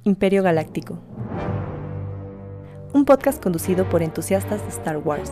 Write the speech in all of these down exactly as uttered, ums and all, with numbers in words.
Imperio Galáctico, un podcast conducido por entusiastas de Star Wars.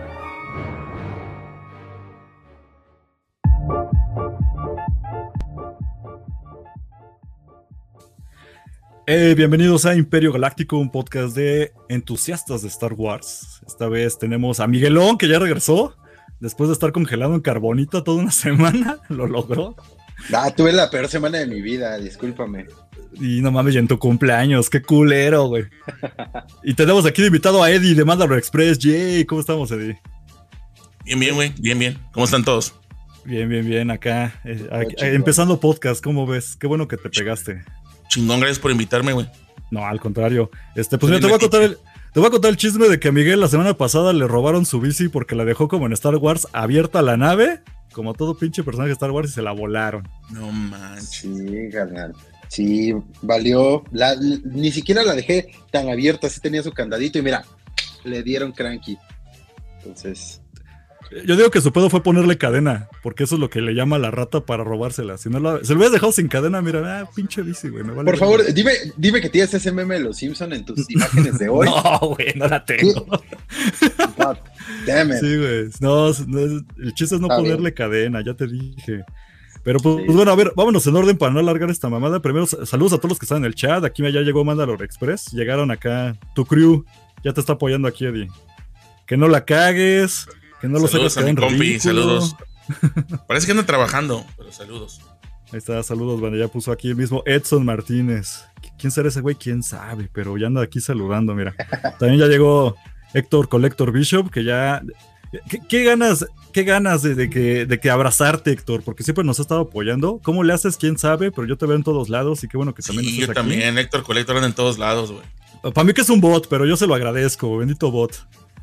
Eh, bienvenidos a Imperio Galáctico, un podcast de entusiastas de Star Wars. Esta vez tenemos a Miguelón, que ya regresó después de estar congelado en carbonita toda una semana. Lo logró. Ah, tuve la peor semana de mi vida, discúlpame. Y no mames, y en tu cumpleaños, qué culero, güey. Y tenemos aquí de invitado a Eddie de Mandalore Express. Yay, ¿cómo estamos, Eddie? Bien, bien, güey, bien, bien. ¿Cómo están todos? Bien, bien, bien, acá. Eh, aquí eh, empezando podcast, ¿cómo ves? Qué bueno que te pegaste. Chingón, gracias por invitarme, güey. No, al contrario. Este, pues mira, te voy a contar el, te voy a contar el chisme de que a Miguel la semana pasada le robaron su bici porque la dejó como en Star Wars abierta la nave, como todo pinche personaje de Star Wars, y se la volaron. No manches. Sí, carnal. Sí, valió. La, ni siquiera la dejé tan abierta, sí tenía su candadito y mira, le dieron cranky. Entonces... Yo digo que su pedo fue ponerle cadena, porque eso es lo que le llama a la rata para robársela. Si no la, se lo hubieras dejado sin cadena, mira, ah, pinche bici, güey. Me vale. Por favor, dime, dime que tienes ese meme de los Simpsons en tus imágenes de hoy. No, güey, no la tengo. God damn it. Sí, güey. No, no, el chiste es no Está ponerle bien. cadena, ya te dije. Pero pues, Sí. pues bueno, a ver, vámonos en orden para no alargar esta mamada. Primero, saludos a todos los que están en el chat. Aquí ya llegó Mandalore Express. Llegaron acá. Tu crew ya te está apoyando aquí, Eddie. Que no la cagues. Que no lo saludos hagas a mi quedar en compi, ridículo. saludos. Parece que anda trabajando, pero saludos. Ahí está, saludos, bueno, ya puso aquí el mismo Edson Martínez. ¿Quién será ese güey? ¿Quién sabe? Pero ya anda aquí saludando, mira. También ya llegó Héctor Collector Bishop, que ya... ¿Qué, qué ganas, qué ganas de, de, que, de que abrazarte, Héctor? Porque siempre nos ha estado apoyando. ¿Cómo le haces? ¿Quién sabe? Pero yo te veo en todos lados y qué bueno que también Sí, estés yo aquí. también, Héctor Colector anda en todos lados, güey. Para mí que es un bot, pero yo se lo agradezco, bendito bot.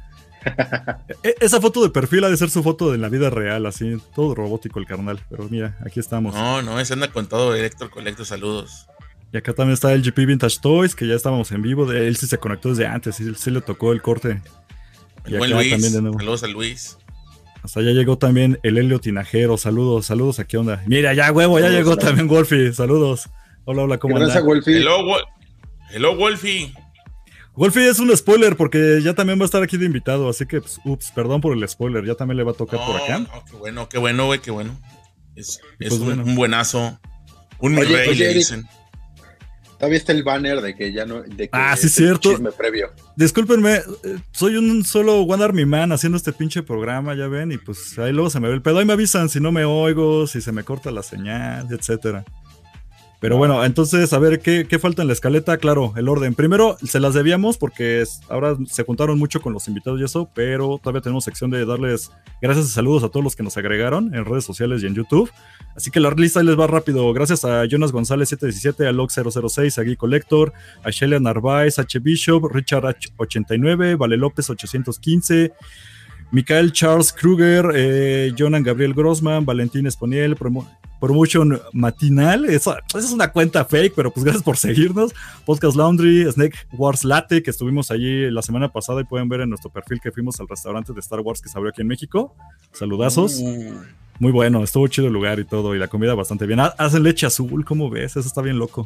E- Esa foto de perfil ha de ser su foto de la vida real, así, todo robótico el carnal. Pero mira, aquí estamos. No, no, ese anda con todo, Héctor Colector, saludos. Y acá también está el G P Vintage Toys, que ya estábamos en vivo. De él sí se conectó desde antes, sí, sí le tocó el corte. El Y buen acá Luis, también de nuevo. saludos a Luis. Hasta allá llegó también el Helio Tinajero. Saludos, saludos, ¿a qué onda? Mira, ya huevo, ya Saludos, llegó saludos. también Wolfie. Saludos. Hola, hola, ¿cómo Gracias, anda? Wolfie. Hello, Wol- Hello, Wolfie. Wolfie es un spoiler porque ya también va a estar aquí de invitado. Así que, pues, ups, perdón por el spoiler. Ya también le va a tocar No, por acá. no, qué bueno, qué bueno, güey, qué bueno. Es, es Pues un, bueno. un buenazo. Un mi Oye, rey, oye, le Eric. dicen. Todavía está el banner de que ya no... De que Ah, sí, es el cierto. chisme previo. Discúlpenme, eh, soy un solo One Army Man haciendo este pinche programa, ya ven, y pues ahí luego se me ve el pedo. Ahí me avisan si no me oigo, si se me corta la señal, etcétera. Pero bueno, entonces, a ver, ¿qué, qué falta en la escaleta? Claro, el orden. Primero, se las debíamos porque es- ahora se juntaron mucho con los invitados y eso, pero todavía tenemos sección de darles gracias y saludos a todos los que nos agregaron en redes sociales y en YouTube. Así que la lista ahí les va rápido. Gracias a Jonas González siete diecisiete, a Log cero cero seis, a Gui Collector, a Shelia Narváez, H. Bishop, Richard H. ochenta y nueve, Vale López ochocientos quince, Michael Charles Kruger, eh, Jonan Gabriel Grossman, Valentín Esponiel, Promo- Promotion Matinal. Esa, esa es una cuenta fake, pero pues gracias por seguirnos. Podcast Laundry, Snake Wars Latte, que estuvimos allí la semana pasada y pueden ver en nuestro perfil que fuimos al restaurante de Star Wars que se abrió aquí en México. Saludazos. Uh, Muy bueno, estuvo chido el lugar y todo, y la comida bastante bien. Ha- Hacen leche azul, ¿cómo ves? Eso está bien loco.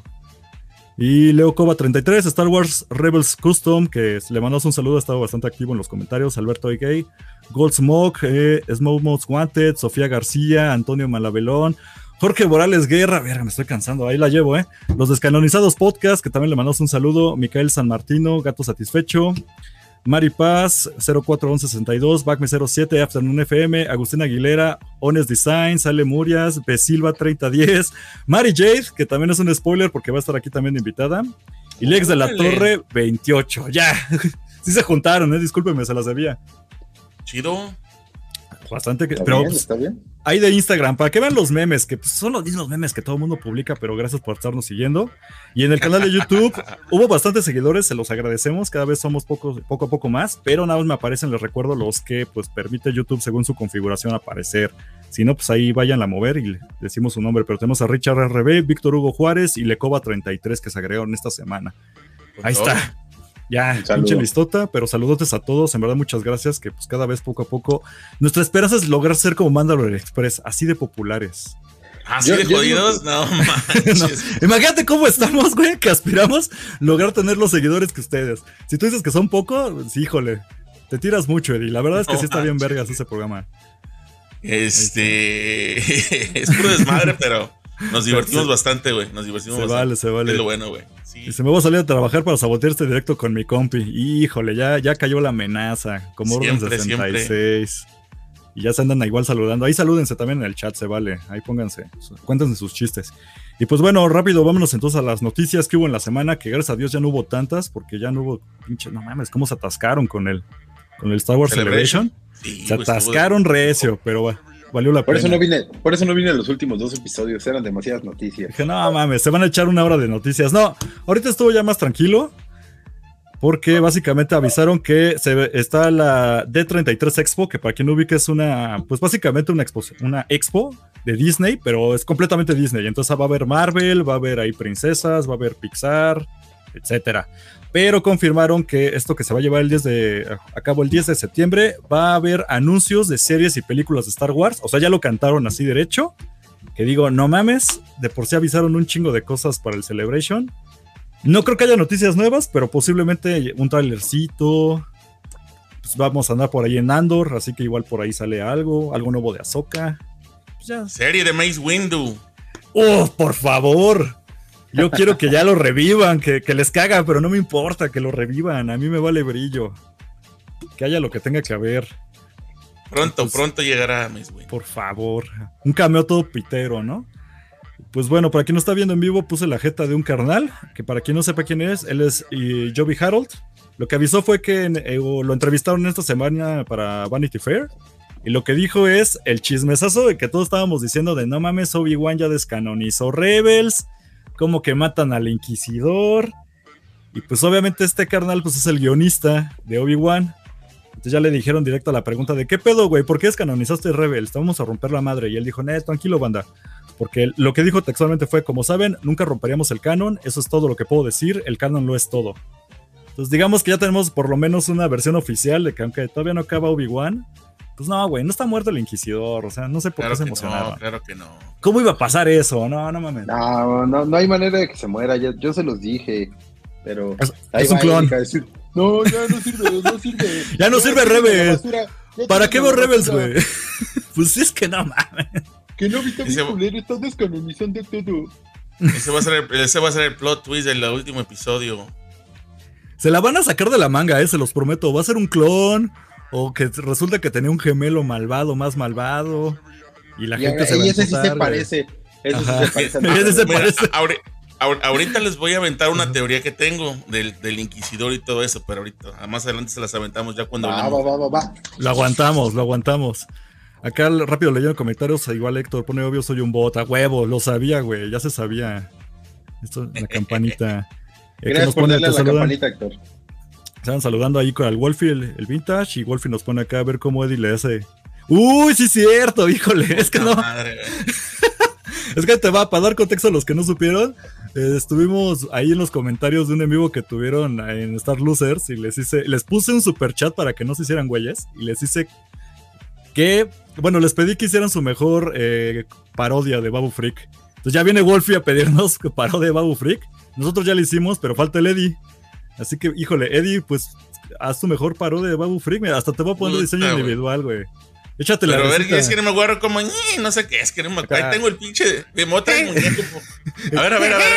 Y Leo Cova treinta y tres, Star Wars Rebels Custom, que le mandamos un saludo, ha estado bastante activo en los comentarios. Alberto Igay, Gold Smoke, eh, Smoke Most Wanted, Sofía García, Antonio Malabelón, Jorge Morales Guerra, verga, me estoy cansando, ahí la llevo, eh. Los Descanonizados Podcast, que también le mandamos un saludo. Micael San Martino, Gato Satisfecho, Mari Paz, cero cuatro once sesenta y dos, Bacme cero siete, Afternoon F M, Agustín Aguilera, Honest Design, Sale Murias, Besilva treinta diez, Mari Jade, que también es un spoiler porque va a estar aquí también invitada, y Lex de la Órale. Torre veintiocho. Ya, sí se juntaron, eh, discúlpenme, se las debía. chido. Bastante que, ¿Está pero bien? pues, ¿Está bien? hay de Instagram, para que vean los memes, que pues, son los mismos memes que todo el mundo publica, pero gracias por estarnos siguiendo. Y en el canal de YouTube hubo bastantes seguidores, se los agradecemos, cada vez somos poco, poco a poco más, pero nada más me aparecen, les recuerdo, los que pues permite YouTube según su configuración aparecer. Si no, pues ahí vayan a mover y le decimos su nombre, pero tenemos a Richard R B, Víctor Hugo Juárez y Lecoba treinta y tres que se agregaron esta semana. Con Ahí todo. está. Ya, Un saludo. pinche listota, pero saludotes a todos, en verdad muchas gracias, que pues cada vez poco a poco, nuestra esperanza es lograr ser como Mandalore Express, así de populares. ¿Así Yo- de yo jodidos? digo No No. manches. Imagínate cómo estamos, güey, que aspiramos lograr tener los seguidores que ustedes. Si tú dices que son pocos, sí, híjole, te tiras mucho, Eddie. La verdad es que No sí está bien manches, vergas güey. ese programa. Este. Es puro desmadre, pero nos divertimos Se- bastante, güey. Nos divertimos Se bastante. vale, se vale. Es lo bueno, güey. Sí. Y se me va a salir a trabajar para sabotear este directo con mi compi. Híjole, ya, ya cayó la amenaza. Como Orden Siempre, sesenta y seis. Y ya se andan igual saludando. Ahí salúdense también en el chat, se vale. Ahí pónganse, cuéntense sus chistes. Y pues bueno, rápido, vámonos entonces a las noticias que hubo en la semana, que gracias a Dios ya no hubo tantas, porque ya no hubo, pinche, no mames, cómo se atascaron con el, con el Star Wars Celebration. Sí, Se güey, estuvo- atascaron recio, pero va- valió la Por pena. eso no vine, por eso no vine a los últimos dos episodios, eran demasiadas noticias. Dije, no mames, se van a echar una hora de noticias. No, ahorita estuvo ya más tranquilo. Porque básicamente avisaron que se está la D treinta y tres Expo, que para quien no ubique es una, pues básicamente una expo, una expo de Disney, pero es completamente Disney. Entonces va a haber Marvel, va a haber ahí princesas, va a haber Pixar, etcétera. Pero confirmaron que esto que se va a llevar el diez de, a cabo el diez de septiembre, va a haber anuncios de series y películas de Star Wars. O sea, ya lo cantaron así derecho. Que digo, no mames, de por sí avisaron un chingo de cosas para el Celebration. No creo que haya noticias nuevas, pero posiblemente un trailercito. Pues vamos a andar por ahí en Andor, así que igual por ahí sale algo, algo nuevo de Ahsoka. Pues ya. Serie de Mace Windu. ¡Oh, por favor! Yo quiero que ya lo revivan, que, que les caga, pero no me importa que lo revivan. A mí me vale brillo. Que haya lo que tenga que haber. Pronto, Pues- pronto llegará Mace Windu. Por favor. Un cameo todo pitero, ¿no? Pues bueno, para quien no está viendo en vivo, puse la jeta de un carnal, que para quien no sepa quién es, él es eh, Joby Harold. Lo que avisó fue que eh, lo entrevistaron esta semana para Vanity Fair, y lo que dijo es el chismesazo de que todos estábamos diciendo de no mames, Obi-Wan ya descanonizó Rebels, como que matan al Inquisidor, y pues obviamente este carnal pues es el guionista de Obi-Wan. Entonces ya le dijeron directo a la pregunta de ¿qué pedo, güey? ¿Por qué descanonizaste Rebels? Te vamos a romper la madre. Y él dijo, no, tranquilo, banda. Porque lo que dijo textualmente fue, como saben, nunca romperíamos el canon, eso es todo lo que puedo decir, el canon lo es todo. Entonces digamos que ya tenemos por lo menos una versión oficial de que aunque todavía no acaba Obi-Wan, pues no, güey, no está muerto el Inquisidor, o sea, no sé por Claro qué se que emocionaron. no, claro que no. ¿Cómo iba a pasar eso? No, no mames. No, no, no hay manera de que se muera, ya- yo se los dije. Pero Es, ahí es un va clon. Erika a decir, no, ya no sirve, no sirve. Ya no sirve tíralo a la Rebels. basura, ya ¿Para tíralo qué a veo la Rebels, basura. güey? Pues sí, es que no mames. Que no, viste Ese- mi culero, están descanonizando todo. Ese va a ser el, ese va a ser el plot twist del último episodio. Se la van a sacar de la manga, eh, se los prometo. Va a ser un clon, o que resulta que tenía un gemelo malvado, más malvado, y la Y, gente se va y a ese sí emputar, se güey. parece. Ese Ajá. sí se parece. al- Ese se Mira, parece. ahori- ahor- ahorita les voy a aventar una teoría que tengo del, del Inquisidor y todo eso, pero ahorita, más adelante se las aventamos ya cuando Va, va, hablemos. va, va, va. Lo aguantamos, lo aguantamos. Acá rápido leyendo comentarios, igual Héctor pone obvio soy un bot, a huevo, lo sabía, güey, ya se sabía. Esto, la campanita. Eh, ¿qué Gracias nos por pone? darle a Te la saludan. campanita, Héctor. Estaban saludando ahí con el Wolfie, el, el Vintage, y Wolfie nos pone acá a ver cómo Eddie le hace. Uy, sí, cierto, híjole, es que no. Madre, güey. Es que te va para dar contexto a los que no supieron. Eh, estuvimos ahí en los comentarios de un en vivo que tuvieron en Star Losers y les hice, les puse un super chat para que no se hicieran güeyes y les hice que, bueno, les pedí que hicieran su mejor eh, parodia de Babu Freak. Entonces ya viene Wolfie a pedirnos que parodia de Babu Freak. Nosotros ya lo hicimos, pero falta el Eddie. Así que, híjole, Eddie, pues haz tu mejor parodia de Babu Freak. Mira, hasta te voy a poner Puta, diseño güey. individual, güey. Échate la Pero a ver, receta. es que no me acuerdo como, "Ñi", no sé qué, es que no me acuerdo. Acá. Ahí tengo el pinche de mota del muñeco. po. A ver, a ver, a ver,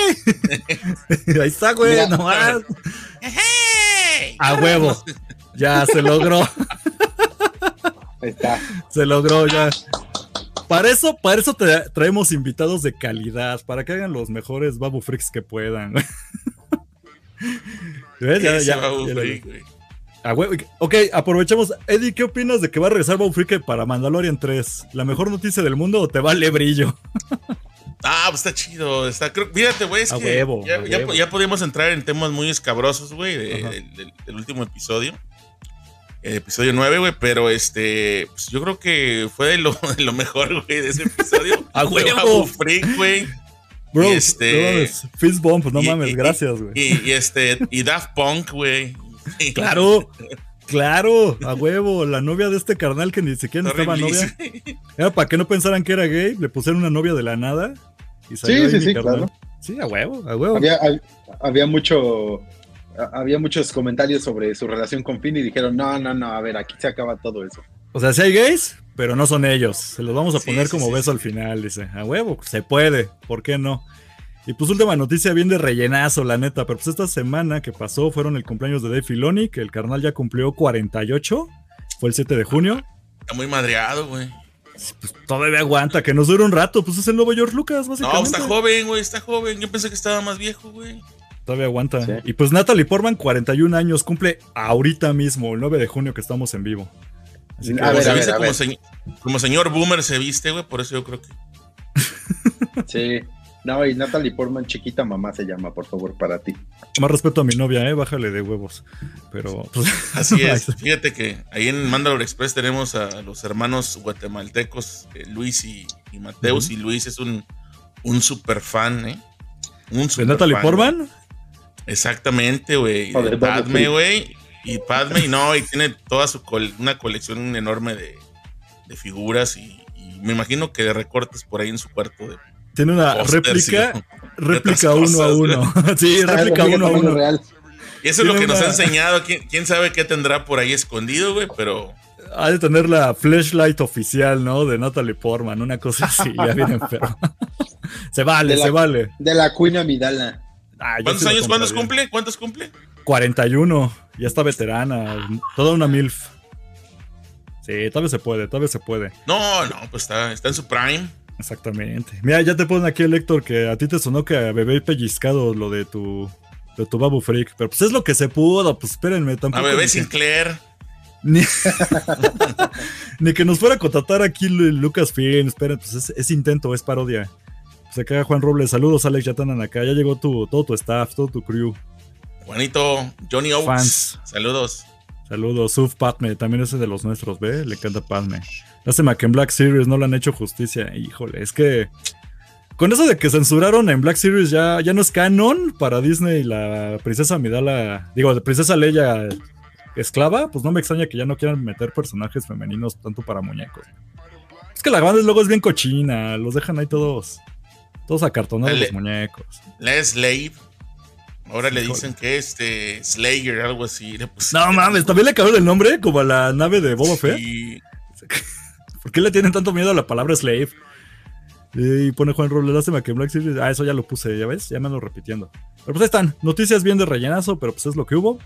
ahorita, Ahí está, güey, Mira, nomás. a ver. ¡Hey! A huevo. Ya se logró. Ahí está. Se logró ya. Para eso, para eso te traemos invitados de calidad, para que hagan los mejores Babu Freaks que puedan. ¿Ves? Ya, Ese ya, Babu ya lo- Freak, güey. Ah, güey, ok, aprovechemos. Eddie, ¿qué opinas de que va a regresar Babu Freak para Mandalorian tres? ¿La mejor noticia del mundo o te vale brillo? Ah, pues está chido. Está, creo, fíjate, güey, es A que huevo, ya, a ya, huevo. ya podíamos entrar en temas muy escabrosos, güey, de- Ajá. del, del- del último episodio. El episodio nueve, güey, pero este, pues yo creo que fue de lo, de lo mejor, güey, de ese episodio. A Fue huevo. Babu Freak, güey. Bro, Y este- no mames, Fist Bump, no y- mames, y- gracias, güey. Y, y este, y Daft Punk, güey. Claro. Claro, a huevo, la novia de este carnal que ni siquiera estaba novia. Era para que no pensaran que era gay, le pusieron una novia de la nada. Y sí, sí, sí, claro. Sí, a huevo, a huevo. Había, había mucho, había muchos comentarios sobre su relación con Finn y dijeron, no, no, no, a ver, aquí se acaba todo eso. O sea, sí hay gays, pero no son ellos. Se los vamos a Sí, poner sí, como sí, beso sí. al final, dice. A huevo, se puede, ¿por qué no? Y pues última noticia bien de rellenazo, la neta. Pero pues esta semana que pasó fueron el cumpleaños de Dave Filoni, que el carnal ya cumplió cuarenta y ocho. Fue el siete de junio. Está muy madreado, güey. Pues todavía aguanta, que nos dure un rato. Pues es el nuevo George Lucas, básicamente. No, está joven, güey, está joven. Yo pensé que estaba más viejo, güey. Todavía aguanta. Sí. Y pues Natalie Portman, cuarenta y un años, cumple ahorita mismo, el nueve de junio que estamos en vivo. Así que A Como ver, se a viste ver, a como, ver. señ- como señor boomer se viste, güey, por eso yo creo que. Sí. No, y Natalie Portman, chiquita mamá se llama, por favor, para ti. más respeto a mi novia, eh, bájale de huevos. Pero pues, Así es. Fíjate que ahí en Mandalore Express tenemos a los hermanos guatemaltecos, eh, Luis y, y Mateus, Ujú. y Luis es un, un super fan, ¿eh? Un ¿de super Natalie fan, Portman? güey. Exactamente, güey. O De de Babu Padme, Frick. güey. Y Padme, y no, y tiene toda su col- una colección enorme de, de figuras y, y me imagino que de recortes por ahí en su cuarto. De, Tiene una pósters réplica, y- réplica otras uno a cosas, uno. Sí, Ah, réplica réplica uno a tamaño uno. real. Y eso es lo Tiene que nos una- ha enseñado. ¿Quién, quién sabe qué tendrá por ahí escondido, güey? Pero Ha de tener la flashlight oficial, ¿no? De Natalie Portman, una cosa así, ya bien enfermo. Se vale, De la- se vale. De la Queen Amidala. Ah, yo ¿cuántos sí la años? ¿Cuántos compraría. cumple? ¿Cuántos cumple? cuarenta y uno, ya está veterana, toda una MILF. Sí, tal vez se puede, tal vez se puede. No, no, pues está, está en su prime. Exactamente. Mira, ya te ponen aquí el Héctor que a ti te sonó que a bebé pellizcado lo de tu de tu Babu Freak, pero pues es lo que se pudo, pues espérenme, A tampoco bebé ni que- Sinclair. Ni, ni que nos fuera a contratar aquí Lu- Lucasfilm, esperen, pues es, es intento, es parodia. Pues acá Juan Robles, saludos Alex, ya están acá, ya llegó tu, todo tu staff, todo tu crew. Juanito, Johnny Oaks. Fans. Saludos. Saludos, Suf Padme, también ese de los nuestros, ¿ve? Le encanta Padme. Lástima que en Black Series no le han hecho justicia. Híjole, es que con eso de que censuraron en Black Series ya, ya no es canon para Disney la princesa Amidala, digo, de princesa Leia esclava, pues no me extraña que ya no quieran meter personajes femeninos tanto para muñecos. Es que la banda luego es bien cochina, los dejan ahí todos, todos acartonados Dale. los muñecos. La Slave. Ahora le Híjole. dicen que este Slayer, algo así. Le No pusieron. mames, también le cambiaron el nombre como a la nave de Boba Fett. Y ¿Por qué le tienen tanto miedo a la palabra slave? Y pone Juan Robles, lástima que en Black Series. Ah, eso ya lo puse, ya ves, ya me ando repitiendo. Pero pues ahí están, noticias bien de rellenazo, pero pues es lo que hubo.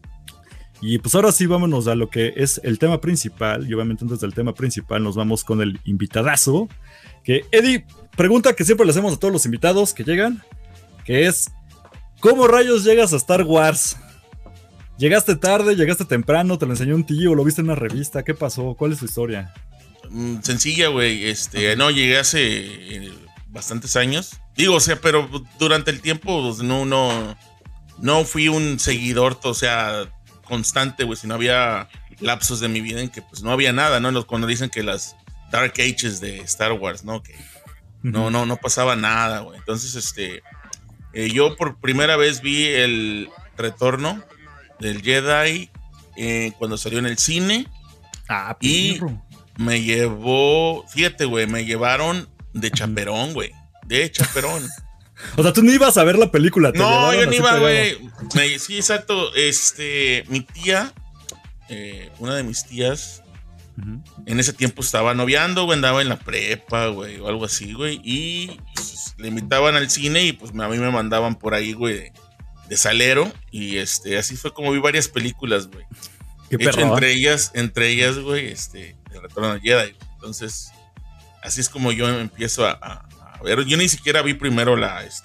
Y pues ahora sí, vámonos a lo que es el tema principal. Y obviamente antes del tema principal nos vamos con el invitadazo. Que Eddie, pregunta que siempre le hacemos a todos los invitados que llegan, que es, ¿cómo rayos llegas a Star Wars? ¿Llegaste tarde, llegaste temprano, te lo enseñó un tío, lo viste en una revista? ¿Qué pasó? ¿Cuál es tu historia? mm, sencilla, güey. Este, no, llegué hace eh, bastantes años. Digo, o sea, pero durante el tiempo pues, no, no, no fui un seguidor, o sea, constante, güey. Si no había lapsos de mi vida en que pues no había nada, ¿no? Los- Cuando dicen que las Dark Ages de Star Wars, ¿no? Que no, no, no pasaba nada, güey. Entonces, este, eh, yo por primera vez vi el retorno del Jedi eh, cuando salió en el cine. Ah, Y- perro. Me llevó, fíjate, güey, me llevaron de chaperón, güey. De chaperón. O sea, tú no ibas a ver la película. te No, llevaron yo no así iba, pegado. güey. Me- Sí, exacto. Este, mi tía, eh, una de mis tías, Ujú. en ese tiempo estaba noviando, güey, andaba en la prepa, güey, o algo así, güey. Y pues, le invitaban al cine y pues a mí me mandaban por ahí, güey, de, de salero. Y este, así fue como vi varias películas, güey. Qué De hecho, perro. entre ellas, entre ellas, güey, este, el retorno de Jedi. Entonces, así es como yo empiezo a, a- a ver. Yo ni siquiera vi primero la, este,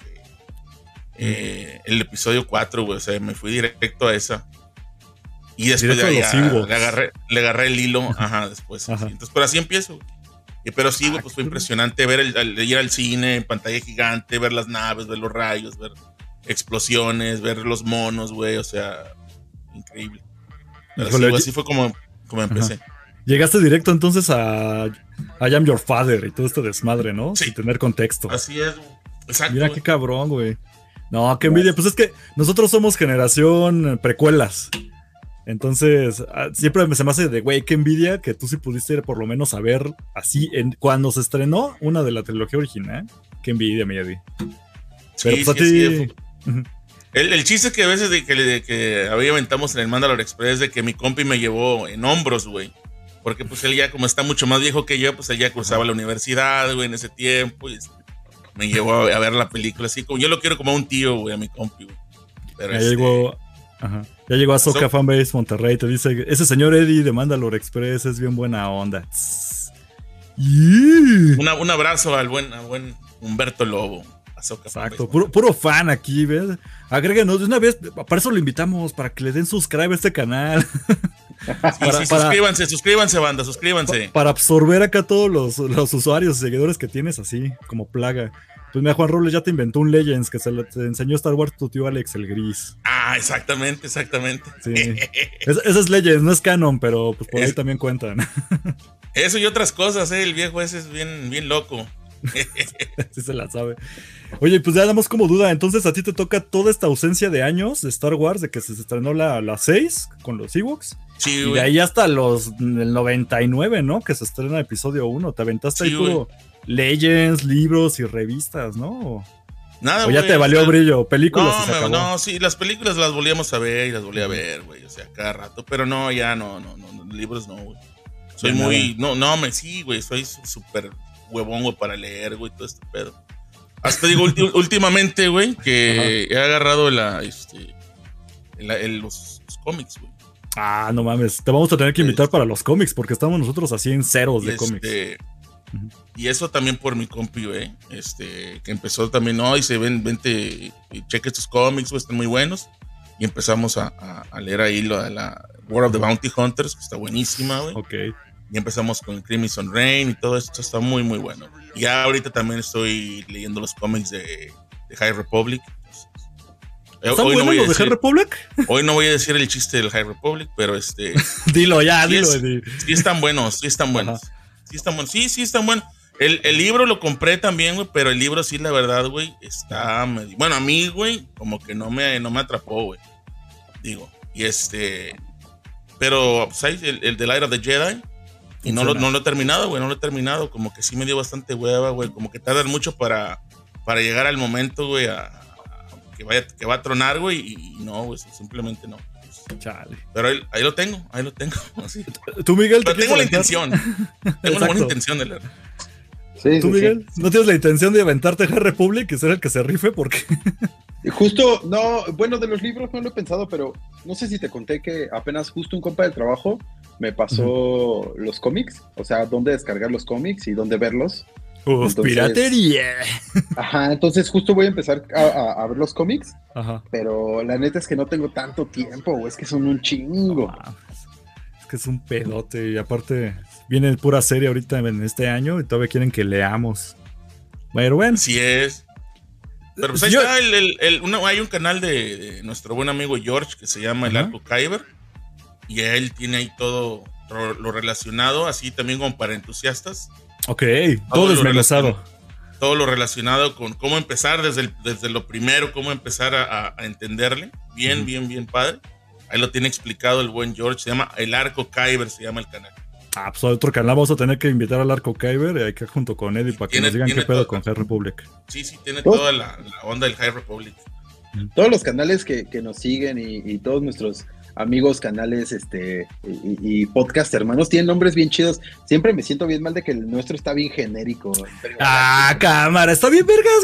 eh, el episodio cuatro, güey. O sea, me fui directo a esa. Y después Directo de a ahí los ya Ewoks. le agarré, le agarré el hilo, ajá, después. Ajá. sí. Entonces, pero así empiezo, güey. Y, pero sí, güey, Ah, pues fue qué impresionante ver el, al- ir al cine en pantalla gigante, ver las naves, ver los rayos, ver explosiones, ver los monos, güey. O sea, increíble. Pero Híjole, sí, güey, oye- así fue como, como empecé. Llegaste directo entonces a I Am Your Father y todo este desmadre, ¿no? Sí. Sin tener contexto. Así es, güey. Exacto. Mira güey. qué cabrón, güey. No, qué envidia. Pues es que nosotros somos generación precuelas. Entonces, siempre se me hace de, güey, qué envidia que tú sí pudiste por lo menos saber así, en, cuando se estrenó una de la trilogía original. Qué envidia, mi Eddie. Pero sí, pues a sí, ti... sí, uh-huh. el, el chiste que a veces de que, de que había aventamos en el Mandalore Express de que mi compi me llevó en hombros, güey. Porque pues él ya como está mucho más viejo que yo, pues él ya cursaba la universidad, güey, en ese tiempo. Y me llevó a, a ver la película así, como yo lo quiero como a un tío, güey, a mi compi, güey. Pero ya este, llegó... Ajá. Ya llegó a Soca Fanbase Monterrey, te dice, ese señor Eddie de Mandalore Express es bien buena onda. Yeah. Una, un abrazo al buen, al buen Humberto Lobo. A Soca Exacto, puro, puro fan aquí, ¿ves? Agréguenos de una vez, para eso lo invitamos, para que le den subscribe a este canal. Sí, para, sí, para, suscríbanse, suscríbanse, banda, suscríbanse. Pa, para absorber acá todos los, los usuarios y seguidores que tienes así, como plaga. Pues mira, Juan Robles ya te inventó un Legends que se le te enseñó Star Wars tu tío Alex el Gris. Ah, exactamente, exactamente. Sí. es, ese es Legends, no es canon, pero pues por es, ahí también cuentan. Eso y otras cosas, ¿eh? El viejo ese es bien, bien loco. Sí se la sabe. Oye, pues ya damos como duda. Entonces a ti te toca toda esta ausencia de años de Star Wars, de que se estrenó la, la seis con los Ewoks. Sí, y güey. de ahí hasta los el noventa y nueve, ¿no? Que se estrena episodio uno. Te aventaste sí, ahí puro Legends, libros y revistas, ¿no? Nada, o ya wey, te valió o sea, brillo, películas. No, y se me, acabó. no, sí, las películas las volvíamos a ver y las volví a ver, güey. O sea, cada rato. Pero no, ya no, no, no, no libros no, güey. Soy ya muy. Nada. No, no, me sí, güey. Soy súper huevón, güey, para leer, güey, todo este pedo. Hasta digo, últimamente, güey, que Ajá. he agarrado la, este, la, el, los, los cómics, güey. Ah, no mames. Te vamos a tener que invitar este, para los cómics porque estamos nosotros así en ceros de este, cómics. Uh-huh. Y eso también por mi compi, güey. Este, que empezó también, no, y se ven, vente y cheque estos cómics, güey, están muy buenos. Y empezamos a, a, a leer ahí la, la World of the Bounty Hunters, que está buenísima, güey. Ok. Y empezamos con Crimson Reign y todo esto está muy, muy bueno. Y ya ahorita también estoy leyendo los cómics de, de High Republic. ¿Están buenos no los de High Republic? Hoy no voy a decir el chiste del High Republic, pero este... dilo ya, sí dilo. Es, sí están buenos, sí están buenos. Ajá. Sí están buenos, sí, sí están buenos. El, el libro lo compré también, güey, pero el libro sí, la verdad, güey, está... Medio, bueno, a mí, güey, como que no me, no me atrapó, güey. Digo, y este... Pero, ¿sabes? El, el de Light of the Jedi... Y no lo, no lo he terminado, güey, no lo he terminado. Como que sí me dio bastante hueva, güey. Como que tardan mucho para, para llegar al momento, güey, a, a que, vaya, que va a tronar, güey. Y, y no, güey, simplemente no. Chale. Pero ahí, ahí lo tengo, ahí lo tengo. Así. Tú, Miguel, Pero tengo la intención. Tengo una buena intención de leer. Sí, ¿Tú, sí, Miguel? Sí. ¿No tienes la intención de aventarte High Republic y ser el que se rife? Porque... Justo, no, bueno, de los libros no lo he pensado, pero no sé si te conté que apenas justo un compa del trabajo me pasó uh-huh. los cómics, o sea, dónde descargar los cómics y dónde verlos. Uf, entonces, piratería. Ajá, entonces justo voy a empezar a, a, a ver los cómics, ajá. Pero la neta es que no tengo tanto tiempo, güey, es que son un chingo. No, es que es un pedote y aparte viene pura serie ahorita en este año y todavía quieren que leamos. Pero bueno. Así es. Pero pues ahí Yo, está el, el, el una, hay un canal de, de nuestro buen amigo George que se llama El Arco Kyber y él tiene ahí todo lo, lo relacionado, así también como para entusiastas. Ok, todo, todo desmenuzado. Todo lo relacionado con cómo empezar desde, el, desde lo primero, cómo empezar a, a entenderle. Bien, uh-huh. bien, bien padre. Ahí lo tiene explicado el buen George, se llama El Arco Kyber, se llama el canal. Ah, pues a otro canal vamos a tener que invitar al Arco Kyber y hay que junto con Eddie para que tiene, nos digan qué pedo todo, con High Republic. Sí, sí, tiene ¿Oh? toda la, la onda del High Republic. Todos los canales que, que nos siguen y, y todos nuestros amigos, canales este y, y podcast hermanos tienen nombres bien chidos. Siempre me siento bien mal de que el nuestro está bien genérico. Ah, cámara, está bien vergas,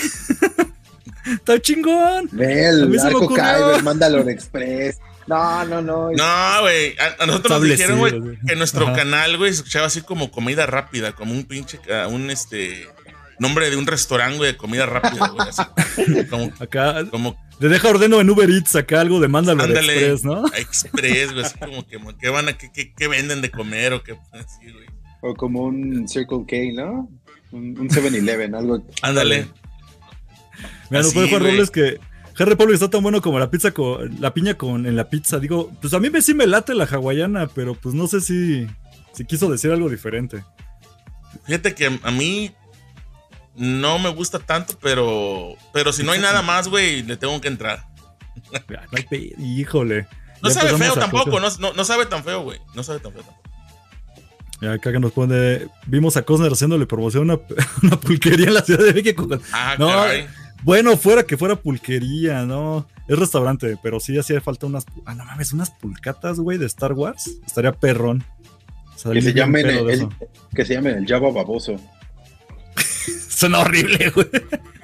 güey. Está chingón. Ve el Arco Kyber, Mandalore Express. No, no, no. No, güey. A, a nosotros nos dijeron, güey, que nuestro Ajá. canal, güey, se escuchaba así como comida rápida, como un pinche, un este nombre de un restaurante, güey, de comida rápida, güey. Así, como, acá, como, le deja ordeno en Uber Eats acá algo de Mandalore ándale, Express, ¿no? Express, güey, así como que, ¿qué van a, qué, qué, qué venden de comer o qué? Así, güey. O como un Circle K, ¿no? Un seven eleven, algo. Ándale. Mira, nos puede Juan Robles que High Republic está tan bueno como la pizza con la piña con en la pizza. Digo, pues a mí me sí me late la hawaiana, pero pues no sé si, si quiso decir algo diferente. Fíjate que a mí no me gusta tanto, pero pero si no hay nada más, güey, le tengo que entrar. No hay pe- Híjole. No Ya sabe feo empezamos a tampoco, Cosner. no, no, no sabe tan feo, güey. No sabe tan feo tampoco. Y acá que nos pone, vimos a Cosner haciéndole promoción a una, una pulquería en la Ciudad de México. Ah, No, caray. bueno, fuera que fuera pulquería, ¿no? Es restaurante, pero sí hacía falta unas, ah, no mames, unas pulcatas, güey, de Star Wars. Estaría perrón. Salí Que se bien llamen pedo de el, eso. que se llamen el Java baboso. Suena horrible, güey.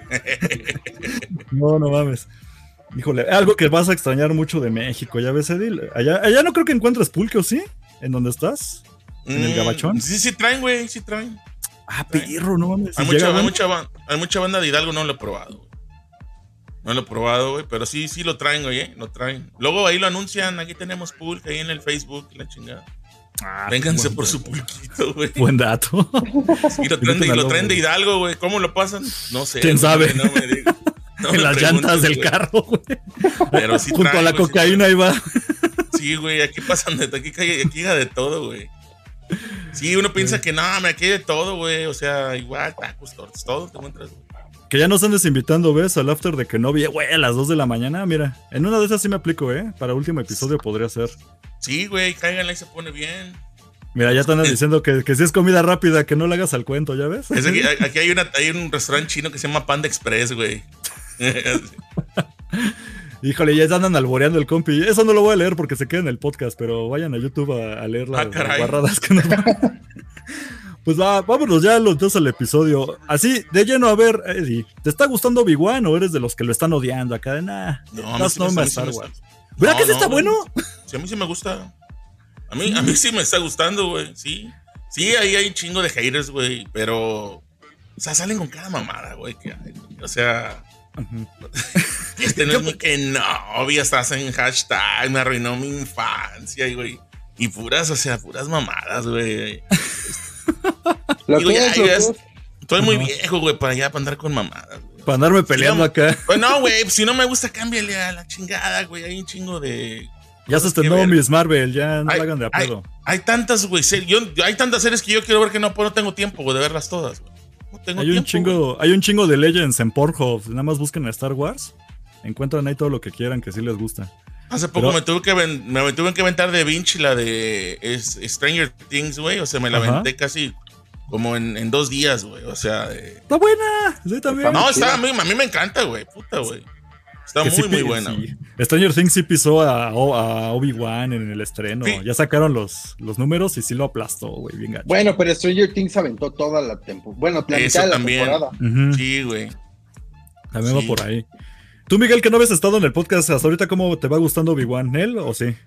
No, no mames. Híjole, algo que vas a extrañar mucho de México, ya ves, Edil. Allá, allá no creo que encuentres pulque, ¿o sí? ¿En dónde estás? ¿En el Mm, Gabachón? Sí, sí traen, güey, sí traen. Ah, perro, no mames. Hay Si mucha, llega hay, bueno. mucha, ban- hay mucha banda de Hidalgo, no lo he probado, güey. No lo he probado, güey, pero sí, sí lo traen, güey, ¿eh? Lo traen. Luego ahí lo anuncian, aquí tenemos pulque, ahí en el Facebook, la chingada. Ah, Vénganse buen por dato. su pulquito, güey. Buen dato. Y lo traen, de, y Inviten lo al traen de lobo. Hidalgo, güey. ¿Cómo lo pasan? No sé. ¿Quién güey, sabe? No me digas. No En me las preguntes, llantas del güey. carro, güey. Pero sí Junto traen, a la güey, sí cocaína ahí va. traen. Sí, güey, aquí pasan de aquí, cae- aquí llega de todo, güey. Sí, uno piensa que no, me aquí hay de todo, güey. O sea, igual, tacos, tortas, todo te encuentras, güey. Que ya nos andes invitando, ¿ves? Al after de que no vi, güey, a las dos de la mañana. Mira, en una de esas sí me aplico, ¿eh? Para último episodio podría ser. Sí, güey, cáiganle y se pone bien. Mira, ya te andan diciendo que, que si es comida rápida, que no le hagas al cuento, ¿ya ves? Es aquí, aquí hay, una, hay un restaurante chino que se llama Panda Express, güey. Híjole, ya andan alboreando el compi. Eso no lo voy a leer porque se queda en el podcast, pero vayan a YouTube a, a leer las, Ah, las caray. guarradas que nos Pues va, vámonos ya los dos al episodio. Así, de lleno, a ver, Eddie, ¿te está gustando Obi-Wan o eres de los que lo están odiando acá? De nah, No, a mí no, sí no me- me a mí sí Star me Wars. está- ¿Verdad No, que sí no, está güey. bueno? Sí, a mí sí me gusta. A mí, a mí sí me está gustando, güey. Sí. Sí, ahí hay un chingo de haters, güey. Pero. O sea, salen con cada mamada, güey. que hay, güey. O sea. Ujú. Este no es mi que novia, estás en hashtag, me arruinó mi infancia, güey. Y puras, o sea, puras mamadas, güey. Lo Digo, que ya, es, lo ya que es- es. Estoy muy Ajá. viejo, güey, para allá, para andar con mamadas, güey. Para andarme peleando Sí, acá. Pues no, güey, pues si no me gusta, cámbiale a la chingada, güey. Hay un chingo de. Ya se cosas que estrenó ver. Miss Marvel, ya no Ay, la hagan de a ay, pedo. Hay tantas, güey, series. Yo, yo- hay tantas series que yo quiero ver que no, pues no tengo tiempo, güey, de verlas todas, güey. No tengo Hay un tiempo, chingo, güey. hay un chingo de Legends en Pornhub. Nada más busquen a Star Wars. Encuentran ahí todo lo que quieran que sí les gusta. Hace poco Pero- me tuve que ven- me tuve que aventar de Vinci la de es- Stranger Things, güey. O sea, me la Ajá. aventé casi como en, en dos días, güey. O sea, de- Está buena. Sí, también. no, muy está, chida. a mí, a mí me encanta, güey. Puta, güey. Está Que muy, sí muy pi- buena. sí. güey. Stranger Things sí pisó a, O- a Obi-Wan en el estreno. Sí. Ya sacaron los, los números y sí lo aplastó, güey, bien gacho. Bueno, pero Stranger Things aventó toda la temporada. Bueno, la Eso mitad de la también. temporada. Ujú, Sí, güey. también va sí. por ahí. Tú, Miguel, que no habías estado en el podcast, hasta ahorita, ¿cómo te va gustando Obi-Wan? ¿Él o sí?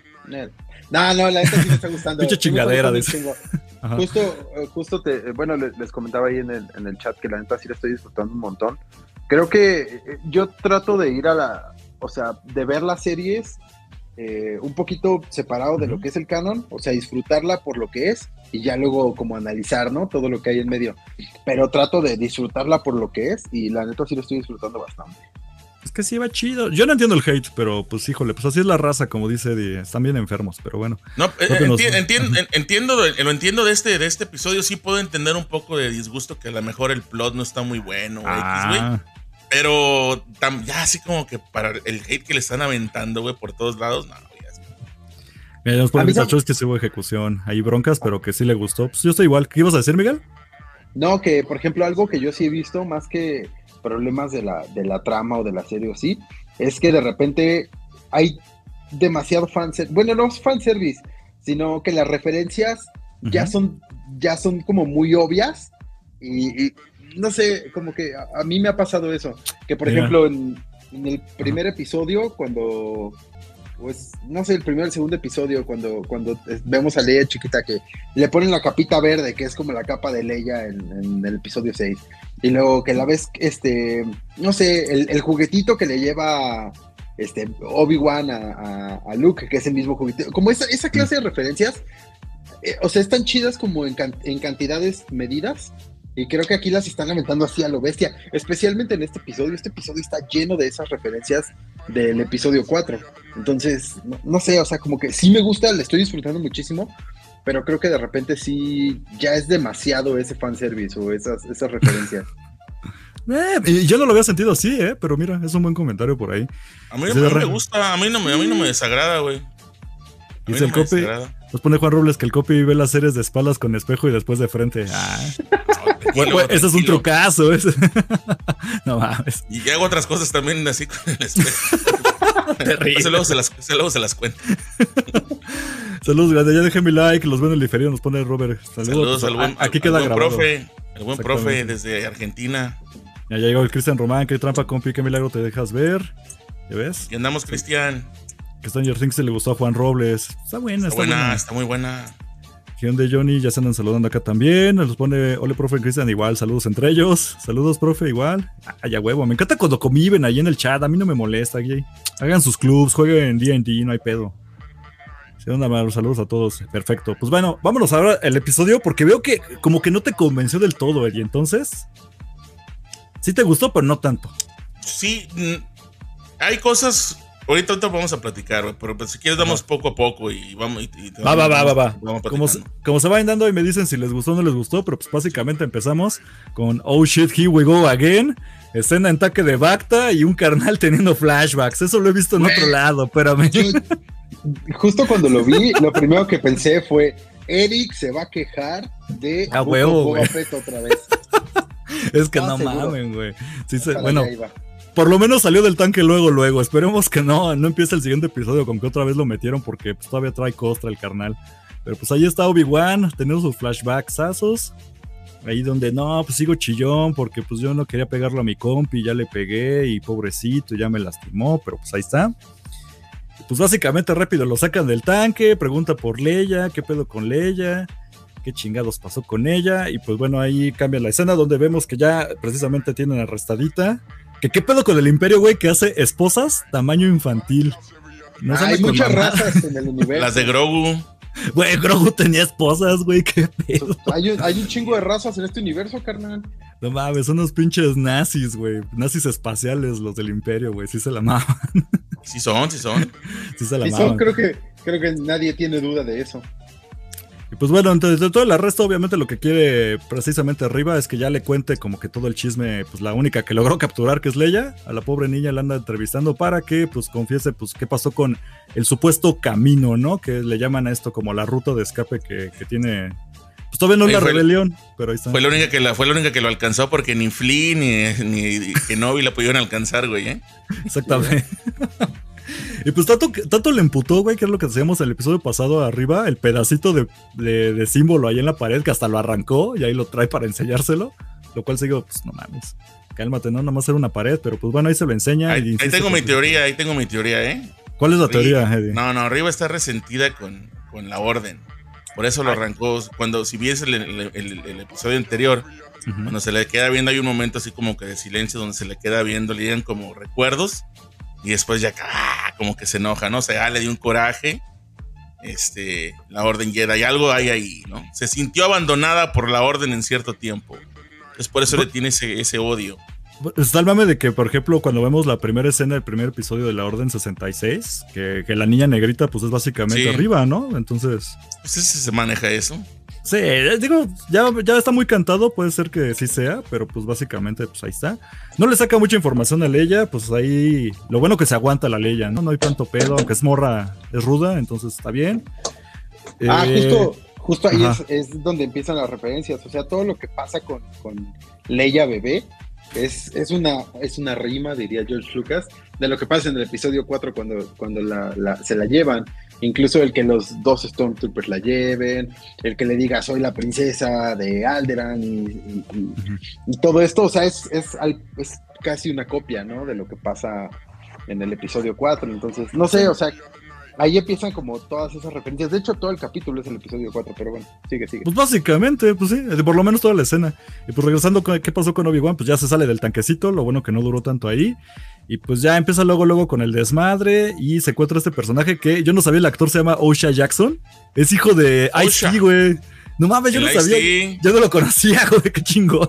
No, no, la neta sí me está gustando. Pinche Sí me está chingadera, gustando un dice. chingo. Ajá. Justo, eh, justo te, eh, bueno, les, les comentaba ahí en el, en el chat que la neta sí la estoy disfrutando un montón. Creo que eh, yo trato de ir a la, o sea, de ver las series eh, un poquito separado de Ujú. lo que es el canon, o sea, disfrutarla por lo que es y ya luego como analizar, ¿no? Todo lo que hay en medio. Pero trato de disfrutarla por lo que es y la neta sí lo estoy disfrutando bastante. Es que sí va chido. Yo no entiendo el hate, pero pues híjole, pues así es la raza, como dice Eddie. Están bien enfermos, pero bueno. No, eh, Creo que nos- enti- entiendo, en- entiendo, de- lo entiendo de este, de este episodio. Sí puedo entender un poco de disgusto que a lo mejor el plot no está muy bueno, X, güey. Ah, Pero tam- ya así como que para el hate que le están aventando, güey, por todos lados, no, güey. así. mira, nos A ponen mí tam- muchachos que sí hubo ejecución. Hay broncas, pero que sí le gustó. Pues yo estoy igual. ¿Qué ibas a decir, Miguel? No, que por ejemplo algo que yo sí he visto más que problemas de la, de la trama o de la serie o sí, es que de repente hay demasiado fanservice, bueno, no es fanservice, sino que las referencias ya Ujú. son, ya son como muy obvias y, y no sé, como que a, a mí me ha pasado eso, que por Ya. ejemplo en, en el primer episodio cuando pues no sé, el primer o el segundo episodio cuando, cuando eh, vemos a Leia chiquita que le ponen la capita verde, que es como la capa de Leia en, en el episodio seis. Y luego que la ves, este, no sé, el, el juguetito que le lleva este, Obi-Wan a, a, a Luke, que es el mismo juguetito. Como esa, esa clase de referencias, eh, o sea, están chidas como en, can, en cantidades medidas. Y creo que aquí las están lamentando así a lo bestia, especialmente en este episodio. Este episodio está lleno de esas referencias del episodio cuatro. Entonces, no, no sé, o sea, como que sí me gusta, le estoy disfrutando muchísimo, pero creo que de repente sí ya es demasiado ese fanservice o esas, esas referencias. Eh, y yo no lo había sentido así, ¿eh? Pero mira, es un buen comentario por ahí. A mí, a mí me gusta, a mí no me, a mí no me desagrada, güey. Dice no el copy, nos pone Juan Robles que el copy ve las series de espaldas con espejo y después de frente. Ah. No, bueno, ese tranquilo. Es un trucazo. Ese. No mames. Y hago otras cosas también así con el espejo. Eso luego se las, luego se las cuento. Saludos, grande. Ya dejé mi like, los ven en el diferido, nos pone Robert. Saludos, Saludos al buen, aquí queda al buen grabado. profe, el buen profe desde Argentina. Ya, ya llegó el Cristian Román, qué trampa, compi, qué milagro te dejas ver. ¿Ya ves? Y andamos, Cristian. Que Stranger Things se le gustó a Juan Robles. Está buena, está, está buena, buena. Está muy buena. Guión de Johnny, ya se andan saludando acá también. Nos pone, ole, profe, Cristian, igual, saludos entre ellos. Saludos, profe, igual. Ah, ya huevo, me encanta cuando conviven ahí en el chat, a mí no me molesta, gay. Hagan sus clubs, jueguen en D and D, no hay pedo. Sí, onda, malos saludos a todos. Perfecto. Pues bueno, vámonos ahora al episodio porque veo que como que no te convenció del todo, y entonces sí te gustó, pero no tanto. Sí, hay cosas. Ahorita, ahorita vamos a platicar, wey, pero pues, si quieres damos poco a poco y vamos. Y, y va, va, va, va, va. Vamos como, se, como se vayan dando y me dicen si les gustó o no les gustó, pero pues básicamente empezamos con Oh shit, here we go again. Escena en taque de Bacta y un carnal teniendo flashbacks. Eso lo he visto en wey, otro lado, espérame. Yo, justo cuando lo vi, lo primero que pensé fue: Eric se va a quejar de a huevo, Boba Fett otra vez. Es que no, no mamen, güey. Sí, bueno. Por lo menos salió del tanque luego, luego. Esperemos que no, no empiece el siguiente episodio con que otra vez lo metieron porque pues, todavía trae costra el carnal. Pero pues ahí está Obi-Wan, teniendo sus flashbacksazos. Ahí donde no, pues sigo chillón porque pues yo no quería pegarlo a mi compi, ya le pegué y pobrecito, ya me lastimó, pero pues ahí está. Pues básicamente rápido lo sacan del tanque, pregunta por Leia, qué pedo con Leia, qué chingados pasó con ella. Y pues bueno, ahí cambia la escena donde vemos que ya precisamente tienen arrestadita. Que qué pedo con el Imperio, güey, que hace esposas tamaño infantil. No hay muchas razas en el universo. Las de Grogu. Güey, Grogu tenía esposas, güey, qué pedo. Hay un, hay un chingo de razas en este universo, carnal. No mames, son unos pinches nazis, güey. Nazis espaciales, los del Imperio, güey. Sí se la maman. Sí son, sí son. Sí se la sí maman. Son, creo que, creo que nadie tiene duda de eso. Y pues bueno, entonces de todo el arresto, obviamente lo que quiere precisamente Riva es que ya le cuente como que todo el chisme, pues la única que logró capturar, que es Leia. A la pobre niña la anda entrevistando para que pues confiese pues qué pasó con el supuesto camino, ¿no? Que le llaman a esto como la ruta de escape que, que tiene. Pues todavía no es la rebelión, pero ahí está. Fue la única que la, fue la única que lo alcanzó porque ni Flynn ni, ni Kenobi la pudieron alcanzar, güey, ¿eh? Exactamente. Y pues tanto, tanto le emputó, güey, que es lo que decíamos en el episodio pasado arriba, el pedacito de, de, de símbolo ahí en la pared que hasta lo arrancó y ahí lo trae para enseñárselo, lo cual sigo, pues no mames, cálmate, no, nada más era una pared, pero pues bueno, ahí se lo enseña. Ahí, ahí tengo mi teoría, ahí tengo mi teoría, ¿eh? ¿Cuál es la Riva, teoría, Eddie? No, no, Riva está resentida con, con la orden, por eso lo arrancó. Cuando, si vies el, el, el, el episodio anterior, uh-huh. cuando se le queda viendo, hay un momento así como que de silencio donde se le queda viendo, le llegan como recuerdos. Y después ya ah, como que se enoja, ¿no? O sea, le dio un coraje. Este, la Orden Jedi, y algo hay ahí, ¿no? Se sintió abandonada por la Orden en cierto tiempo. Entonces por eso le tiene ese, ese odio. Está el mame de que, por ejemplo, cuando vemos la primera escena del primer episodio de la Orden sesenta y seis, que, que la niña negrita pues es básicamente sí. arriba, ¿no? Entonces... Pues ese se maneja eso. Sí, digo, ya, ya está muy cantado, puede ser que sí sea, pero pues básicamente pues ahí está. No le saca mucha información a Leia, pues ahí lo bueno que se aguanta la Leia, ¿no? No hay tanto pedo, aunque es morra, es ruda, entonces está bien. Ah, eh, justo, justo ahí es, es donde empiezan las referencias, o sea, todo lo que pasa con, con Leia bebé es, es, una, es una rima, diría George Lucas, de lo que pasa en el episodio cuatro cuando, cuando la, la, se la llevan. Incluso el que los dos Stormtroopers la lleven, el que le diga soy la princesa de Alderaan y, y, y, uh-huh. y todo esto, o sea, es, es, es casi una copia, ¿no? De lo que pasa en el episodio cuatro. Entonces, no sé, o sea, ahí empiezan como todas esas referencias. De hecho, todo el capítulo es el episodio cuatro, pero bueno, sigue, sigue. Pues básicamente, pues sí, por lo menos toda la escena. Y pues regresando, ¿qué pasó con Obi-Wan? Pues ya se sale del tanquecito, lo bueno que no duró tanto ahí. Y pues ya empieza luego, luego con el desmadre y se encuentra este personaje que yo no sabía, el actor se llama Osha Jackson. Es hijo de Ice-T, güey. No mames, yo el no sabía. Ice-T. Yo no lo conocía, güey, qué chingón.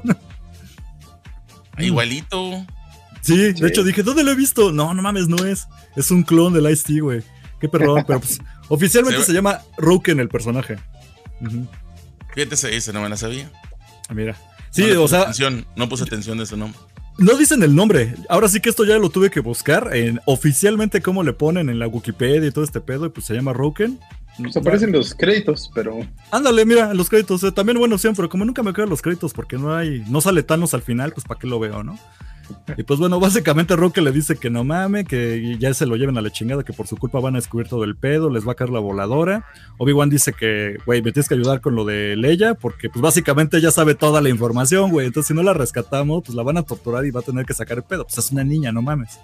Igualito. Sí, sí, de hecho dije, ¿dónde lo he visto? No, no mames, no es. Es un clon del Ice-T, güey. Qué perdón, pero pues oficialmente se, se llama Roken el personaje. Uh-huh. Fíjate, ese no me la sabía. Mira. Sí, no o sea. Atención, no puse atención de su nombre. No dicen el nombre. Ahora sí que esto ya lo tuve que buscar. En, oficialmente, cómo le ponen en la Wikipedia y todo este pedo. Y pues se llama Rouken. Pues aparecen los créditos, pero. Ándale, mira, los créditos. Eh, también buena opción, pero como nunca me quedan los créditos porque no hay. No sale Thanos al final, pues ¿para qué lo veo, no? Y pues bueno, básicamente Rouken le dice que no mame, que ya se lo lleven a la chingada, que por su culpa van a descubrir todo el pedo, les va a caer la voladora. Obi-Wan dice que, güey, me tienes que ayudar con lo de Leia, porque pues básicamente ella sabe toda la información, güey. Entonces si no la rescatamos, pues la van a torturar y va a tener que sacar el pedo. Pues es una niña, no mames.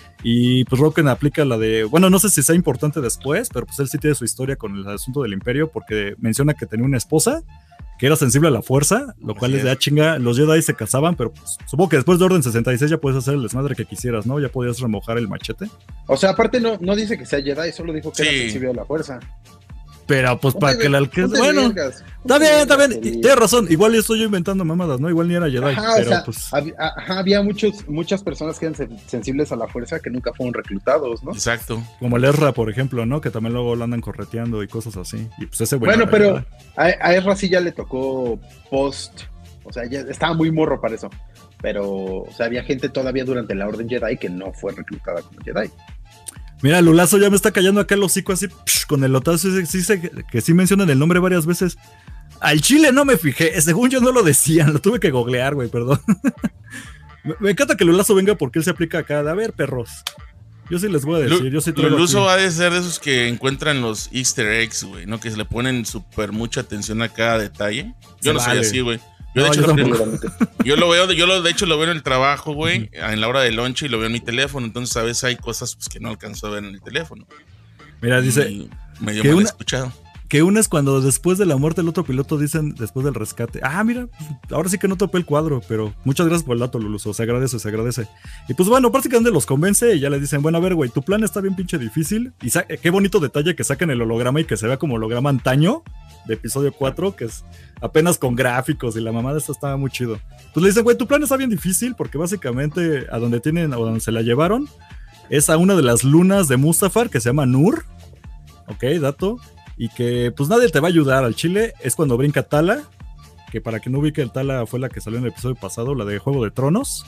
Y pues Rouken aplica la de, bueno, no sé si sea importante después, pero pues él sí tiene su historia con el asunto del Imperio, porque menciona que tenía una esposa que era sensible a la fuerza, lo cual es de ah, chinga, los Jedi se casaban, pero pues, supongo que después de Orden sesenta y seis ya puedes hacer el desmadre que quisieras, ¿no? Ya podías remojar el machete. O sea, aparte no, no dice que sea Jedi, solo dijo que sí. Era sensible a la fuerza. Pero pues ponte para que el alcance. Bueno, vergas, está bien, está bien. Tienes razón. Igual estoy yo inventando mamadas, ¿no? Igual ni era Jedi. Ajá, pero o sea, pues. Había, ajá, había muchos, muchas personas que eran sensibles a la fuerza que nunca fueron reclutados, ¿no? Exacto. Como el Ezra, por ejemplo, ¿no? Que también luego lo andan correteando y cosas así. Y pues ese bueno. Bueno, pero a, a Ezra sí ya le tocó post. O sea, ya estaba muy morro para eso. Pero, o sea, había gente todavía durante la Orden Jedi que no fue reclutada como Jedi. Mira, Lulazo ya me está callando acá el hocico así, psh, con el lotazo, sí, sí, que sí mencionan el nombre varias veces. Al chile no me fijé, según yo no lo decían, lo tuve que googlear, güey, perdón. me, me encanta que Lulazo venga porque él se aplica acá, a ver, perros. Yo sí les voy a decir, Lu, yo sí Lulazo ha de ser de esos que encuentran los easter eggs, güey, ¿no? Que se le ponen súper mucha atención a cada detalle. Yo se no vale. soy así, güey. Yo, no, de hecho, yo, lo, yo lo veo, yo lo, de hecho lo veo en el trabajo, güey, uh-huh. en la hora de lunch y lo veo en mi teléfono, entonces a veces hay cosas pues, que no alcanzo a ver en el teléfono. Mira, dice medio mal una, escuchado. Que una es cuando después de la muerte del otro piloto dicen después del rescate. Ah, mira, ahora sí que no topé el cuadro, pero muchas gracias por el dato, Luluso, se agradece, se agradece. Y pues bueno, prácticamente los convence y ya le dicen, bueno, a ver, güey, tu plan está bien pinche difícil. Y sa- qué bonito detalle que saquen el holograma y que se vea como holograma antaño de episodio cuatro, que es apenas con gráficos y la mamada esta estaba muy chido. Pues le dicen, güey, tu plan está bien difícil porque básicamente a donde tienen, o donde se la llevaron, es a una de las lunas de Mustafar que se llama Nur. Ok, dato. Y que pues nadie te va a ayudar al chile. Es cuando brinca Tala, que para que no ubique, el Tala fue la que salió en el episodio pasado, la de Juego de Tronos.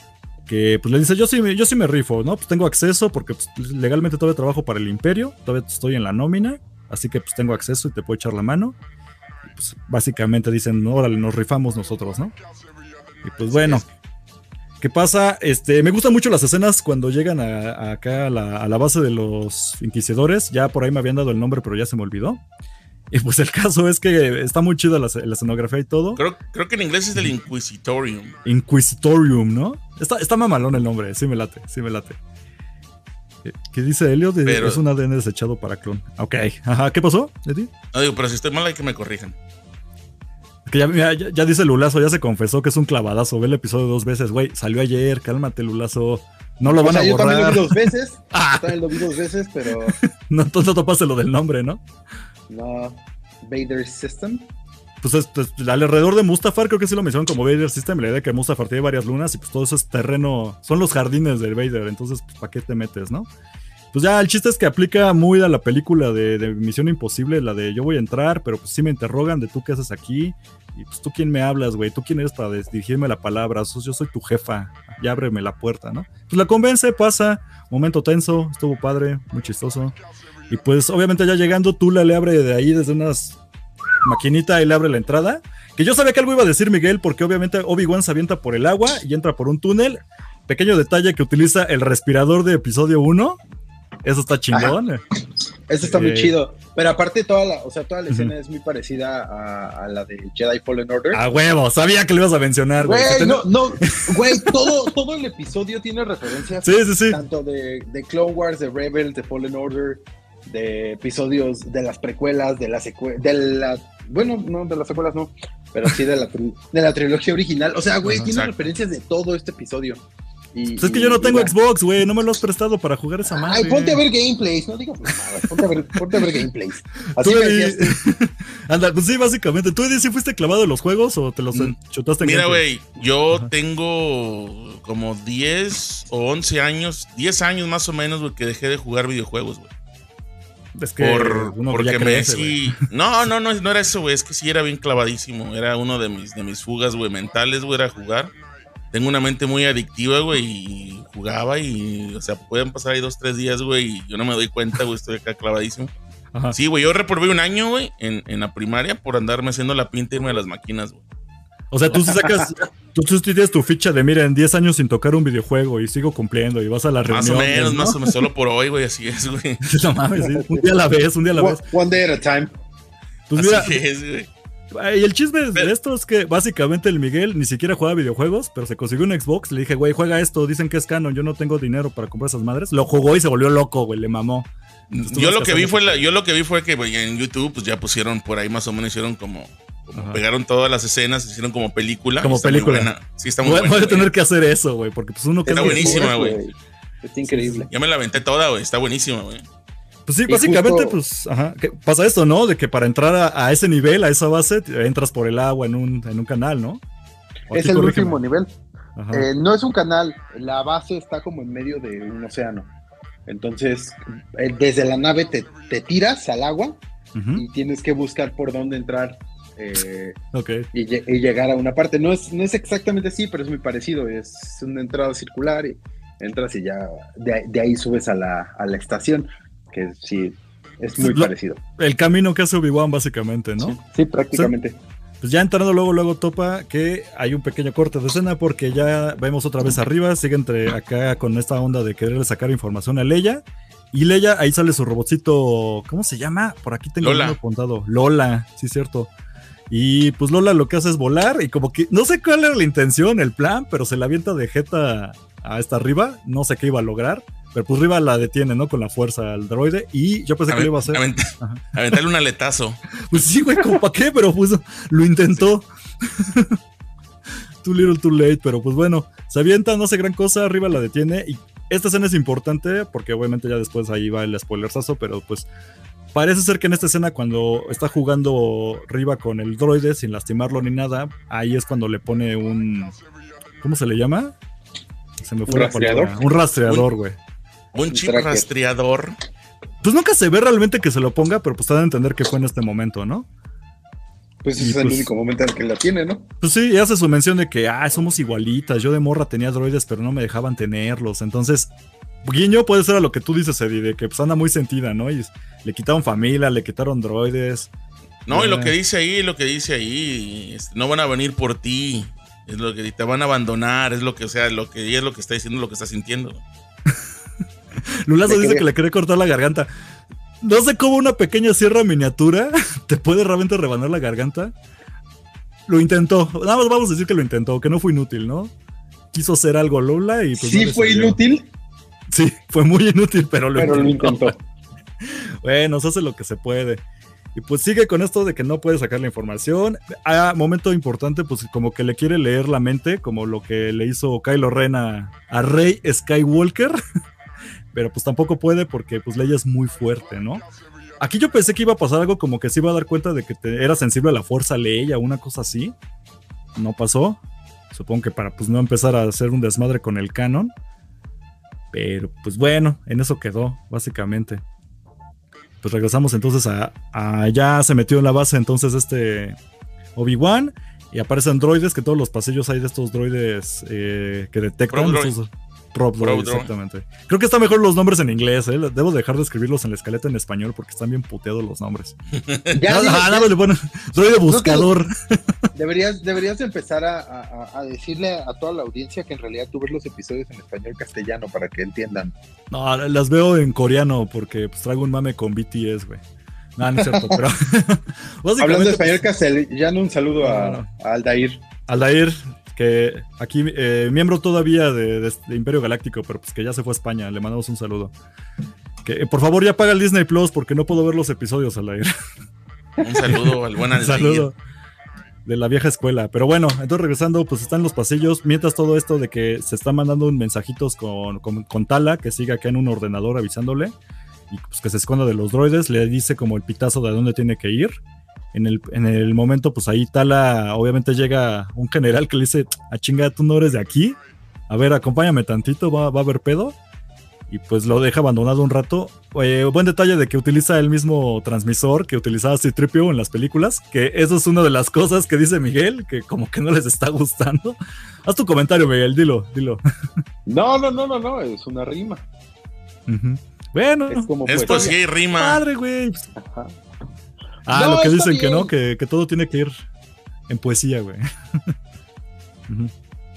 Que pues le dice, yo sí, yo sí me rifo, ¿no? Pues tengo acceso porque pues, legalmente todavía trabajo para el Imperio, todavía estoy en la nómina, así que pues tengo acceso y te puedo echar la mano. Y pues básicamente dicen, órale, nos rifamos nosotros, ¿no? Y pues bueno, ¿qué pasa? Este, me gustan mucho las escenas cuando llegan a, a acá a la, a la base de los inquisidores. Ya por ahí me habían dado el nombre, pero ya se me olvidó. Y pues el caso es que está muy chida la, la escenografía y todo. Creo, creo que en inglés es el Inquisitorium. Inquisitorium, ¿no? Está, está mamalón el nombre, sí me late, sí me late. ¿Qué dice Elliot? Pero, es un A D N desechado para clon. Ok, ajá, ¿qué pasó, Eddie? No digo, pero si estoy mal hay que me corrijan. Que ya, ya, ya dice Lulazo, ya se confesó que es un clavadazo. Ve el episodio dos veces, güey. Salió ayer, cálmate, Lulazo. No lo o van sea, a borrar. Yo también lo vi dos veces. ah. Yo también lo vi dos veces, pero. no, entonces no topaste lo del nombre, ¿no? No. Vader System. Pues, es, pues alrededor de Mustafar creo que sí lo mencionan como Vader System. La idea de que Mustafar tiene varias lunas y pues todo eso es terreno. Son los jardines del Vader. Entonces, pues, ¿para qué te metes, no? Pues ya, el chiste es que aplica muy a la película de, de Misión Imposible, la de yo voy a entrar, pero pues sí me interrogan de tú qué haces aquí. Y pues tú quién me hablas, güey, tú quién eres para dirigirme la palabra, yo soy tu jefa, ya ábreme la puerta, ¿no? Pues la convence, pasa, momento tenso, estuvo padre, muy chistoso. Y pues obviamente ya llegando, Tula le abre de ahí desde unas maquinita y le abre la entrada. Que yo sabía que algo iba a decir Miguel, porque obviamente Obi-Wan se avienta por el agua y entra por un túnel. Pequeño detalle que utiliza el respirador de episodio uno. Eso está chingón. Ajá. Eso está eh, muy chido. Pero aparte toda la, o sea, toda la escena uh-huh. es muy parecida a, a la de Jedi Fallen Order. A huevo, sabía que lo ibas a mencionar, güey. Güey, no, no, güey, todo, todo el episodio tiene referencias. Sí, sí, sí. Tanto de, de Clone Wars, de Rebels, de Fallen Order, de episodios de las precuelas, de la secuela, de la, bueno, no, de las secuelas no, pero sí de la, de la trilogía original. O sea, güey, uh-huh, tiene exacto. referencias de todo este episodio. Y, pues es que yo no tengo Xbox, güey, no me lo has prestado para jugar esa madre. Ay, ponte a ver gameplays, no digas nada, ponte a ver, ponte a ver gameplays. Así me decías tú. Anda, pues sí, básicamente. ¿Tú, Eddie, sí fuiste clavado en los juegos o te los mm. chutaste en Mira, güey, yo Ajá. tengo como diez o once años, diez años más o menos, güey, que dejé de jugar videojuegos, güey. Es que Por, porque me sí. No, no, no, no era eso, güey, es que sí era bien clavadísimo. Era uno de mis, de mis fugas, güey, mentales, güey, era jugar. tengo una mente muy adictiva, güey, y jugaba y, o sea, pueden pasar ahí dos, tres días, güey, y yo no me doy cuenta, güey, estoy acá clavadísimo. Ajá. Sí, güey, yo reprobé un año, güey, en, en la primaria por andarme haciendo la pinta y irme a las máquinas, güey. O sea, tú sí sacas, tú, tú tienes tu ficha de, mira, en diez años sin tocar un videojuego y sigo cumpliendo y vas a la reunión. Más o menos, ¿no? más o menos, solo por hoy, güey, así es, güey. No mames, sí. Un día a la vez, un día a la one, vez. One day at a time. Pues mira, así es, güey. Y el chisme de esto es que básicamente el Miguel ni siquiera juega videojuegos, pero se consiguió un Xbox. Le dije, güey, juega esto, dicen que es canon, yo no tengo dinero para comprar esas madres. Lo jugó y se volvió loco, güey, le mamó. Yo lo que vi fue la, yo lo que vi fue que güey, en YouTube pues ya pusieron por ahí más o menos, hicieron como, como pegaron todas las escenas, hicieron como película. Como película. Muy sí, está muy voy, buena. Voy a tener que hacer eso, güey, porque pues uno que está buenísima, güey. Está increíble. Ya me la aventé toda, güey, está buenísima, güey. Pues sí, y básicamente, justo, pues, ajá, pasa esto, ¿no? De que para entrar a, a ese nivel, a esa base, entras por el agua en un, en un canal, ¿no? Es el corrígeme. Último nivel. Eh, no es un canal, la base está como en medio de un océano. Entonces, eh, desde la nave te, te tiras al agua uh-huh. y tienes que buscar por dónde entrar eh, okay. y, y llegar a una parte. No es, no es exactamente así, pero es muy parecido. Es una entrada circular y entras y ya de, de ahí subes a la, a la estación. Que sí, es muy Lo, parecido. El camino que hace Obi-Wan, básicamente, ¿no? Sí, sí prácticamente. O sea, pues ya entrando luego, luego topa que hay un pequeño corte de escena porque ya vemos otra vez arriba, sigue entre acá con esta onda de querer sacar información a Leia. Y Leia, ahí sale su robotcito, ¿cómo se llama? Por aquí tengo Lola. uno apuntado. Lola, sí, cierto. Y pues Lola lo que hace es volar y como que, no sé cuál era la intención, el plan, pero se la avienta de jeta a esta arriba, no sé qué iba a lograr. Pero pues Riva la detiene, ¿no? Con la fuerza al droide. Y yo pensé que Avent, lo iba a hacer. Avent, aventarle un aletazo. Pues sí, güey, como para qué, pero pues lo intentó. Sí. Too little, too late. Pero pues bueno, se avienta, no hace gran cosa. Riva la detiene. Y esta escena es importante porque obviamente ya después ahí va el spoilersazo. Pero pues parece ser que en esta escena, cuando está jugando Riva con el droide sin lastimarlo ni nada, ahí es cuando le pone un. ¿Cómo se le llama? Se me fue ¿Un la rastreador? palabra. Un rastreador, güey. Un chip rastreador. Pues nunca se ve realmente que se lo ponga, pero pues te dan a entender que fue en este momento, ¿no? Pues ese es pues, el único momento en el que la tiene, ¿no? Pues sí, y hace su mención de que, ah, somos igualitas, yo de morra tenía droides, pero no me dejaban tenerlos, entonces, guiño puede ser a lo que tú dices, Eddie, de que pues anda muy sentida, ¿no? Y le quitaron familia, le quitaron droides. No, eh. y lo que dice ahí, lo que dice ahí, es, no van a venir por ti, es lo que te van a abandonar, es lo que, o sea, lo que ella es lo que está diciendo, lo que está sintiendo. Lulazo dice que le quiere cortar la garganta. No sé cómo una pequeña sierra miniatura te puede realmente rebanar la garganta. Lo intentó. Nada más vamos a decir que lo intentó, que no fue inútil, ¿no? Quiso hacer algo Lola y pues. ¿Sí no fue salió. inútil? Sí, fue muy inútil, pero lo pero intentó. Lo intentó. Bueno, se hace lo que se puede. Y pues sigue con esto de que no puede sacar la información. A momento importante, pues como que le quiere leer la mente, como lo que le hizo Kylo Ren a, a Rey Skywalker. Pero pues tampoco puede porque pues Leia es muy fuerte, ¿no? Aquí yo pensé que iba a pasar algo como que se iba a dar cuenta de que te, era sensible a la fuerza Leia, una cosa así. No pasó. Supongo que para pues no empezar a hacer un desmadre con el canon. Pero pues bueno, en eso quedó, básicamente. Pues regresamos entonces a, a ya se metió en la base entonces este Obi-Wan. Y aparecen droides, que todos los pasillos hay de estos droides eh, que detectan. Esos, Prop Droid, exactamente. Creo que están mejor los nombres en inglés, ¿eh? Debo dejar de escribirlos en la escaleta en español porque están bien puteados los nombres. Ya, ah, nada, le ponen droide buscador. No, deberías, deberías empezar a, a, a decirle a toda la audiencia que en realidad tú ves los episodios en español castellano para que entiendan. No, las veo en coreano porque pues traigo un mame con B T S, güey. No, no es cierto, pero hablando de español castellano, un saludo a, no, no. a Aldair. Aldair, que aquí, eh, miembro todavía de, de, de Imperio Galáctico, pero pues que ya se fue a España, le mandamos un saludo. Que eh, por favor ya paga el Disney Plus porque no puedo ver los episodios, Aldair. Un saludo al buen Aldair. Un saludo de la vieja escuela. Pero bueno, entonces regresando, pues están los pasillos, mientras todo esto de que se están mandando un mensajitos con, con, con Tala, que sigue acá en un ordenador avisándole, y pues que se esconda de los droides, le dice como el pitazo de a dónde tiene que ir. En el, en el momento, pues ahí Tala, obviamente llega un general que le dice, a chinga, tú no eres de aquí, a ver, acompáñame tantito, va, va a haber pedo. y pues lo deja abandonado un rato. Eh, buen detalle de que utiliza el mismo transmisor que utilizaba C tres P O en las películas, que eso es una de las cosas que dice Miguel, que como que no les está gustando. Haz tu comentario, Miguel, dilo, dilo. No, no, no, no, no, es una rima. Uh-huh. Bueno, es como es poesía y rima. Padre, güey. Ajá. Ah, No, lo que dicen bien. que no, que, que todo tiene que ir en poesía, güey. uh-huh.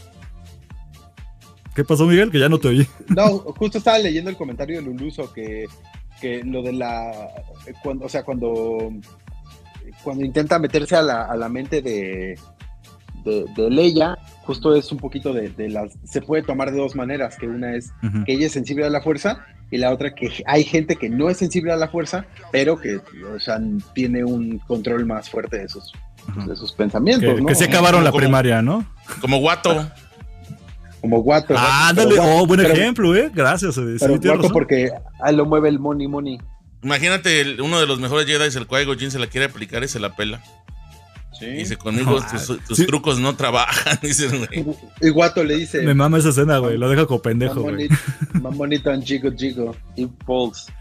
¿Qué pasó, Miguel? Que ya no te oí. No, justo estaba leyendo el comentario de Luluso que, que lo de la... Cuando, o sea, cuando, cuando intenta meterse a la, a la mente de, de, de Leia, justo es un poquito de, de las... Se puede tomar de dos maneras, que una es uh-huh. que ella es sensible a la fuerza y la otra que hay gente que no es sensible a la fuerza, pero que, o sea, tiene un control más fuerte de sus, uh-huh. de sus pensamientos, que, ¿no? Que se acabaron la como, primaria, ¿no? Como Guato. Como Guato. Ah, ándale, oh, buen pero, ejemplo, eh. Gracias. Pero sí, Guato razón. Porque ahí lo mueve el money money. Imagínate, el, uno de los mejores Jedi, el Qui-Gon Jinn, se la quiere aplicar y se la pela. Sí. Dice, conmigo ah, tus, tus sí. trucos no trabajan. Dice, güey. Y Guato le dice... Me mama esa escena, güey. Lo deja como pendejo, güey. Mamonito en chico, chico. Y Pulse.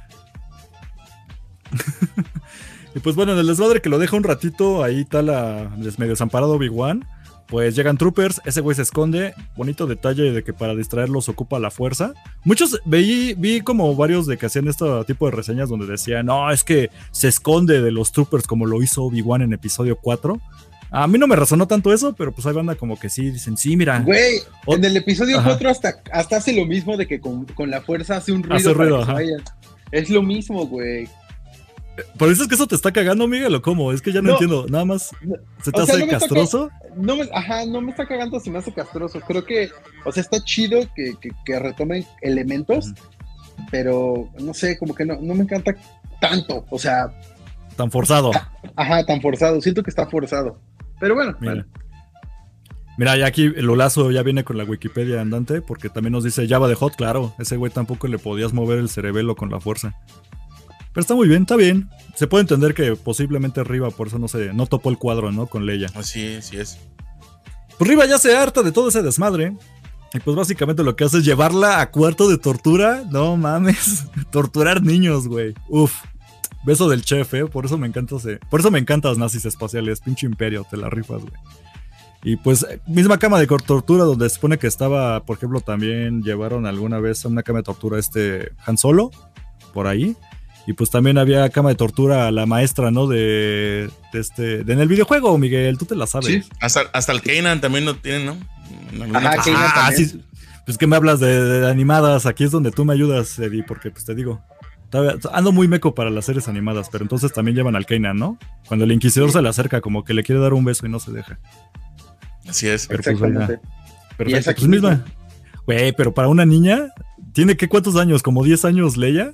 Y pues bueno, en el desmadre que lo deja un ratito, ahí está la medio desamparado Obi-Wan. Pues llegan troopers, ese güey se esconde. Bonito detalle de que para distraerlos ocupa la fuerza. Muchos, vi, vi como varios de que hacían este tipo de reseñas donde decían, no, es que se esconde de los troopers como lo hizo Obi-Wan en episodio cuatro. A mí no me resonó tanto eso, pero pues hay banda como que sí, dicen, sí, mira. Güey, o- en el episodio ajá. cuatro hasta, hasta hace lo mismo de que con, con la fuerza hace un ruido. Hace ruido, para que se vayan. Es lo mismo, güey. ¿Pero dices que eso te está cagando, Miguel, o cómo? Es que ya no, no entiendo, nada más ¿se te hace sea, no castroso? Ca- no me, ajá, no me está cagando, se me hace castroso. Creo que, o sea, está chido que, que, que retomen elementos, uh-huh. pero no sé, como que no, no me encanta tanto, o sea... Tan forzado. Ajá, tan forzado, siento que está forzado. Pero bueno, Mira. bueno. Mira, ya aquí el Olazo ya viene con la Wikipedia andante, porque también nos dice Jabba the Hutt, claro, ese güey tampoco le podías mover el cerebelo con la fuerza. Pero está muy bien, está bien. Se puede entender que posiblemente Riva por eso no se no topó el cuadro, ¿no? Con Leia. Así, así es. Pues Riva ya se harta de todo ese desmadre. Y pues básicamente lo que hace es llevarla a cuarto de tortura. No mames. Torturar niños, güey. Uf. Beso del chef, eh. Por eso me encanta ese, por eso me encantan los nazis espaciales. Pinche imperio, te la rifas, güey. Y pues, misma cama de tortura donde se supone que estaba, por ejemplo, también llevaron alguna vez a una cama de tortura a este Han Solo. Por ahí. Y pues también había cama de tortura a la maestra, ¿no? De, de este. De en el videojuego, Miguel, tú te la sabes. Sí, hasta, hasta el Kanan también lo tienen, ¿no? Ajá, ah, sí. Pues que me hablas de, de animadas. Aquí es donde tú me ayudas, Eddie, porque pues te digo. Ando muy meco para las series animadas, pero entonces también llevan al Kanan, ¿no? Cuando el Inquisidor sí. se le acerca, como que le quiere dar un beso y no se deja. Así es. Pero pues, perfecto. Pues misma. Güey, pero para una niña, ¿tiene qué cuántos años? ¿Como diez años Leia?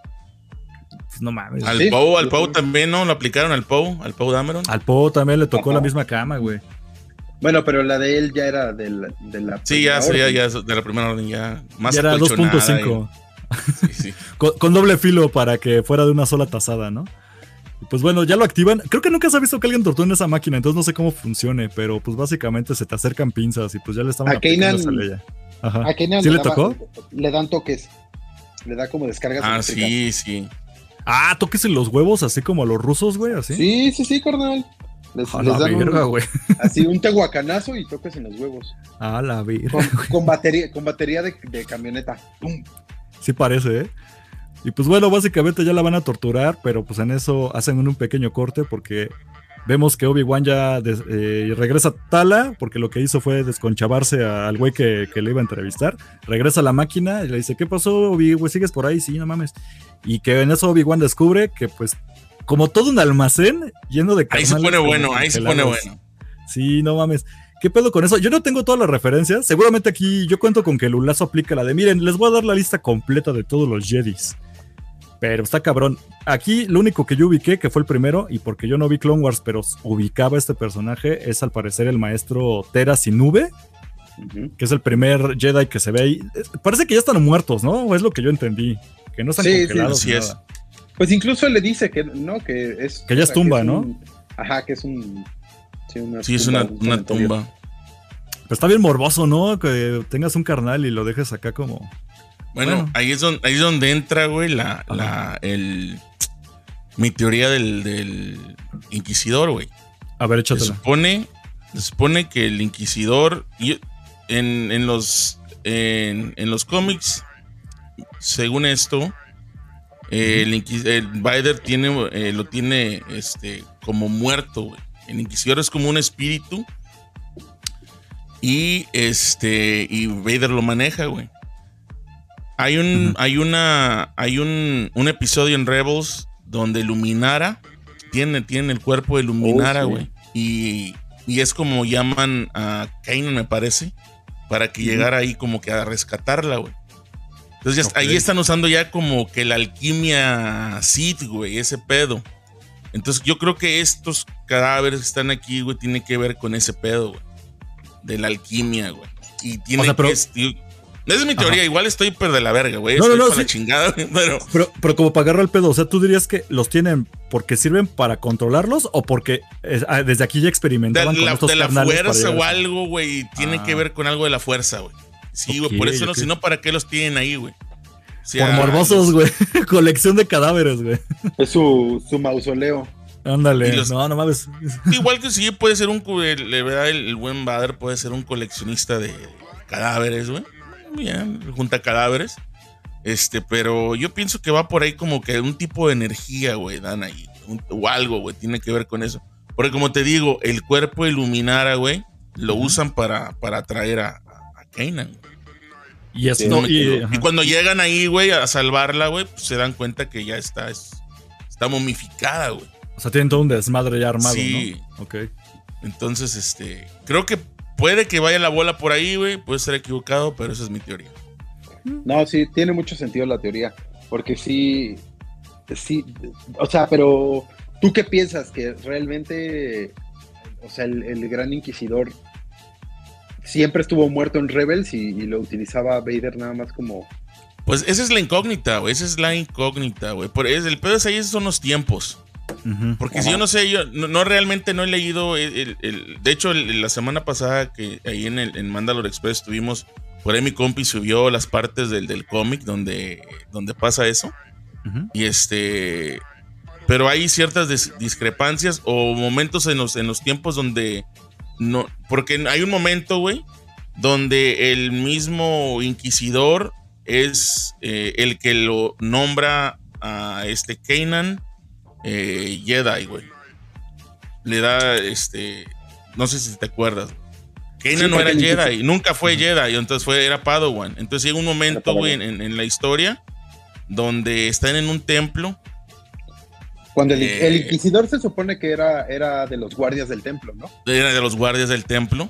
No mames. Al ¿sí? Poe, al Poe también, ¿no? Lo aplicaron al Poe, al Poe Dameron. Al Poe también le tocó Ajá. la misma cama, güey. Bueno, pero la de él ya era de la, de la sí, ya sería ya de la primera orden, ya más ya era dos punto cinco. Y... Sí, sí. con, con doble filo para que fuera de una sola tazada, ¿no? Y pues bueno, ya lo activan. Creo que nunca se ha visto que alguien torture en esa máquina, entonces no sé cómo funcione, pero pues básicamente se te acercan pinzas y pues ya le estaban a aplicando esa Leia. Ajá. A Kanan ¿Sí le, le tocó? Le dan toques. Le da como descargas. Ah, sí, sí. Ah, toques en los huevos, así como a los rusos, güey, así. Sí, sí, sí, carnal. Les, a les la dan verga, un, güey. Así un tehuacanazo y toques en los huevos. A la verga. Con, con batería, con batería de, de camioneta. ¡Pum! Sí parece, ¿eh? Y pues bueno, básicamente ya la van a torturar, pero pues en eso hacen un pequeño corte porque vemos que Obi-Wan ya des, eh, regresa a Tala, porque lo que hizo fue desconchavarse al güey que, que le iba a entrevistar. Regresa a la máquina y le dice, ¿qué pasó, Obi? Güey, ¿sigues por ahí? Sí, no mames. Y que en eso Obi-Wan descubre que pues como todo un almacén lleno de carnales. Ahí se pone bueno, ahí se pone bueno. Sí, no mames. ¿Qué pedo con eso? Yo no tengo todas las referencias. Seguramente aquí yo cuento con que el Ulazo aplica la de, miren, les voy a dar la lista completa de todos los Jedis. Pero está cabrón. Aquí lo único que yo ubiqué, que fue el primero, y porque yo no vi Clone Wars, pero ubicaba este personaje, es al parecer el maestro Tera Sinube, uh-huh. que es el primer Jedi que se ve ahí. Parece que ya están muertos, ¿no? O es lo que yo entendí. Que no están sí, congelados. Sí, sí es. Pues incluso le dice que no, que es. Que ya es tumba, es ¿no? Un, ajá, que es un. Sí, una sí tumba, es una, un una tumba. Pero está bien morboso, ¿no? Que tengas un carnal y lo dejes acá como. Bueno, bueno. Ahí, es donde, ahí es donde entra, güey, la, la, el, mi teoría del, del Inquisidor, güey. A ver, échatela. Se supone, se supone que el Inquisidor, en, en, los, en, en los cómics, según esto, eh, el, el Vader tiene, eh, lo tiene este, como muerto, güey. El Inquisidor es como un espíritu y, este, y Vader lo maneja, güey. Hay un, uh-huh. hay una, hay un, un episodio en Rebels donde Luminara tiene, tiene el cuerpo de Luminara, güey. Oh, sí. y, y es como llaman a Kanan, me parece, para que uh-huh. llegara ahí como que a rescatarla, güey. Entonces ya, okay. ahí están usando ya como que la alquimia Sith, güey, ese pedo. Entonces yo creo que estos cadáveres que están aquí, güey, tienen que ver con ese pedo, güey. De la alquimia, güey. Y tiene o sea, pero... que... Esa es mi teoría, ajá. igual estoy per de la verga, güey. No, estoy no, no, para sí. la chingada, pero... pero... Pero como para agarrar el pedo, o sea, ¿tú dirías que los tienen porque sirven para controlarlos o porque es, desde aquí ya experimentaban de con la, estos de la fuerza o algo, güey, tiene ah. que ver con algo de la fuerza, güey. Sí, güey, okay, por eso okay. no, si no, ¿para qué los tienen ahí, güey? O sea, por morbosos, güey. Colección de cadáveres, güey. Es su, su mausoleo. Ándale, los, no, no mames. Igual que sí, puede ser un, le verdad, el, el buen Vader puede ser un coleccionista de cadáveres, güey. Bien, junta cadáveres. Este, pero yo pienso que va por ahí como que un tipo de energía, güey, dan ahí. Un, o algo, güey, tiene que ver con eso. Porque como te digo, el cuerpo de Luminara, güey, lo uh-huh. usan para, para atraer a, a Kanan. Y, esto, no y, y cuando llegan ahí, güey, a salvarla, güey, pues se dan cuenta que ya está, es, está momificada, güey. O sea, tienen todo un desmadre ya armado, sí. ¿no? Ok. Entonces, este, creo que puede que vaya la bola por ahí, güey. Puede estar equivocado, pero esa es mi teoría. No, sí, tiene mucho sentido la teoría. Porque sí, sí, o sea, pero ¿tú qué piensas? Que realmente, o sea, el, el gran inquisidor siempre estuvo muerto en Rebels y, y lo utilizaba Vader nada más como... Pues esa es la incógnita, güey. Esa es la incógnita, güey. El pedo es ahí, esos son los tiempos. Uh-huh. Porque Ajá. si yo no sé, yo no, no realmente no he leído el, el, el, de hecho el, la semana pasada que ahí en el en Mandalore Express tuvimos, por ahí mi compi subió las partes del, del cómic donde, donde pasa eso. Uh-huh. Y este, pero hay ciertas dis, discrepancias o momentos en los, en los tiempos donde no, porque hay un momento, güey, donde el mismo inquisidor es eh, el que lo nombra a este Kanan Eh, Jedi, güey. Le da, este, no sé si te acuerdas. Kanan sí, no era Jedi, sí. nunca fue uh-huh. Jedi, entonces fue, era Padawan. Entonces llega un momento, güey, en, en la historia donde están en un templo. Cuando el, eh, el Inquisidor se supone que era, era de los guardias del templo, ¿no? Era de los guardias del templo.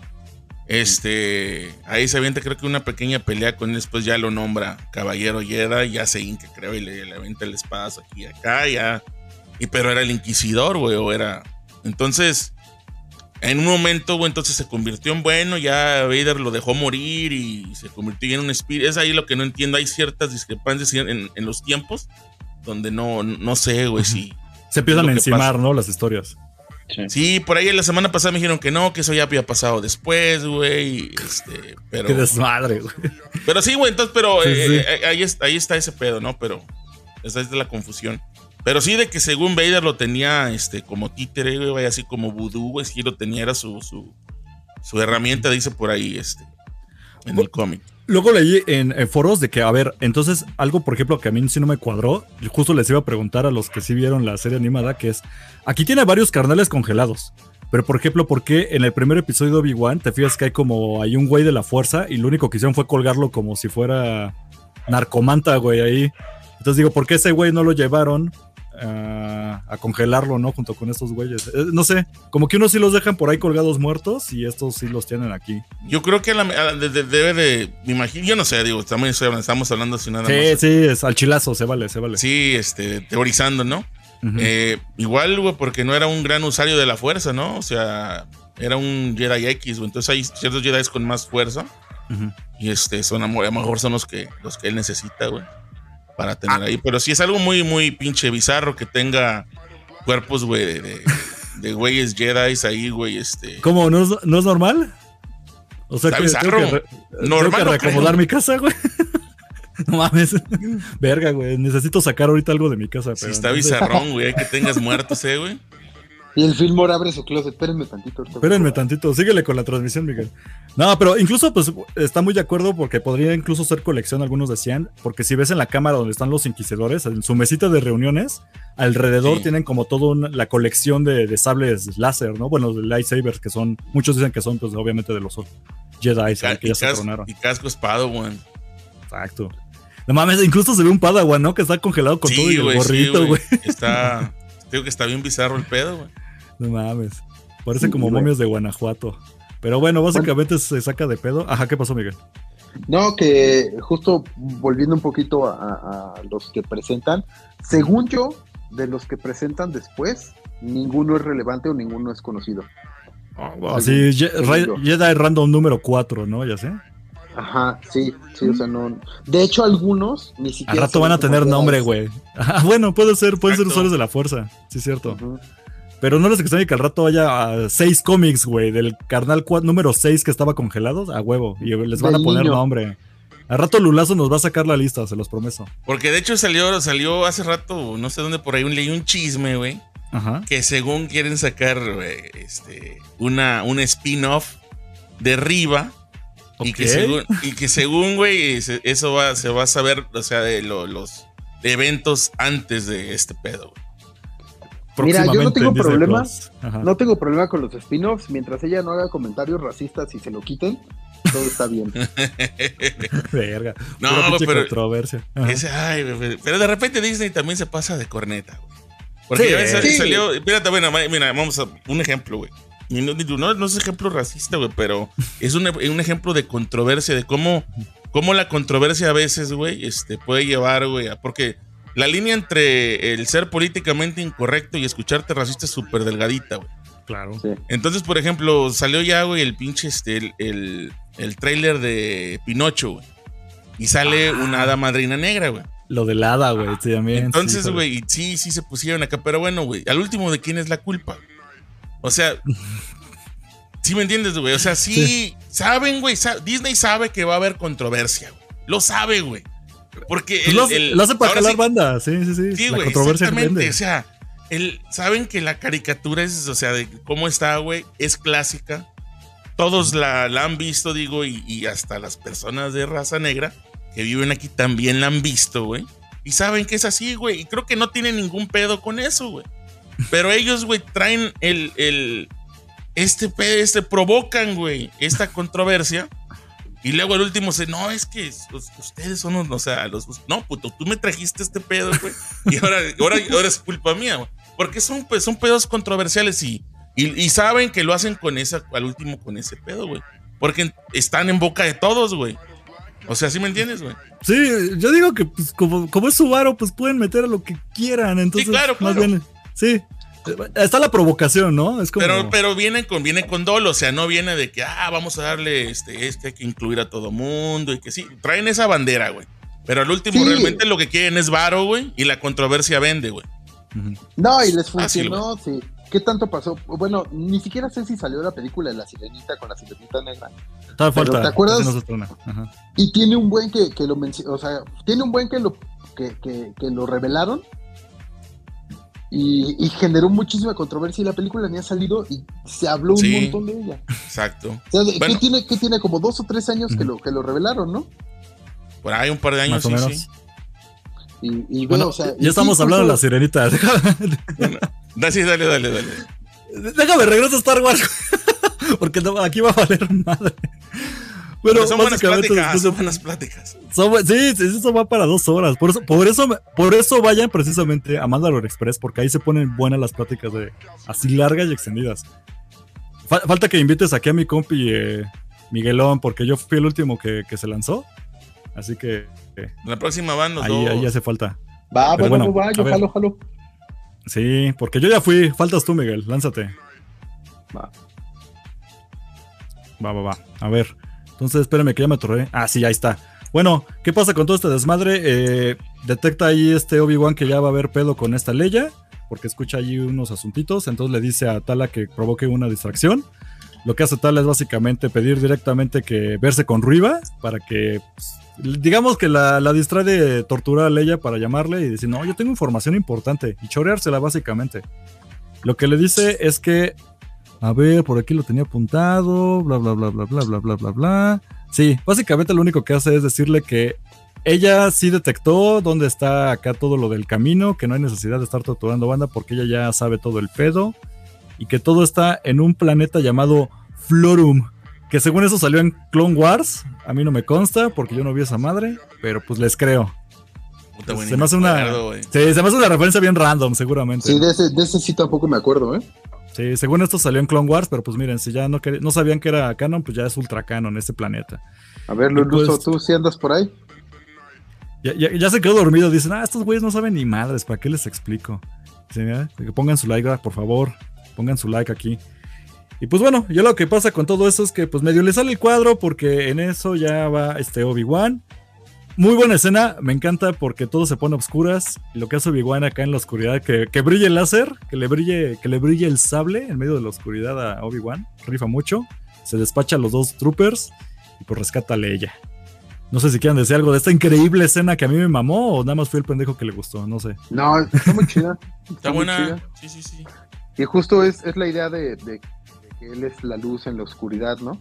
Este, ahí se avienta, creo que una pequeña pelea con él. Después ya lo nombra Caballero Jedi, ya se hinca, creo, y le, le avienta el espadazo aquí y acá, ya. Y pero era el Inquisidor, güey, o era... Entonces, en un momento, güey, entonces se convirtió en bueno, ya Vader lo dejó morir y se convirtió en un espíritu. Es ahí lo que no entiendo, hay ciertas discrepancias en, en los tiempos donde no, no sé, güey, si... Se empiezan a encimar, ¿no? Las historias. Sí. sí, por ahí la semana pasada me dijeron que no, que eso ya había pasado después, güey, este, pero... Qué desmadre, güey. Pero sí, güey, entonces, pero sí, eh, sí. Ahí, está, ahí está ese pedo, ¿no? Pero esa es de la confusión. Pero sí, de que según Vader lo tenía este, como títere, güey, así como vudú, güey, sí lo tenía, era su, su, su herramienta, dice por ahí, este, en el cómic. Luego leí en, en foros de que, a ver, entonces, algo, por ejemplo, que a mí sí no me cuadró, justo les iba a preguntar a los que sí vieron la serie animada, que es, aquí tiene varios carnales congelados, pero, por ejemplo, ¿por qué en el primer episodio de Obi-Wan te fijas que hay como, hay un güey de la fuerza y lo único que hicieron fue colgarlo como si fuera narcomanta, güey, ahí? Entonces digo, ¿por qué ese güey no lo llevaron a, a congelarlo, no? Junto con estos güeyes. Eh, no sé, como que unos sí los dejan por ahí colgados muertos y estos sí los tienen aquí. Yo creo que a la, a, de, de, debe de, me imagino, yo no sé, digo, también estamos hablando sin nada sí, más. Sí, sí, es al chilazo, se vale, se vale. Sí, este, teorizando, ¿no? Uh-huh. Eh, igual, güey, porque no era un gran usuario de la fuerza, ¿no? O sea, era un Jedi X, güey. Entonces hay ciertos Jedi con más fuerza. Uh-huh. Y este, son a lo mejor son los que, los que él necesita, güey, para tener ah. ahí. Pero sí es algo muy, muy pinche bizarro que tenga cuerpos, güey, de, de, de güeyes Jedi ahí, güey, este. ¿Cómo? ¿No es, no es normal? O sea, está que bizarro. Tengo que, re, normal, tengo que reacomodar mi casa, güey. No mames. Verga, güey. Necesito sacar ahorita algo de mi casa. Sí, pero está entonces... bizarrón, güey, que tengas muertos, eh, güey. Y el Fillmore abre su closet. Espérenme tantito. Espérenme tantito. Síguele con la transmisión, Miguel. No, pero incluso, pues, está muy de acuerdo porque podría incluso ser colección, algunos decían, porque si ves en la cámara donde están los inquisidores, en su mesita de reuniones, alrededor sí. tienen como toda la colección de, de sables láser, ¿no? Bueno, de lightsabers, que son, muchos dicen que son, pues, obviamente de los Jedi, Ca- que ya y se cas- tronaron. Y casco espado, güey. Exacto. No mames, incluso se ve un Padawan, ¿no? Que está congelado con Sí, todo y el güey, gorrito, sí, güey. Está, digo que está bien bizarro el pedo, güey. No mames. Parece Sí, como güey. momios de Guanajuato. Pero bueno, básicamente se saca de pedo. Ajá, ¿qué pasó, Miguel? No, que justo volviendo un poquito a, a los que presentan, según yo, de los que presentan después, ninguno es relevante o ninguno es conocido. Así, Je- según Ra- yo. Jedi Random número cuatro, ¿no? Ya sé. Ajá, sí, sí, o sea, no. De hecho, algunos ni Al siquiera. rato saben van a cómo tener Jedi. nombre, güey. Ah, bueno, puede ser, pueden ser Exacto. usuarios de la fuerza. Sí, es cierto. Ujú. Pero no les extraña que al rato haya ah, seis cómics, güey, del carnal cua- número seis que estaba congelado, a huevo. Y les van Del a poner niño. nombre. Al rato Lulazo nos va a sacar la lista, se los prometo. Porque de hecho salió, salió hace rato, no sé dónde por ahí, leí un chisme, güey. Ajá. Que según quieren sacar, güey, este, una, un spin-off de Riva. Y Ok. que según, y que según, güey, se- eso va, se va a saber, o sea, de lo- los eventos antes de este pedo, güey. Mira, yo no Próximamente tengo en Disney problema. Plus. Ajá. No tengo problema con los spin-offs, mientras ella no haga comentarios racistas y se lo quiten, todo está bien. Verga. No, Pura pinche pero- controversia. Ajá. Ese, ay, güey, pero de repente Disney también se pasa de corneta, güey. Porque Sí. ya ves, sal- Sí. salió, espérate, bueno, ma- mira, vamos a un ejemplo, güey. Y No, no, no es ejemplo racista, güey, pero es un, un ejemplo de controversia, de cómo, cómo la controversia a veces, güey, este, puede llevar, güey, a- porque la línea entre el ser políticamente incorrecto y escucharte racista es súper delgadita, güey. Claro. Sí. Entonces, por ejemplo, salió ya, güey, el pinche, este, el, el, el tráiler de Pinocho, güey. Y sale Ah. una hada madrina negra, güey. Lo del hada, güey, sí, también. Entonces, sí, güey, y sí, sí se pusieron acá, pero bueno, güey, al último, ¿de quién es la culpa? O sea, ¿sí me entiendes, güey? O sea, sí, Sí. saben, güey, sa- Disney sabe que va a haber controversia, güey. Lo sabe, güey. Porque Pues el, lo, hace, el- lo hace para ahora jalar sí- banda, sí, sí, sí. Sí, la güey, controversia que exactamente. vende. O sea, el, saben que la caricatura es, o sea, de cómo está, güey, es clásica. Todos la, la han visto, digo, y, y hasta las personas de raza negra que viven aquí también la han visto, güey. Y saben que es así, güey. Y creo que no tienen ningún pedo con eso, güey. Pero ellos, güey, traen el, el, este pedo, este, provocan, güey, esta controversia. Y luego el último se, no, es que los- ustedes son, los- o sea, los, no, puto, tú me trajiste este pedo, güey. Y ahora, ahora, ahora es culpa mía, güey. Porque son, pues, son pedos controversiales y, y, y saben que lo hacen con esa, al último con ese pedo, güey. Porque están en boca de todos, güey. O sea, ¿sí me entiendes, güey? Sí, yo digo que pues, como, como es Subaru, pues pueden meter a lo que quieran. Entonces, claro, más claro. bien, sí. Está la provocación, ¿no? Es como. Pero, pero viene con, viene con dolo, o sea, no viene de que, ah, vamos a darle este, este, hay que incluir a todo mundo y que sí, traen esa bandera, güey. Pero al último, Sí. realmente lo que quieren es varo, güey, y la controversia vende, güey. Ujú. No, y les Fácil, funcionó, sí. ¿Qué tanto pasó? Bueno, ni siquiera sé si salió la película de La Sirenita con la Sirenita Negra. Todavía Pero, falta. ¿te acuerdas? ese no se estrena. Ajá. Y tiene un buen que, que lo mencionó, o sea, tiene un buen que lo, que, que, que lo revelaron y, y generó muchísima controversia y la película ni ha salido y se habló un Sí. montón de ella. Exacto. O sea, de- Bueno. ¿qué, tiene, ¿qué tiene? Como dos o tres años que, Ujú. lo, que lo revelaron, ¿no? Por ahí un par de años, Más o sí, menos. sí. Y, y Bueno, bueno, o sea, y ya estamos sí, hablando de la justo- sirenita. Bueno, da, sí, dale, dale, dale. Déjame regreso a Star Wars. Porque no, aquí va a valer madre. Bueno, Pero son buenas básicamente pláticas, después de- son buenas pláticas. Son bu- sí, sí, eso va para dos horas. Por eso, por eso, por eso vayan precisamente a Mandalore Express, porque ahí se ponen buenas las pláticas de así largas y extendidas. Fa- falta que invites aquí a mi compi eh, Miguelón, porque yo fui el último que, que se lanzó. Así que eh, La próxima van los ahí, dos. ahí hace falta. Va, Pero bueno, bueno, va, yo a ver. jalo, jalo. Sí, porque yo ya fui. Faltas tú, Miguel. Lánzate. Va. Va, va, va. A ver. Entonces, espérame que ya me atorré. Ah, sí, ahí está. Bueno, ¿qué pasa con todo este desmadre? Eh, detecta ahí este Obi-Wan que ya va a haber pedo con esta Leia, porque escucha allí unos asuntitos. Entonces le dice a Tala que provoque una distracción. Lo que hace Tala es básicamente pedir directamente que verse con Riva para que pues, digamos que la, la distrae de torturar a Leia para llamarle y decir, no, yo tengo información importante, y choreársela básicamente. Lo que le dice es que, a ver, por aquí lo tenía apuntado, bla, bla, bla, bla, bla, bla, bla, bla, bla. Sí, básicamente lo único que hace es decirle que ella sí detectó dónde está acá todo lo del camino, que no hay necesidad de estar torturando banda porque ella ya sabe todo el pedo, y que todo está en un planeta llamado Florum, que según eso salió en Clone Wars. A mí no me consta porque yo no vi esa madre, pero pues les creo. Puta, se, me hace una, acuerdo, sí, se me hace una referencia bien random, seguramente. Sí, de ese, de ese sí tampoco me acuerdo, ¿eh? Sí, según esto salió en Clone Wars, pero pues miren, si ya no, quer- no sabían que era canon, pues ya es ultra canon este planeta. A ver, Y Luluso, pues- ¿tú sí andas por ahí? Ya, ya, ya se quedó dormido, dicen, ah, estos güeyes no saben ni madres, ¿para qué les explico? Dicen, "Ah, que pongan su like, por favor, pongan su like aquí". Y pues bueno, yo lo que pasa con todo eso es que pues medio le sale el cuadro porque en eso ya va este Obi-Wan. Muy buena escena, me encanta porque todo se pone a oscuras. Y lo que hace Obi-Wan acá en la oscuridad, que, que brille el láser, que le brille, que le brille el sable en medio de la oscuridad a Obi-Wan, rifa mucho. Se despacha a los dos troopers y pues rescata a Leia. No sé si quieran decir algo de esta increíble escena que a mí me mamó o nada más fui el pendejo que le gustó, no sé. No, está muy chida. Está muy buena. chida. Sí, sí, sí. Y justo es, es la idea de, de- de que él es la luz en la oscuridad, ¿no?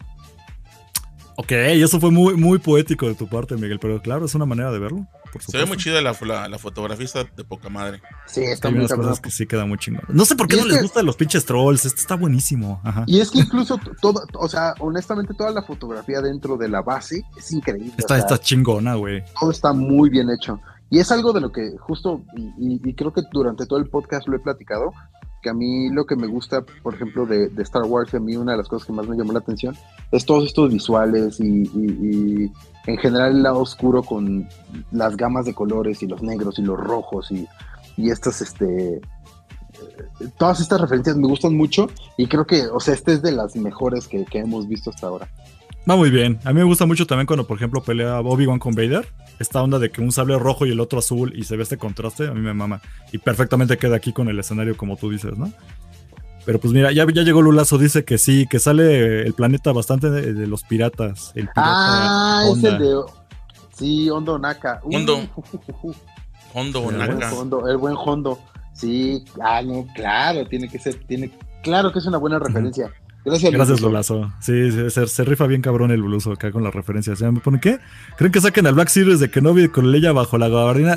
Ok, eso fue muy, muy poético de tu parte, Miguel, pero claro, es una manera de verlo. Por Se ve muy supuesto. chida la, la, la fotografía, está de poca madre. Sí, está Hay muy unas cabrón. cosas que sí quedan muy chingón. No sé por qué Y no es les que- gustan los pinches trolls. Este está buenísimo. Ajá. Y es que incluso t- todo, o sea, honestamente toda la fotografía dentro de la base es increíble. Está, o sea, está chingona, güey. todo está muy bien hecho. Y es algo de lo que justo, y, y- y creo que durante todo el podcast lo he platicado, que a mí lo que me gusta, por ejemplo, de, de Star Wars, y a mí una de las cosas que más me llamó la atención, es todos estos visuales y, y- y en general el lado oscuro con las gamas de colores y los negros y los rojos y, y estas, este... eh, todas estas referencias me gustan mucho y creo que, o sea, este es de las mejores que, que hemos visto hasta ahora. Va muy bien. A mí me gusta mucho también cuando, por ejemplo, pelea Obi-Wan con Vader. Esta onda de que un sable rojo y el otro azul y se ve este contraste, a mí me mama. Y perfectamente queda aquí con el escenario como tú dices, ¿no? Pero pues mira, ya, ya llegó Lulazo, dice que sí, que sale el planeta bastante de, de los piratas. El pirata Ah, es Honda. el de... Sí, Hondo Naka. Uh, Hondo. uh, uh, uh, uh. Hondo, Sí, El buen Naka. Hondo, el buen Hondo. Sí, ah, no, claro, tiene que ser, tiene, claro que es una buena referencia. Gracias, Gracias, Luluso. Lulazo. Sí, sí, se, se rifa bien cabrón el Lulazo acá con las referencias. ¿Ya me pone qué? ¿Creen que saquen al Black Series de Kenobi con Leia bajo la gabardina?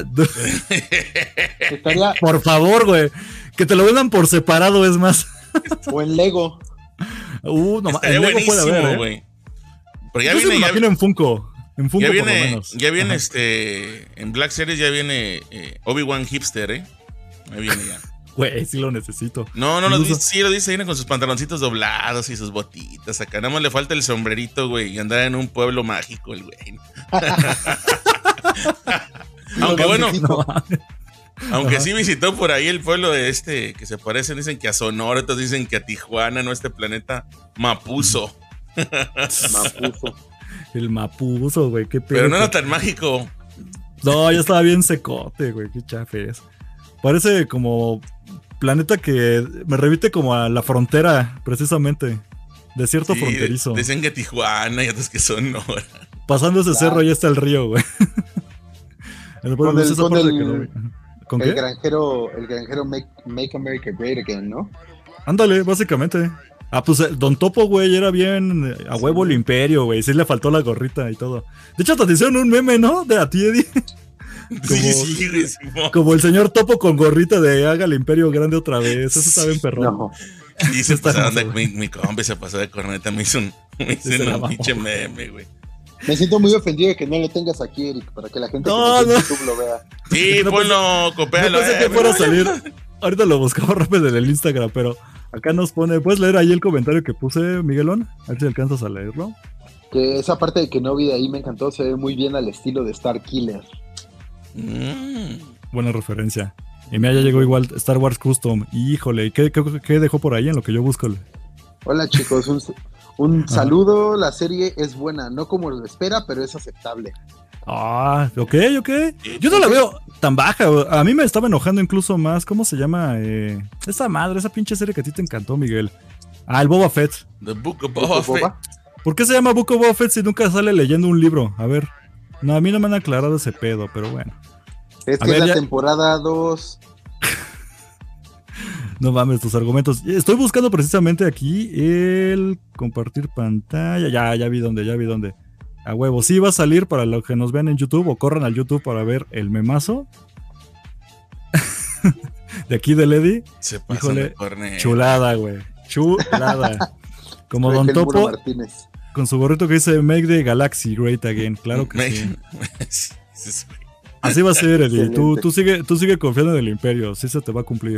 Estaría, Por favor, güey. Que te lo vendan por separado, es más. o en Lego. Uh, no, Estaría el Lego puede buenísimo, haber, ¿eh? güey. Pero ya Yo sí viene, me ya, imagino en Funko. En Funko ya por lo viene, menos. ya viene Ajá. este, en Black Series ya viene eh, Obi-Wan Hipster, ¿eh? Ahí viene ya. Güey, sí lo necesito. No, no lo Incluso- dice, sí lo dice, viene con sus pantaloncitos doblados y sus botitas acá. Nada más le falta el sombrerito, güey, y andar en un pueblo mágico, el güey. Aunque bueno, No, aunque Ajá. sí visitó por ahí el pueblo de este, que se parecen, dicen que a Sonora, otros dicen que a Tijuana, no este planeta Mapuzo. Mapuzo. el Mapuzo, güey, qué pedo. Pero no era tan mágico. No, ya estaba bien secote, güey, qué chafe es. Parece como planeta que me revite como a la frontera, precisamente. Desierto Sí, fronterizo. dicen que Tijuana y otros que Sonora. Pasando ese Claro. cerro, ahí está el río, güey. El- Con pues, el- esa con parte el- que no vi. ¿Con El qué? granjero, el granjero make, make America Great Again, ¿no? Ándale, básicamente. Ah, pues eh, Don Topo, güey, era bien eh, a huevo el imperio, güey. Sí le faltó la gorrita y todo. De hecho, te hicieron un meme, ¿no? De a ti, Eddie. Sí, sí, güey, Simón. Como el señor Topo con gorrita de haga el imperio grande otra vez. Eso está bien perrón. No. Y se Está pasaron de, hermoso, mi, mi compa se pasó de corneta, me hizo un, me hizo Sí, se la un mamó. pinche meme, güey. Me siento muy ofendido de que no lo tengas aquí, Eric, para que la gente No, que nos ve en no. YouTube lo vea. Sí, No ponlo, No copéalo. pensé eh, que fuera a güey. salir. Ahorita lo buscamos rápido en el Instagram, pero acá nos pone. ¿Puedes leer ahí el comentario que puse, Miguelón? A ver si alcanzas a leerlo. Que esa parte de que no vi de ahí me encantó, se ve muy bien al estilo de Star Killer. Mm. Buena referencia. Y mira, ya llegó igual Star Wars Custom. Híjole, ¿y qué, qué, qué dejó por ahí en lo que yo busco? Hola chicos, un, un saludo, la serie es buena, no como lo espera, pero es aceptable. Ah, ok, ok. Yo no la veo tan baja. A mí me estaba enojando incluso más. ¿Cómo se llama? Eh, esa madre, esa pinche serie que a ti te encantó, Miguel. Ah, el Boba Fett. The Book of ¿Boba Boba Fett. Boba? ¿Por qué se llama Book of Boba Fett si nunca sale leyendo un libro? A ver, No, a mí no me han aclarado ese pedo, pero bueno. Es A que ver, es la ya- temporada dos. No mames, tus argumentos. Estoy buscando precisamente aquí el compartir pantalla. Ya, ya vi dónde, ya vi dónde. A huevo, sí va a salir para los que nos vean en YouTube o corran al YouTube para ver el memazo. De aquí de Lady. Se pasa Híjole, de corneo. Chulada, güey. Chulada. Como Soy Don el Muro Topo Martínez. con su gorrito que dice Make the Galaxy Great Again. Claro que Me- sí. sí, sí, sí. Así va a ser, Eddie. Tú, Excelente. tú, sigue, tú sigue confiando en el Imperio. Sí se te va a cumplir.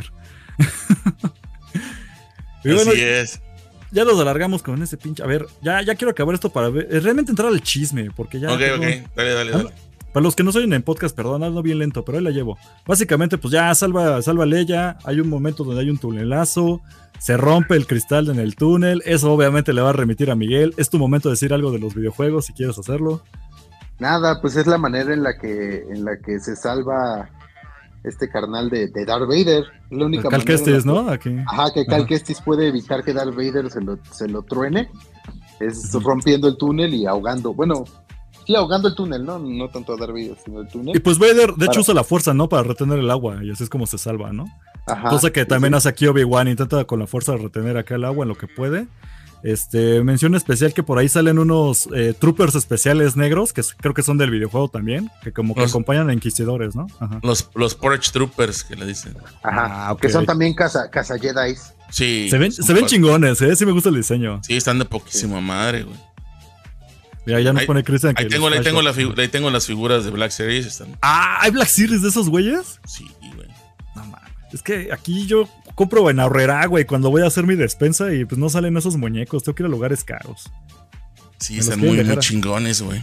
Y bueno, Así es. ya nos alargamos con ese pinche. A ver, ya, ya quiero acabar esto para ver. eh, Realmente entrar al chisme. Porque ya. Ok, tengo- ok. Dale, dale, dale. Para los que no soy en podcast, perdón, ando bien lento, pero ahí la llevo. Básicamente, pues ya salva, salva a Leia. Hay un momento donde hay un tunelazo. Se rompe el cristal en el túnel. Eso obviamente le va a remitir a Miguel. Es tu momento de decir algo de los videojuegos si quieres hacerlo. Nada, pues es la manera en la que en la que se salva este carnal de, de Darth Vader. Es la única Cal manera en la Kestis, que- ¿no? Aquí. Ajá, que Cal Ajá. Kestis puede evitar que Darth Vader se lo, se lo truene. Es Ujú. rompiendo el túnel y ahogando. Bueno, sí, ahogando el túnel, ¿no? No tanto a Darth Vader, sino el Y túnel. pues Vader, de hecho, Para- usa la fuerza, ¿no? Para retener el agua. Y así es como se salva, ¿no? Ajá. Cosa que sí, también sí. hace aquí Obi-Wan, intenta con la fuerza retener acá el agua en lo que puede. Este, mención especial que por ahí salen unos eh, troopers especiales negros, que s- creo que son del videojuego también, que como que Los- acompañan a inquisidores, ¿no? Ajá. Los, los Porridge Troopers que le dicen. Ajá. Ah, ok. Que son también caza, caza Jedis. Sí. Se ven, son se ven par- chingones, ¿eh? Sí me gusta el diseño. Sí, están de poquísima madre, güey. Ya, ya nos Ahí- pone Cristian que Ahí los tengo, ahí, tengo la flashbacks- figu- ahí tengo las figuras de Black Series. Están. Ah, ¿hay Black Series de esos güeyes? Sí, güey. No mames. Es que aquí yo compro en Ahorrera, güey, cuando voy a hacer mi despensa y pues no salen esos muñecos. Tengo que ir a lugares caros. Sí, Me los están quieren muy, muy dejar. chingones, güey.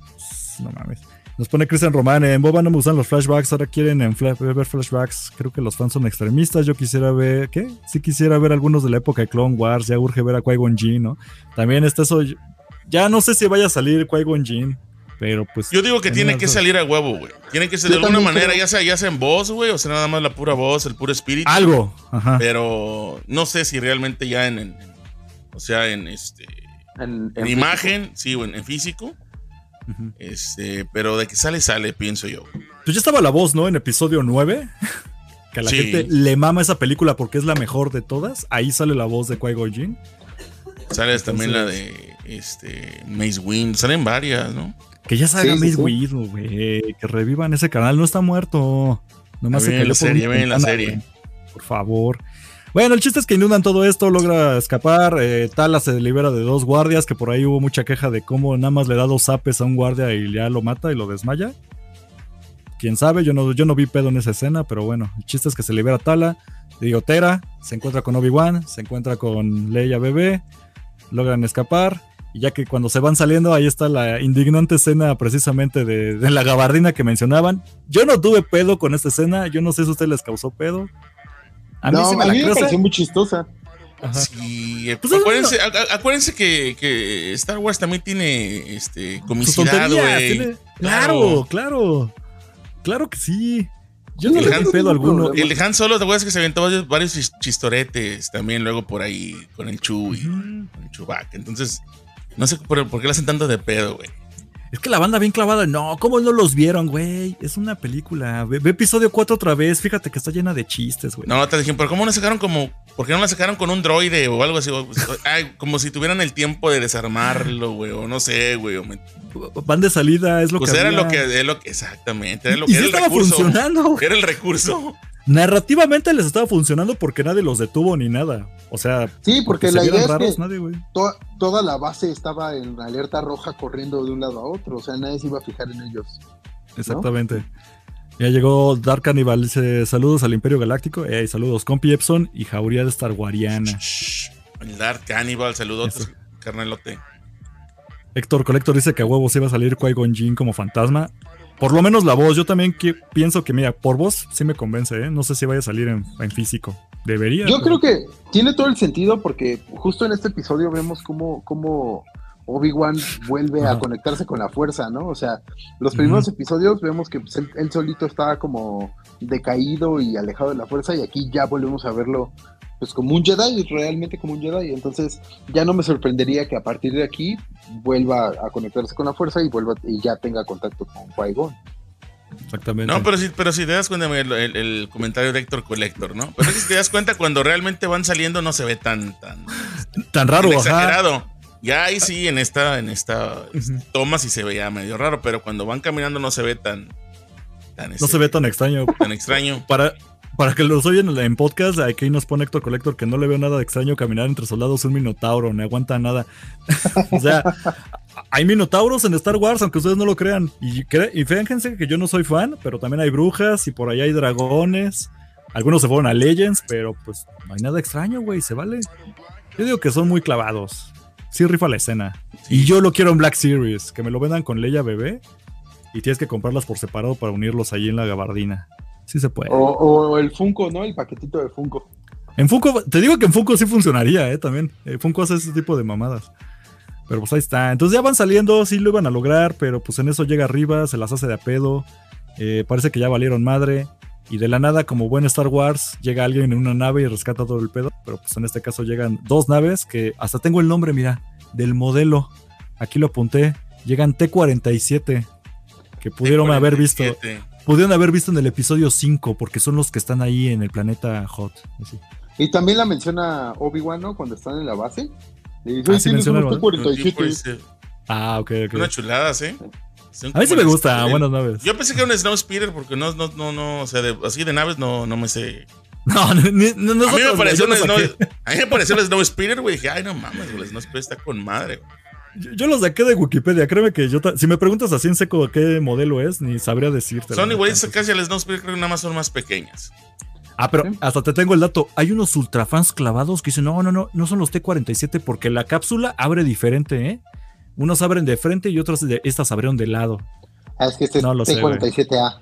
No mames. Nos pone Cristian Román, en Boba no me gustan los flashbacks, ahora quieren en fla- ver flashbacks. Creo que los fans son extremistas. Yo quisiera ver, ¿qué? Sí quisiera ver algunos de la época de Clone Wars. Ya urge ver a Qui-Gon Jinn, ¿no? También está eso. Ya no sé si vaya a salir Qui-Gon Jinn, pero pues. Yo digo que en tiene una- que salir a huevo, güey. Tiene que ser de Yo alguna también manera, creo. ya sea, ya sea en voz, güey, o sea, nada más la pura voz, el puro espíritu. Algo. Ajá. Pero no sé si realmente ya en, en- en- o sea, en este En, en en imagen, sí, o en, en físico. Ujú. Este, pero de que sale, sale, pienso yo. Pues ya estaba la voz, ¿no? En episodio nueve. Que a la Sí. gente le mama esa película porque es la mejor de todas. Ahí sale la voz de Qui-Gon Jinn. Sale también la Entonces- de este Mace Windu, salen varias, ¿no? Que ya salga Sí, sí, Mace sí. Windu, güey. Que revivan ese canal. No está muerto. Nomás se Ya viene cayó la por serie, una ya viene la ventana, serie. güey. Por favor. Bueno, el chiste es que inundan todo esto, logra escapar. eh, Tala se libera de dos guardias, que por ahí hubo mucha queja de cómo nada más le da dos zapes a un guardia y ya lo mata y lo desmaya. Quién sabe, yo no, yo no vi pedo en esa escena, pero bueno, el chiste es que se libera Tala. Digo, Tera, se encuentra con Obi-Wan, se encuentra con Leia bebé, logran escapar. Y ya que cuando se van saliendo, ahí está la indignante escena precisamente de, de la gabardina que mencionaban. Yo no tuve pedo con esta escena, yo no sé si a ustedes les causó pedo. A mí no, sí me a la mí me crece. pareció muy chistosa. Ajá. Sí, Pues es acuérdense, a- a- acuérdense que, que Star Wars también tiene este Sus comicidad, tonterías, güey. tiene- Claro, claro. Claro que sí. Yo Sí, no le el vi Han- pedo alguno. problema. El de Han Solo, ¿te acuerdas que se aventó varios, varios chis- chistoretes también luego por ahí con el Chewie, Ujú. con el Chewbacca? Entonces, no sé por, por qué le hacen tanto de pedo, güey. Es que la banda bien clavada. No, ¿cómo no los vieron, güey? Es una película. Ve, ve episodio cuatro otra vez. Fíjate que está llena de chistes, güey. No, te dije, pero ¿cómo no sacaron como, por qué no la sacaron con un droide o algo así? O- ay, como si tuvieran el tiempo de desarmarlo, güey, o no sé, güey. o me- Van de salida, es lo Pues que era había. lo que, es lo que, exactamente, era lo Y que sí era el estaba recurso. funcionando, güey. Era el recurso. Narrativamente les estaba funcionando porque nadie los detuvo ni nada. O sea, Sí, porque se la vieran idea es raros, que nadie, güey. to- toda la base estaba en alerta roja corriendo de un lado a otro. O sea, nadie se iba a fijar en ellos. Exactamente. Ya llegó Dark Cannibal, dice saludos al Imperio Galáctico. Eh, saludos, Compi Epson y Jauría de Starwariana. El Dark Cannibal, saludotes, Eso. carnalote. Héctor Collector dice que a huevos iba a salir Qui-Gon Jinn como fantasma. Por lo menos la voz, yo también que- pienso que, mira, por voz sí me convence, ¿eh? No sé si vaya a salir en, en físico. Debería. Yo pero- creo que tiene todo el sentido porque justo en este episodio vemos cómo, cómo Obi-Wan vuelve Ajá. a conectarse con la fuerza, ¿no? O sea, los primeros Ujú. episodios vemos que pues, él, él solito estaba como decaído y alejado de la fuerza y aquí ya volvemos a verlo pues como un Jedi, realmente como un Jedi. Entonces ya no me sorprendería que a partir de aquí vuelva a conectarse con la fuerza y vuelva y ya tenga contacto con Qui-Gon. Exactamente. No, pero si, pero si te das cuenta, el, el, el comentario de Héctor Collector, ¿no? Pero es que si te das cuenta, cuando realmente van saliendo no se ve tan tan, tan raro, tan exagerado. Ajá. Ya ahí sí, en esta, en esta uh-huh. toma sí se veía medio raro, pero cuando van caminando no se ve tan, tan no ese, se ve tan extraño. Tan extraño. Para, para que los oyen en podcast, aquí nos pone Héctor Collector que no le veo nada de extraño caminar entre soldados un minotauro, no aguanta nada. O sea, hay minotauros en Star Wars, aunque ustedes no lo crean. Y, cre- y fíjense que yo no soy fan, pero también hay brujas y por allá hay dragones. Algunos se fueron a Legends, pero pues no hay nada extraño, güey, se vale. Yo digo que son muy clavados. Sí rifa la escena. Y yo lo quiero en Black Series, que me lo vendan con Leia bebé y tienes que comprarlas por separado para unirlos ahí en la gabardina. Sí se puede. O, o el Funko, ¿no? El paquetito de Funko. En Funko, te digo que en Funko sí funcionaría, eh, también. Eh, Funko hace ese tipo de mamadas. Pero pues ahí está. Entonces ya van saliendo, sí lo iban a lograr, pero pues en eso llega arriba, se las hace de a pedo. Eh, parece que ya valieron madre. Y de la nada, como buen Star Wars, llega alguien en una nave y rescata todo el pedo. Pero pues en este caso llegan dos naves que hasta tengo el nombre, mira, del modelo. Aquí lo apunté. Llegan T cuarenta y siete. Que pudieron haber visto. Pudieron haber visto en el episodio cinco, porque son los que están ahí en el planeta Hot. Así. Y también la menciona Obi-Wan, ¿no? Cuando están en la base. Le dice, ah, sí menciona T cuarenta y siete. Ah, ok, ok. Una chulada, ¿sí? A mí sí me gusta, el, buenas naves. Yo pensé que era un Snow Speeder porque no, no, no, no, o sea, de, así de naves no, no me sé. No, ni, no, no a mí me pareció un Snow, a mí me pareció el Snow Speeder, güey. Dije, ay, no mames, güey, el Snow Speeder está con madre, güey. Yo, yo lo saqué de Wikipedia, créeme que yo, ta- si me preguntas así en seco qué modelo es, ni sabría decirte. Son iguales casi al Snow Speeder, creo que nada más son más pequeñas. Ah, pero hasta te tengo el dato. Hay unos ultrafans clavados que dicen, no, no, no, no son los T cuarenta y siete porque la cápsula abre diferente, ¿eh? Unos abren de frente y otros de estas abrieron de lado. Ah, es que este no es T cuarenta y siete A.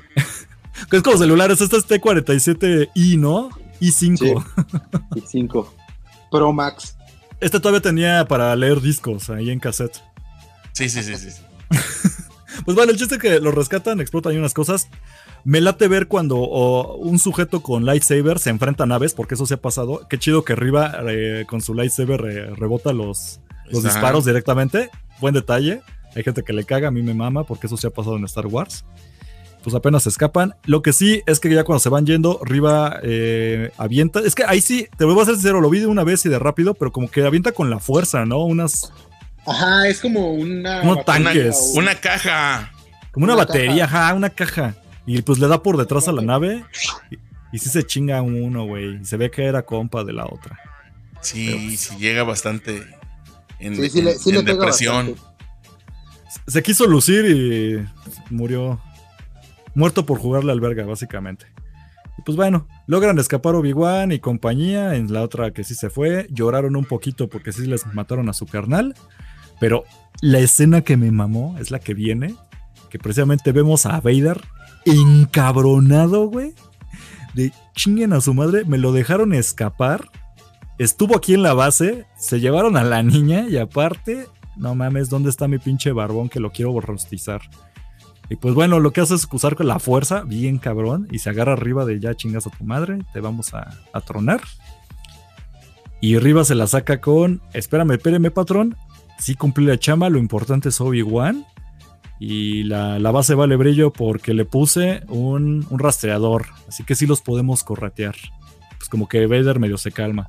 Es como celulares, este es T cuarenta y siete i, ¿no? i cinco. Sí. i cinco. Pro Max. Este todavía tenía para leer discos ahí en cassette. Sí, sí, sí, sí. Pues bueno, el chiste es que lo rescatan, explotan ahí unas cosas. Me late ver cuando oh, un sujeto con lightsaber se enfrenta a naves, porque eso se ha pasado. Qué chido que Riva eh, con su lightsaber eh, rebota los, los disparos directamente. Buen detalle. Hay gente que le caga, a mí me mama, porque eso se ha pasado en Star Wars. Pues apenas se escapan. Lo que sí es que ya cuando se van yendo, Riva eh, avienta. Es que ahí sí, te voy a ser sincero, lo vi de una vez y de rápido, pero como que avienta con la fuerza, ¿no? Unas. Ajá, es como una. Unos tanques. Una, una caja. Como una, una batería, caja. ajá, una caja. Y pues le da por detrás a la nave. Y, y sí se chinga uno, güey. Y se ve que era compa de la otra. Sí, pero, pues, sí llega bastante en, sí, sí en, le, sí en le depresión. Bastante. Se quiso lucir y murió. Muerto por jugarle al verga, básicamente. Y pues bueno, logran escapar Obi-Wan y compañía. En la otra que sí se fue. Lloraron un poquito porque sí les mataron a su carnal. Pero la escena que me mamó es la que viene. Que precisamente vemos a Vader encabronado, güey. De chinguen a su madre. Me lo dejaron escapar. Estuvo aquí en la base. Se llevaron a la niña. Y aparte, no mames, ¿dónde está mi pinche barbón que lo quiero rostizar? Y pues bueno, lo que hace es usar con la fuerza, bien cabrón, y se agarra arriba de ya chingas a tu madre, te vamos a, a tronar. Y arriba se la saca con, espérame, espérame, patrón, sí cumplí la chamba, lo importante es Obi-Wan. Y la, la base vale brillo porque le puse un, un rastreador, así que sí los podemos corretear. Pues como que Vader medio se calma.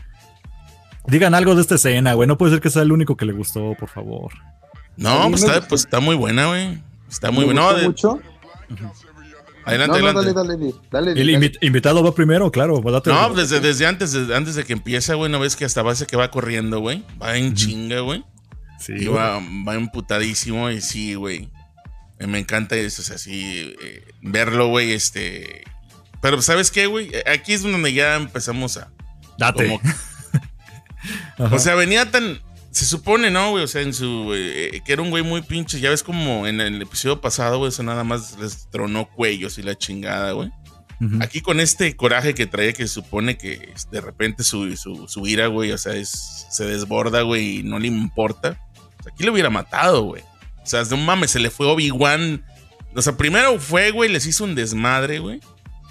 Digan algo de esta escena, güey, no puede ser que sea el único que le gustó, por favor. No, pues está, pues está muy buena, güey. Está muy bueno. ¿Me gustó mucho? Uh-huh. Adelante, no, no, adelante. Dale, dale, dale. El dale. invi- invitado va primero, claro. Date no, el... desde, desde antes, desde antes de que empieza, güey, no ves que hasta base que va corriendo, güey. Va en uh-huh. chinga, güey. Sí. Y va, va emputadísimo y sí, güey. Me encanta eso, o sea, sí, eh, verlo, güey, este... Pero, ¿sabes qué, güey? Aquí es donde ya empezamos a... Date. Como, o sea, venía tan... Se supone, ¿no, güey? O sea, en su... Eh, que era un güey muy pinche. Ya ves como en el episodio pasado, güey, eso nada más les tronó cuellos y la chingada, güey. Uh-huh. Aquí con este coraje que traía, que se supone que de repente su, su, su ira, güey, o sea, es, se desborda, güey, y no le importa. O sea, aquí lo hubiera matado, güey. O sea, no mames, se le fue Obi-Wan. O sea, primero fue, güey, les hizo un desmadre, güey.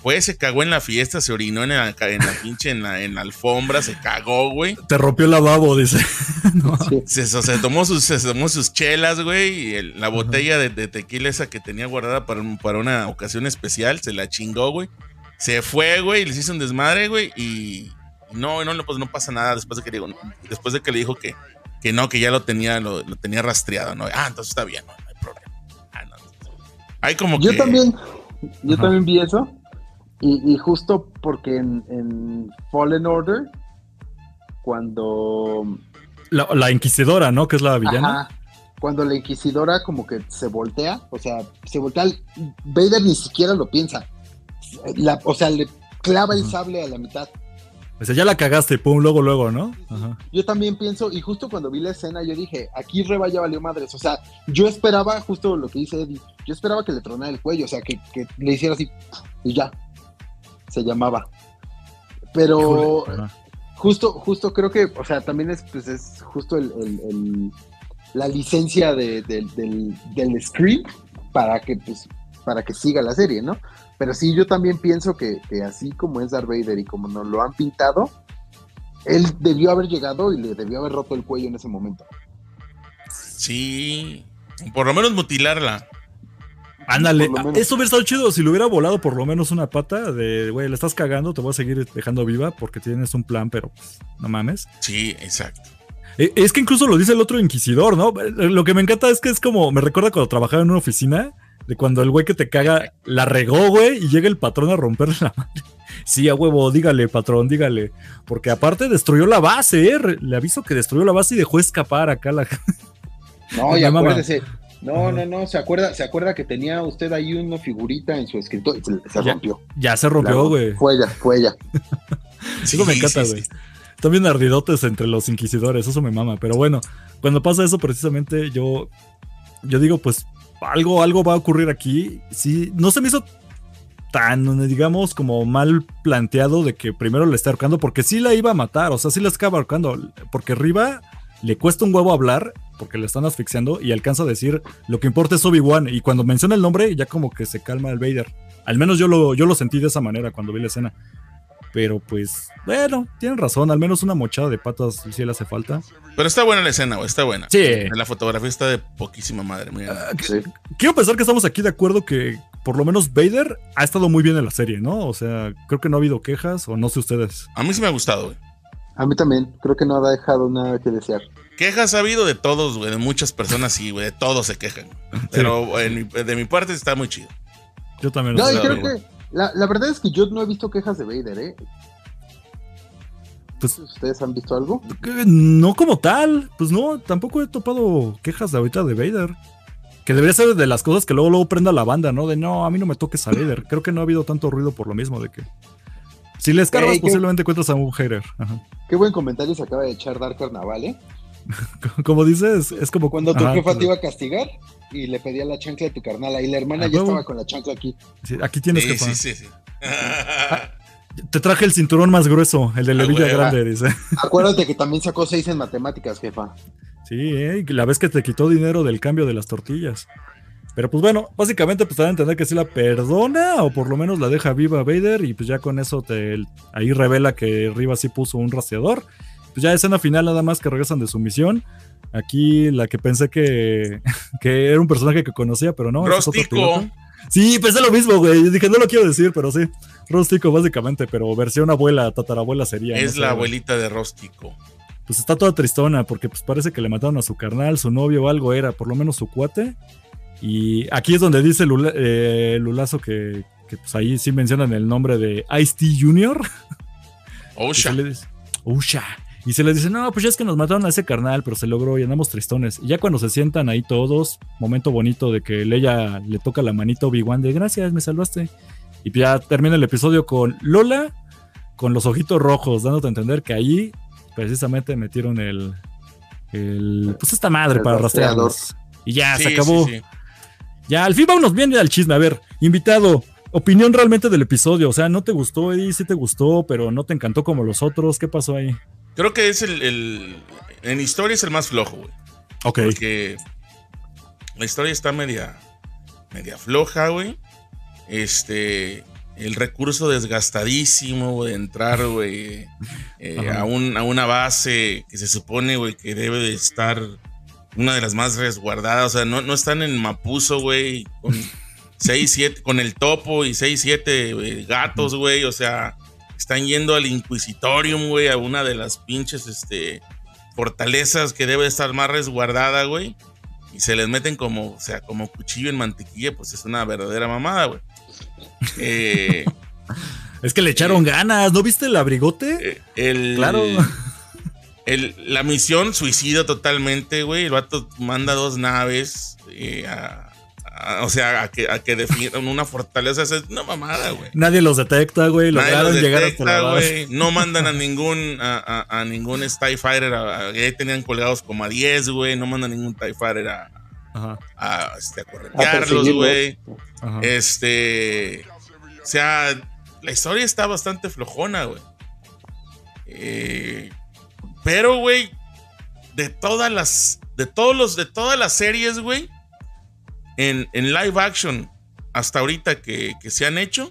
fue, se cagó en la fiesta, se orinó en la, en la pinche, en la, en la alfombra, se cagó, güey. Te rompió el lavabo, dice. No. Sí. Se, se, tomó sus, se tomó sus chelas, güey, y el, la botella de, de tequila esa que tenía guardada para, para una ocasión especial, se la chingó, güey. Se fue, güey, y les hizo un desmadre, güey, y no, no, pues no pasa nada después de que digo, después de que le dijo que, que no, que ya lo tenía, lo, lo tenía rastreado, ¿no? Ah, entonces está bien, no, no hay problema. Ah, no. Hay como yo que... también, yo Ajá. también vi eso, y, y justo porque en, en Fallen Order, cuando... La, la inquisidora, ¿no? Que es la villana. Ajá, cuando la inquisidora como que se voltea, o sea, se voltea, Vader ni siquiera lo piensa, la, o sea, le clava el Ajá. sable a la mitad. O sea, ya la cagaste, pum, luego, luego, ¿no? Ajá. Yo también pienso, y justo cuando vi la escena, yo dije, aquí Reva ya valió madres. O sea, yo esperaba, justo lo que dice Eddie, yo esperaba que le tronara el cuello, o sea, que, que le hiciera así, y ya, se llamaba. Pero Híjole, ajá. justo, justo creo que, o sea, también es, pues, es justo el, el- el- la licencia de- de- del, del script para que, pues, para que siga la serie, ¿no? Pero sí, yo también pienso que, que así como es Darth Vader y como nos lo han pintado, él debió haber llegado y le debió haber roto el cuello en ese momento. Sí, por lo menos mutilarla. Ándale, Por lo menos. eso hubiera estado chido si le hubiera volado por lo menos una pata de, güey, le estás cagando, te voy a seguir dejando viva porque tienes un plan, pero pues, no mames. Sí, exacto. Eh, Es que incluso lo dice el otro inquisidor, ¿no? Lo que me encanta es que es como, me recuerda cuando trabajaba en una oficina, de cuando el güey que te caga la regó, güey, y llega el patrón a romperle la madre. Sí, a huevo, dígale, patrón, dígale. Porque aparte destruyó la base, ¿eh? Re- Le aviso que destruyó la base y dejó escapar acá la... No, y La mama. acuérdese, no, Ajá. no, no, se acuerda, se acuerda que tenía usted ahí una figurita en su escritorio y se, se Ya, rompió. Ya se rompió, Claro, güey. Fue ella, fue ella. Eso me encanta, sí, güey. sí. Están bien ardidotes entre los inquisidores, eso me mama. Pero bueno, cuando pasa eso, precisamente, yo, yo digo, pues, algo, algo va a ocurrir aquí. Sí, no se me hizo tan, digamos, como mal planteado de que primero le está ahorcando, porque sí la iba a matar, o sea, sí la estaba ahorcando, porque Riva le cuesta un huevo hablar, porque le están asfixiando, y alcanza a decir, lo que importa es Obi-Wan, y cuando menciona el nombre, ya como que se calma el Vader. Al menos yo lo, yo lo sentí de esa manera cuando vi la escena. Pero pues, bueno, tienen razón, al menos una mochada de patas sí le hace falta. Pero está buena la escena, güey, está buena. Sí. La fotografía está de poquísima madre. Muy bien. Sí. Quiero pensar que estamos aquí de acuerdo que por lo menos Vader ha estado muy bien en la serie, ¿no? O sea, creo que no ha habido quejas, o no sé ustedes. A mí sí me ha gustado, güey. A mí también, creo que no ha dejado nada que desear. Quejas ha habido de todos, güey, de muchas personas sí, güey, de todos se quejan. Pero en mi- de mi parte está muy chido. Yo también No, lo y sé. creo que la, la verdad es que yo no he visto quejas de Vader, ¿eh? Pues, ¿Ustedes han visto algo? que no como tal, pues no, tampoco he topado quejas de ahorita de Vader. Que debería ser de las cosas que luego, luego prenda la banda, ¿no? De no, a mí no me toques a Vader. Creo que no ha habido tanto ruido por lo mismo de que... Si le escarbas, Ey, qué- posiblemente encuentras a un hater. Ajá. Qué buen comentario se acaba de echar Dark Carnaval, ¿eh? Como dices, es como... Cuando tu ajá, jefa pues, te iba a castigar y le pedía la chancla a tu carnala y la hermana A ya huevo. estaba con la chancla aquí. sí, aquí tienes Sí, que... sí, sí, sí. Te traje el cinturón más grueso, el de Ah, Levilla huevo. Grande, dice. Acuérdate que también sacó seis en matemáticas, jefa. Sí, ¿eh? Y la vez que te quitó dinero del cambio de las tortillas. Pero pues bueno, básicamente pues te dan a entender que sí la perdona o por lo menos la deja viva Vader y pues ya con eso te ahí revela que Riva sí puso un rastreador. Pues ya escena final nada más que regresan de su misión. Aquí la que pensé que, que era un personaje que conocía, pero no. ese es otro Róstico. piloto. Sí, pensé lo mismo, güey. Yo dije, no lo quiero decir, pero sí. Rústico, básicamente, pero versión abuela, tatarabuela sería. Es no sé, la güey. abuelita de Róstico. Pues está toda tristona porque pues parece que le mataron a su carnal, su novio o algo era, por lo menos su cuate. Y aquí es donde dice Lula, eh, Lulazo que, que pues ahí sí mencionan el nombre de Ice-T Junior Y Osha. se le dice, Usha. Y se les dice, no, pues ya es que nos mataron a ese carnal, pero se logró y andamos tristones. Y ya cuando se sientan ahí todos, momento bonito de que Leia le toca la manita a Obi-Wan de gracias, me salvaste. Y ya termina el episodio con Lola, con los ojitos rojos, dándote a entender que ahí precisamente metieron el, el pues esta madre El para rastreador. rastrearlos. Y ya, Sí, se acabó. sí, sí. Ya, al fin vámonos bien al chisme. A ver, invitado, opinión realmente del episodio. O sea, ¿no te gustó, Eddie? Sí te gustó, pero no te encantó como los otros. ¿Qué pasó ahí? Creo que es el, el- En historia es el más flojo, güey. Ok. Porque la historia está media. media floja, güey. Este. el recurso desgastadísimo, güey, de entrar, güey, eh, a, un, a una base que se supone, güey, que debe de estar una de las más resguardadas. O sea, no, no están en Mapuzo, güey, con seis, siete, con el topo y seis, siete wey, gatos, güey. O sea, están yendo al Inquisitorium, güey, a una de las pinches, este, fortalezas que debe estar más resguardada, güey. Y se les meten como, o sea, como cuchillo en mantequilla, pues es una verdadera mamada, güey. Eh, es que le echaron eh, ganas, ¿no viste el abrigote? Eh, el, claro. El, la misión suicida totalmente, güey. El vato manda dos naves eh, a, a, o sea, a que, a que defiendan una fortaleza. Es una mamada, güey. Nadie los detecta, güey. Lograron llegar hasta la base. No mandan a ningún a, a, a ningún TIE Fighter. A, a, ahí tenían colgados como a diez, güey. No mandan ningún TIE Fighter a, a, a, este, a corretearlos, güey. Este... O sea, la historia está bastante flojona, güey. Eh, pero, güey, de todas las, de todos los, de todas las series, güey, en, en live action hasta ahorita que, que se han hecho,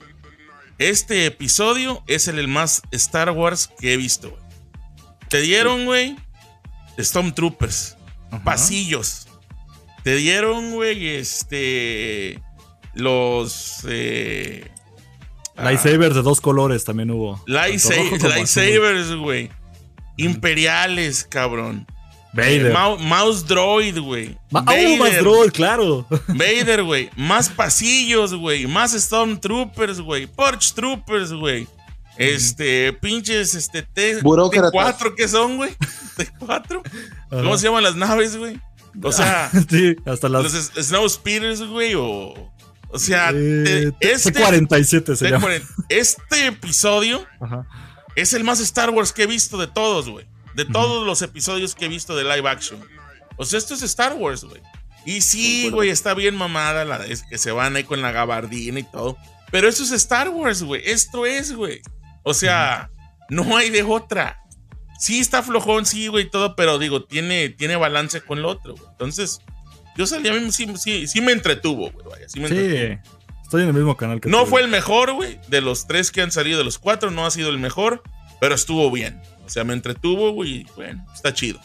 este episodio es el, el más Star Wars que he visto, güey. Te dieron, güey, Stormtroopers, uh-huh. pasillos. Te dieron, güey, este, los... Eh, Lightsabers de dos colores también hubo. Lightsabers, lightsabers, güey. Imperiales, cabrón. Vader. Eh, Ma- Mouse Droid, güey. Ma- oh, Mouse Droid, claro. Vader, güey. Más pasillos, güey. Más Stormtroopers, güey. Purge Troopers, güey. Este, mm. pinches, este, T cuatro, ¿qué son, güey? T cuatro. Uh-huh. ¿Cómo se llaman las naves, güey? O sea, sí, hasta las... los Snow Speeders, güey, o... O sea, eh, te, este, T cuarenta y siete se T llama. Este episodio Ajá. es el más Star Wars que he visto de todos, güey. De todos uh-huh. los episodios que he visto de live action. O sea, esto es Star Wars, güey. Y sí, güey, está bien mamada la es que se van ahí con la gabardina y todo. Pero esto es Star Wars, güey. Esto es, güey. O sea, uh-huh. no hay de otra. Sí está flojón, sí, güey, todo, pero digo, tiene, tiene balance con lo otro, güey. Entonces... Yo salí, a mí sí, sí, sí me entretuvo, güey. Vaya, sí, me sí entretuvo. Estoy en el mismo canal que No tú, fue el mejor, güey. De los tres que han salido, de los cuatro, no ha sido el mejor, pero estuvo bien. O sea, me entretuvo, güey. Bueno, está chido.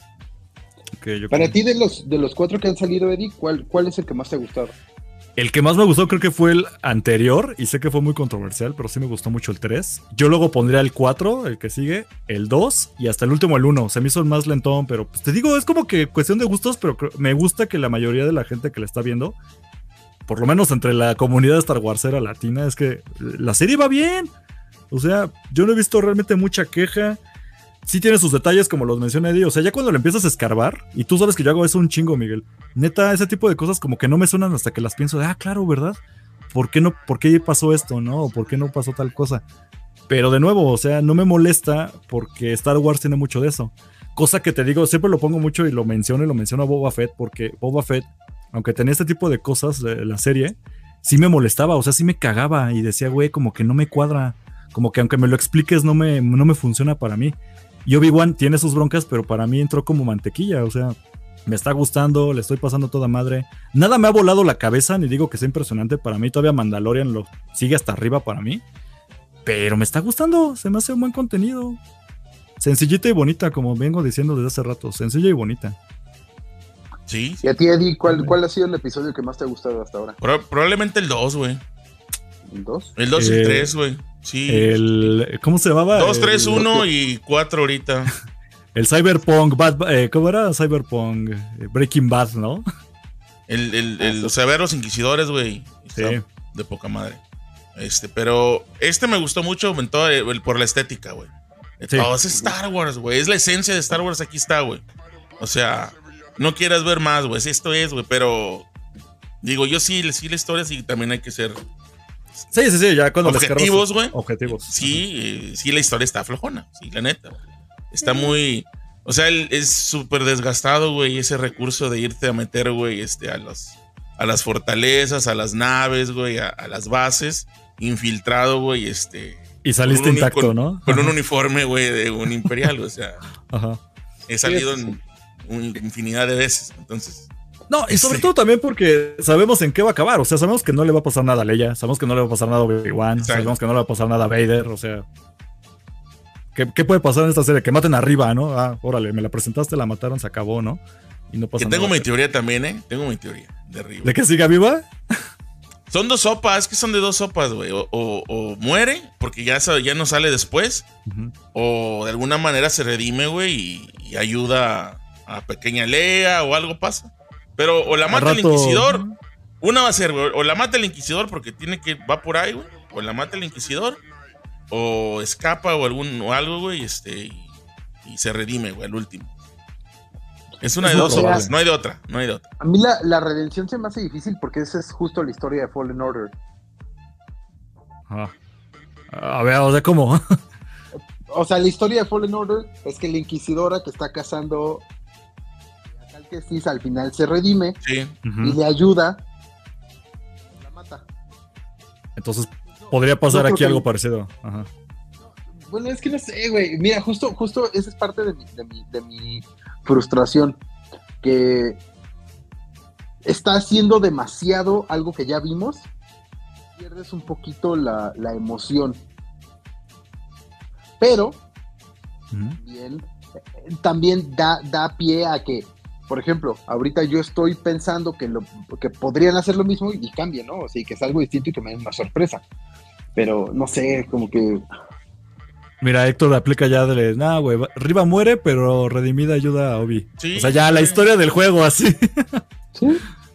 Okay, yo Para creo. ti, de los, de los cuatro que han salido, Eddie, ¿cuál, ¿cuál es el que más te ha gustado? El que más me gustó creo que fue el anterior, y sé que fue muy controversial, pero sí me gustó mucho el tres. Yo luego pondría el cuatro, el que sigue, el dos, y hasta el último el uno. Se me hizo el más lentón, pero pues te digo, es como que cuestión de gustos, pero me gusta que la mayoría de la gente que la está viendo, por lo menos entre la comunidad Star Warsera latina, es que la serie va bien. O sea, yo no he visto realmente mucha queja. Sí tiene sus detalles, como los menciona Eddie. O sea, ya cuando le empiezas a escarbar, y tú sabes que yo hago eso un chingo, Miguel. Neta, ese tipo de cosas como que no me suenan hasta que las pienso de, ah, claro, ¿verdad? ¿Por qué no, por qué pasó esto, no? ¿O por qué no pasó tal cosa? Pero de nuevo, o sea, no me molesta porque Star Wars tiene mucho de eso. Cosa que te digo, siempre lo pongo mucho y lo menciono y lo menciono a Boba Fett, porque Boba Fett, aunque tenía este tipo de cosas de la serie, sí me molestaba, o sea, sí me cagaba y decía, güey, como que no me cuadra. Como que aunque me lo expliques, no me, no me funciona para mí. Y Obi-Wan tiene sus broncas, pero para mí entró como mantequilla, o sea, me está gustando, le estoy pasando toda madre. Nada me ha volado la cabeza, ni digo que sea impresionante, para mí todavía Mandalorian lo sigue hasta arriba para mí, pero me está gustando, se me hace un buen contenido. Sencillita y bonita, como vengo diciendo desde hace rato, sencilla y bonita. Sí. Y a ti, Eddie, ¿cuál, ¿cuál ha sido el episodio que más te ha gustado hasta ahora? Pro- probablemente el dos, güey. ¿El dos? El dos eh, y el tres, güey. Sí. El, ¿Cómo se llamaba? dos, tres, uno y cuatro ahorita. El Cyberpunk, Bad, eh, ¿cómo era? Cyberpunk, eh, Breaking Bad, ¿no? El, el, el, o sea, ver los inquisidores, güey. Sí. De poca madre. Este, pero este me gustó mucho en todo, el, por la estética, güey. Sí. Todo es Star Wars, güey. Es la esencia de Star Wars, aquí está, güey. O sea, no quieras ver más, güey. Esto es, güey, pero digo, yo sí, sí la historia sí también hay que ser... Sí, sí, sí, ya cuando objetivos, güey. Objetivos. Sí, eh, sí, la historia está flojona, sí, la neta. Está muy... O sea, el, es súper desgastado, güey, ese recurso de irte a meter, güey, este, a, los, a las fortalezas, a las naves, güey, a, a las bases, infiltrado, güey, este... Y saliste intacto, con, ¿no? Con un uniforme, güey, de un imperial, o sea... Ajá. He salido en un, infinidad de veces, entonces... No, y sobre todo también porque sabemos en qué va a acabar. O sea, sabemos que no le va a pasar nada a Leia. Sabemos que no le va a pasar nada a Obi-Wan. Sabemos que no le va a pasar nada a Vader. O sea, ¿qué, ¿qué puede pasar en esta serie? Que maten arriba, ¿no? Ah, órale, me la presentaste, la mataron, se acabó, ¿no? Y no pasa que tengo nada. mi teoría también, ¿eh? Tengo mi teoría de arriba. ¿De que siga viva? Son dos sopas, es que son de dos sopas, güey. O, o, o muere, porque ya, ya no sale después. Uh-huh. O de alguna manera se redime, güey, y, y ayuda a, a pequeña Leia o algo pasa. Pero o la mata el Inquisidor. Una va a ser, güey. O la mata el Inquisidor porque tiene que. Va por ahí, güey. O la mata el Inquisidor. O escapa o algún o algo, güey. Este. Y, y se redime, güey, al último. Es una de dos sopas. No hay de otra. No hay de otra. A mí la, la redención se me hace difícil porque esa es justo la historia de Fallen Order. Ah. A ver, o sea, ¿cómo? O sea, la historia de Fallen Order es que la Inquisidora que está cazando que sí, al final se redime, sí. uh-huh. y le ayuda, la mata. Entonces podría pasar no aquí algo que... parecido. Ajá. Bueno, es que no sé, güey. Mira, justo, justo esa es parte de mi, de mi, de mi frustración, que está haciendo demasiado algo que ya vimos, pierdes un poquito la, la emoción. Pero uh-huh. bien, también da, da pie a que, por ejemplo, ahorita yo estoy pensando que, lo, que podrían hacer lo mismo y cambie, ¿no? O sea, que es algo distinto y que me den una sorpresa. Pero, no sé, como que... Mira, Héctor aplica ya de... Nah, güey, Riva muere, pero redimida ayuda a Obi. Sí, o sea, ya sí. La historia del juego, así. ¿Sí?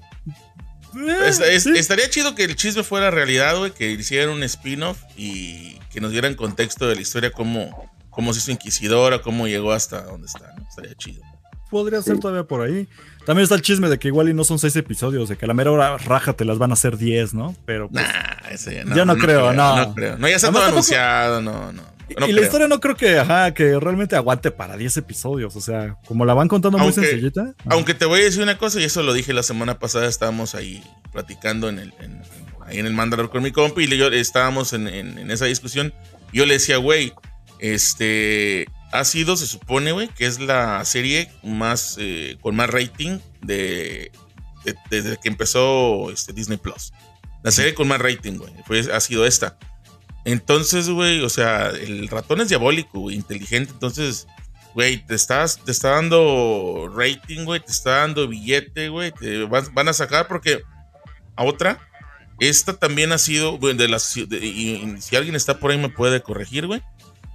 Es, es, sí. Estaría chido que el chisme fuera realidad, güey, que hicieran un spin-off y que nos dieran contexto de la historia, cómo, cómo se hizo Inquisidora, cómo llegó hasta donde está, ¿no? Estaría chido. Podría ser sí. todavía por ahí. También está el chisme de que igual y no son seis episodios, de que a la mera hora raja te las van a hacer diez, ¿no? Pero pues, nah, ese ya no. Yo no, no, creo, creo, no. No creo. No, ya está todo anunciado, no, no. Y, no y la historia no creo que, ajá, que realmente aguante para diez episodios. O sea, como la van contando aunque, muy sencillita. Aunque te voy a decir una cosa, y eso lo dije la semana pasada, estábamos ahí platicando en el, en, ahí en el Mandalor con mi compi, y yo estábamos en, en, en esa discusión. Yo le decía, güey, este... ha sido, se supone, güey, que es la serie más eh, con más rating de, de, desde que empezó este, Disney Plus. La serie con más rating, güey, fue, ha sido esta. Entonces, güey, o sea, el ratón es diabólico, güey, inteligente. Entonces, güey, te, estás, te está dando rating, güey, te está dando billete, güey, te van, van a sacar porque a otra, esta también ha sido, güey, de las, de, y, y si alguien está por ahí me puede corregir, güey.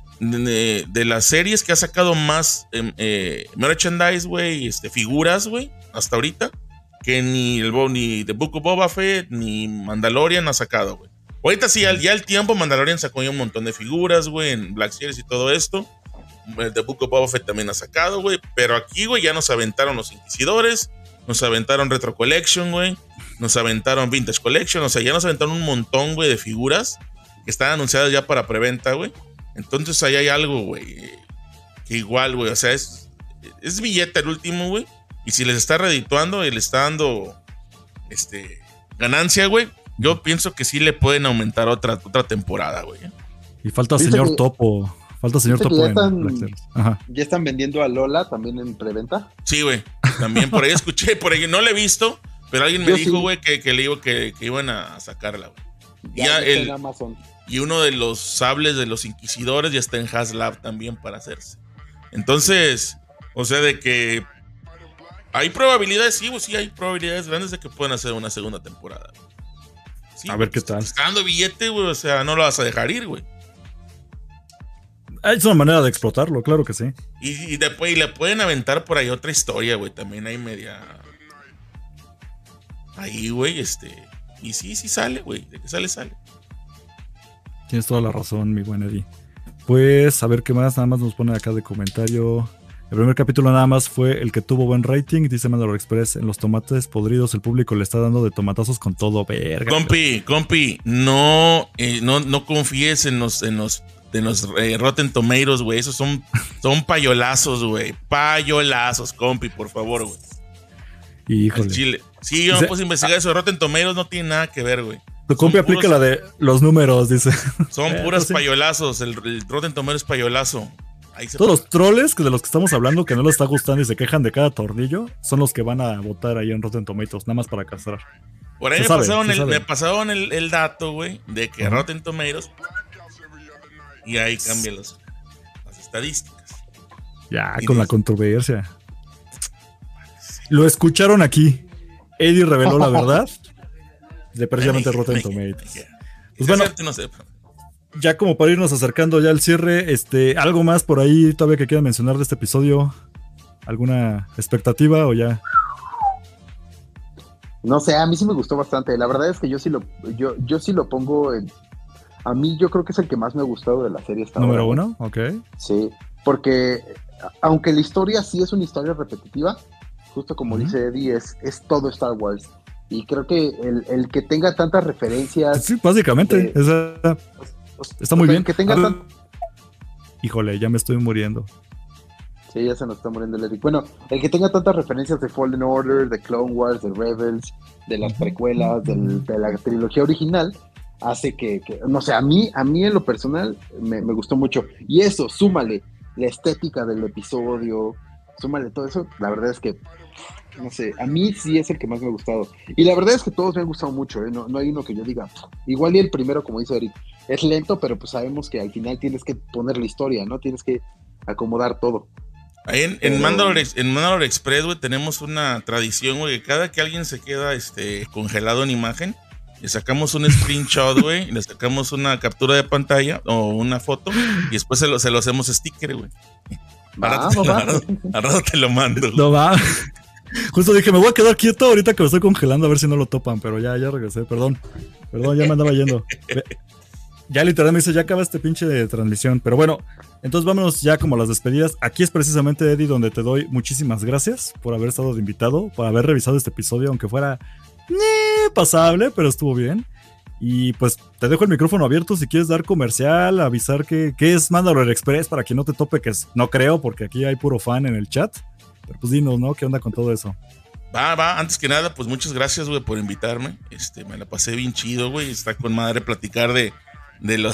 De, de las series que ha sacado más eh, eh, merchandise, güey, este, figuras, güey, hasta ahorita, que ni el ni The Book of Boba Fett ni Mandalorian ha sacado, güey. Ahorita sí, ya el tiempo Mandalorian sacó ya un montón de figuras, güey, en Black Series y todo esto. The Book of Boba Fett también ha sacado, güey, pero aquí, güey, ya nos aventaron los Inquisidores, nos aventaron Retro Collection, güey, nos aventaron Vintage Collection, o sea, ya nos aventaron un montón, güey, de figuras que están anunciadas ya para preventa, güey. Entonces ahí hay algo, güey, que igual, güey, o sea, es, es billete el último, güey. Y si les está redituando y le está dando este, ganancia, güey, yo pienso que sí le pueden aumentar otra, otra temporada, güey. Y falta señor que, Topo. Falta señor Topo. Ya en están, Ajá. ya están vendiendo a Lola también en preventa. Sí, güey. También por ahí escuché, por ahí no la he visto, pero alguien me yo dijo, güey, sí. que, que le digo que, que iban a sacarla, güey. Ya, ya el, en Amazon. Y uno de los sables de los Inquisidores ya está en HasLab también para hacerse. Entonces, o sea, de que hay probabilidades, sí, sí hay probabilidades grandes de que puedan hacer una segunda temporada. Sí, a ver qué tal. Te está dando billete, güey, o sea, no lo vas a dejar ir, güey. Es una manera de explotarlo, claro que sí. Y, y después y le pueden aventar por ahí otra historia, güey, también hay media... Ahí, güey, este... Y sí, sí sale, güey, de que sale, sale. Tienes toda la razón, mi buen Eddie. Pues, a ver qué más, nada más nos ponen acá de comentario. El primer capítulo nada más fue el que tuvo buen rating, dice Mandalor Express. En los tomates podridos el público le está dando de tomatazos con todo, verga. Compi, compi, no, eh, no, no confíes en los, en los, en los eh, Rotten Tomatoes, güey. Esos son, son payolazos, güey. Payolazos, compi, por favor, güey. Híjole. Chile. Sí, yo me puse a investigar eso. Rotten Tomatoes no tiene nada que ver, güey. Tu compi aplica la de los números, dice. Son puras payolazos. El, el Rotten Tomatoes es payolazo. ahí se Todos paga. los troles que de los que estamos hablando que no les está gustando y se quejan de cada tornillo son los que van a votar ahí en Rotten Tomatoes, nada más para castrar. Por ahí se me, sabe, pasaron se el, sabe. me pasaron el, el dato, güey, de que Ajá. Rotten Tomatoes y ahí cambian los, las estadísticas. Ya, Y con la dices- controversia. Lo escucharon aquí. Eddie reveló la verdad de precisamente México, Rotten México, Tomatoes. México. Pues Si es bueno. cierto, no sé. Ya como para irnos acercando ya al cierre, este, algo más por ahí todavía que quieran mencionar de este episodio. ¿Alguna expectativa o ya? No sé, a mí sí me gustó bastante. La verdad es que yo sí lo, yo, yo sí lo pongo en. A mí yo creo que es el que más me ha gustado de la serie hasta Número ahora. uno, ok. Sí, porque aunque la historia sí es una historia repetitiva, justo como Ujú. dice Eddie, es, es todo Star Wars. Y creo que el, el que tenga tantas referencias. Sí, básicamente. Sí. esa- o- está o muy sea, bien. Que tenga A ver, tan- híjole, ya me estoy muriendo. Sí, ya se nos está muriendo el Eric. Bueno, el que tenga tantas referencias de Fallen Order, de Clone Wars, de Rebels, de las Ujú. precuelas, del- de la trilogía original, hace que, que- no sé, a mí, a mí en lo personal me, me gustó mucho. Y eso, súmale la estética del episodio, súmale todo eso, la verdad es que, no sé, a mí sí es el que más me ha gustado. Y la verdad es que todos me han gustado mucho, ¿eh? no, no hay uno que yo diga, igual y el primero, como dice Eric, es lento, pero pues sabemos que al final tienes que poner la historia, ¿no? Tienes que acomodar todo. Ahí en, en, Pero- Mandalore, Ex- en Mandalore Express, güey, tenemos una tradición, güey, que cada que alguien se queda este, congelado en imagen, le sacamos un screenshot, güey, y le sacamos una captura de pantalla o una foto, y después se lo, se lo hacemos sticker, güey. Al Va, rato, te lo- va, al rato- al rato te lo mando, güey. No va. Justo dije, me voy a quedar quieto ahorita que me estoy congelando a ver si no lo topan, pero ya, ya regresé, perdón. Perdón, ya me andaba yendo. Ve- Ya literal me dice, ya acaba este pinche de transmisión. Pero bueno, entonces vámonos ya como a las despedidas. Aquí es precisamente, Eddie, donde te doy muchísimas gracias por haber estado de invitado, por haber revisado este episodio, aunque fuera eh, pasable, pero estuvo bien. Y pues te dejo el micrófono abierto si quieres dar comercial, avisar que, que es Mandalore Express para que no te tope, que es, no creo, porque aquí hay puro fan en el chat. Pero pues dinos, ¿no? ¿Qué onda con todo eso? Va, va, antes que nada, pues muchas gracias, güey, por invitarme. Este, me la pasé bien chido, güey. Está con madre platicar de, de los.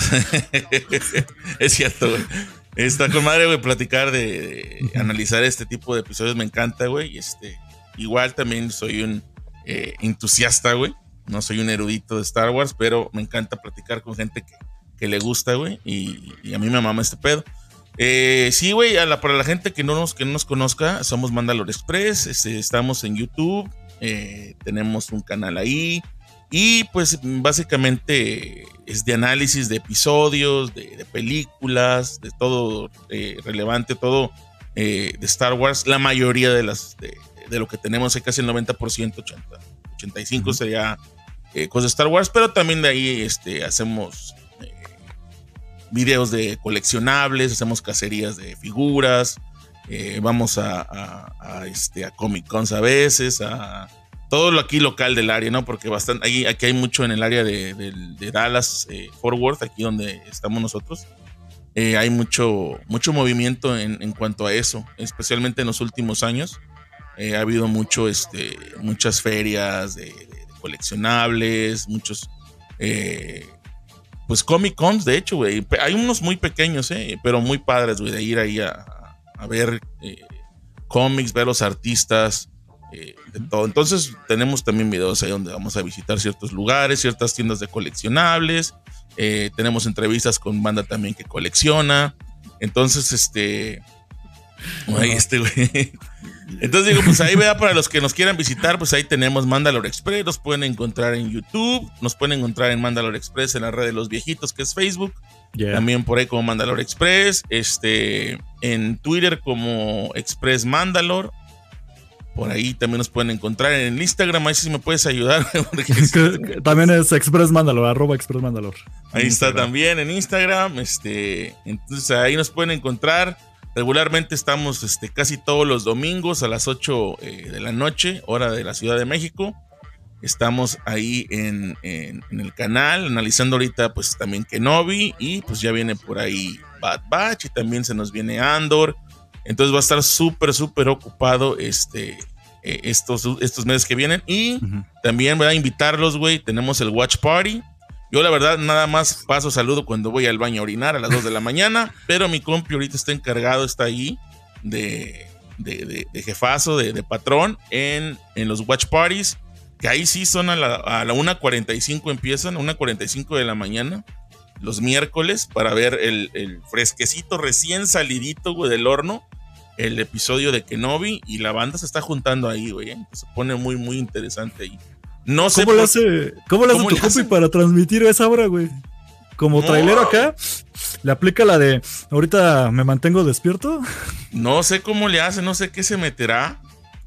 Es cierto, güey. Está con madre, güey, platicar de, de analizar este tipo de episodios. Me encanta, güey. Este, igual también soy un eh, entusiasta, güey. No soy un erudito de Star Wars, pero me encanta platicar con gente que, que le gusta, güey. Y, y a mí me mama este pedo. Eh, sí, güey, a la, para la gente que no nos, que no nos conozca, somos Mandalore Express, este, estamos en YouTube, eh, tenemos un canal ahí y pues básicamente es de análisis de episodios, de, de películas, de todo eh, relevante, todo eh, de Star Wars, la mayoría de las de, de lo que tenemos, hay casi el noventa por ciento, ochenta, ochenta y cinco por ciento sería eh, cosas de Star Wars, pero también de ahí este, hacemos videos de coleccionables, hacemos cacerías de figuras, eh, vamos a, a, a, este, a Comic Cons a veces, a todo lo aquí local del área, ¿no? Porque bastante, aquí, aquí hay mucho en el área de, de, de Dallas, eh, Fort Worth, aquí donde estamos nosotros. Eh, hay mucho, mucho movimiento en, en cuanto a eso, especialmente en los últimos años. Eh, ha habido mucho, este, muchas ferias de, de, de coleccionables, muchos... Eh, pues Comic Cons, de hecho, güey. Hay unos muy pequeños, eh, pero muy padres, güey, de ir ahí a, a ver eh, cómics, ver los artistas, eh, de todo. Entonces, tenemos también videos ahí donde vamos a visitar ciertos lugares, ciertas tiendas de coleccionables. Eh, tenemos entrevistas con banda también que colecciona. Entonces, este. Ahí este, güey. Entonces digo, pues ahí vea, para los que nos quieran visitar, pues ahí tenemos Mandalore Express, nos pueden encontrar en YouTube, nos pueden encontrar en Mandalore Express en la red de los viejitos, que es Facebook, Yeah. también por ahí como Mandalore Express, este, en Twitter como Express Mandalore, por ahí también nos pueden encontrar en Instagram, ahí sí me puedes ayudar, porque Es que también es Express Mandalore, arroba Express Mandalore. ahí está también en Instagram, este, entonces ahí nos pueden encontrar. Regularmente estamos este, casi todos los domingos a las ocho eh, de la noche, hora de la Ciudad de México. Estamos ahí en, en, en el canal, analizando ahorita pues también Kenobi, y pues ya viene por ahí Bad Batch, y también se nos viene Andor. Entonces va a estar súper, súper ocupado este, eh, estos, estos meses que vienen. Y Uh-huh. también voy a invitarlos, güey, tenemos el Watch Party. Yo la verdad nada más paso saludo cuando voy al baño a orinar a las dos de la mañana, pero mi compi ahorita está encargado, está ahí de, de, de, de jefazo, de, de patrón en, en los watch parties, que ahí sí son a la, a la una cuarenta y cinco empiezan, a una cuarenta y cinco de la mañana, los miércoles, para ver el, el fresquecito recién salidito, güey, del horno, el episodio de Kenobi, y la banda se está juntando ahí, güey, ¿eh? Se pone muy, muy interesante ahí. No sé ¿Cómo por... le hace, ¿cómo le hace ¿Cómo tu le compi hacen? para transmitir esa hora, güey? Como No. trailero acá, le aplica la de ahorita me mantengo despierto. No sé cómo le hace, no sé qué se meterá.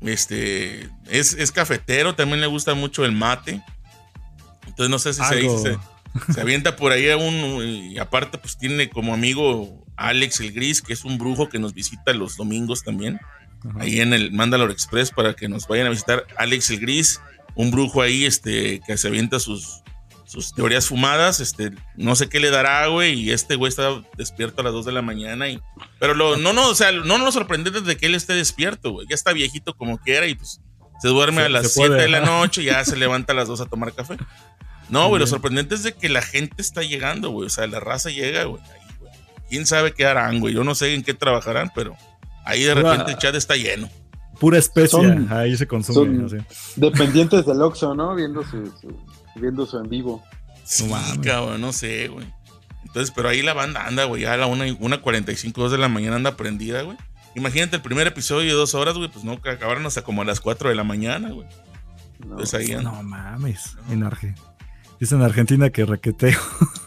Este es, es cafetero, también le gusta mucho el mate. Entonces no sé si se, Algo. se, se avienta por ahí a un. Y aparte, pues tiene como amigo Alex el Gris, que es un brujo que nos visita los domingos también. Ajá. Ahí en el Mandalore Express para que nos vayan a visitar. Alex el Gris, un brujo ahí, este, que se avienta sus, sus teorías fumadas. Este, no sé qué le dará, güey. Y este güey está despierto a las dos de la mañana. Y, pero lo, no, no, o sea, no nos sorprende de que él esté despierto, güey. Ya está viejito como quiera y pues se duerme Se- a las se siete puede, de la ajá. noche y ya se levanta a las dos a tomar café. No, güey, lo Bien. sorprendente es de que la gente está llegando, güey. O sea, la raza llega, güey. Ahí, güey. ¿Quién sabe qué harán, güey? Yo no sé en qué trabajarán, pero ahí de Pura- repente el chat está lleno. Pura especia, Son- ahí se consume. son- así. Dependientes del Oxxo, ¿no? Viendo su, su- viendo su en vivo. Sí, mames. cabrón, no sé, güey. Entonces, pero ahí la banda anda, güey, ya a la una cuarenta y cinco, dos de la mañana anda prendida, güey. Imagínate el primer episodio de dos horas, güey, pues no, que acabaron hasta como a las cuatro de la mañana, güey. No. Entonces ahí anda. No mames, en Arge. Dice en Argentina que requeteo.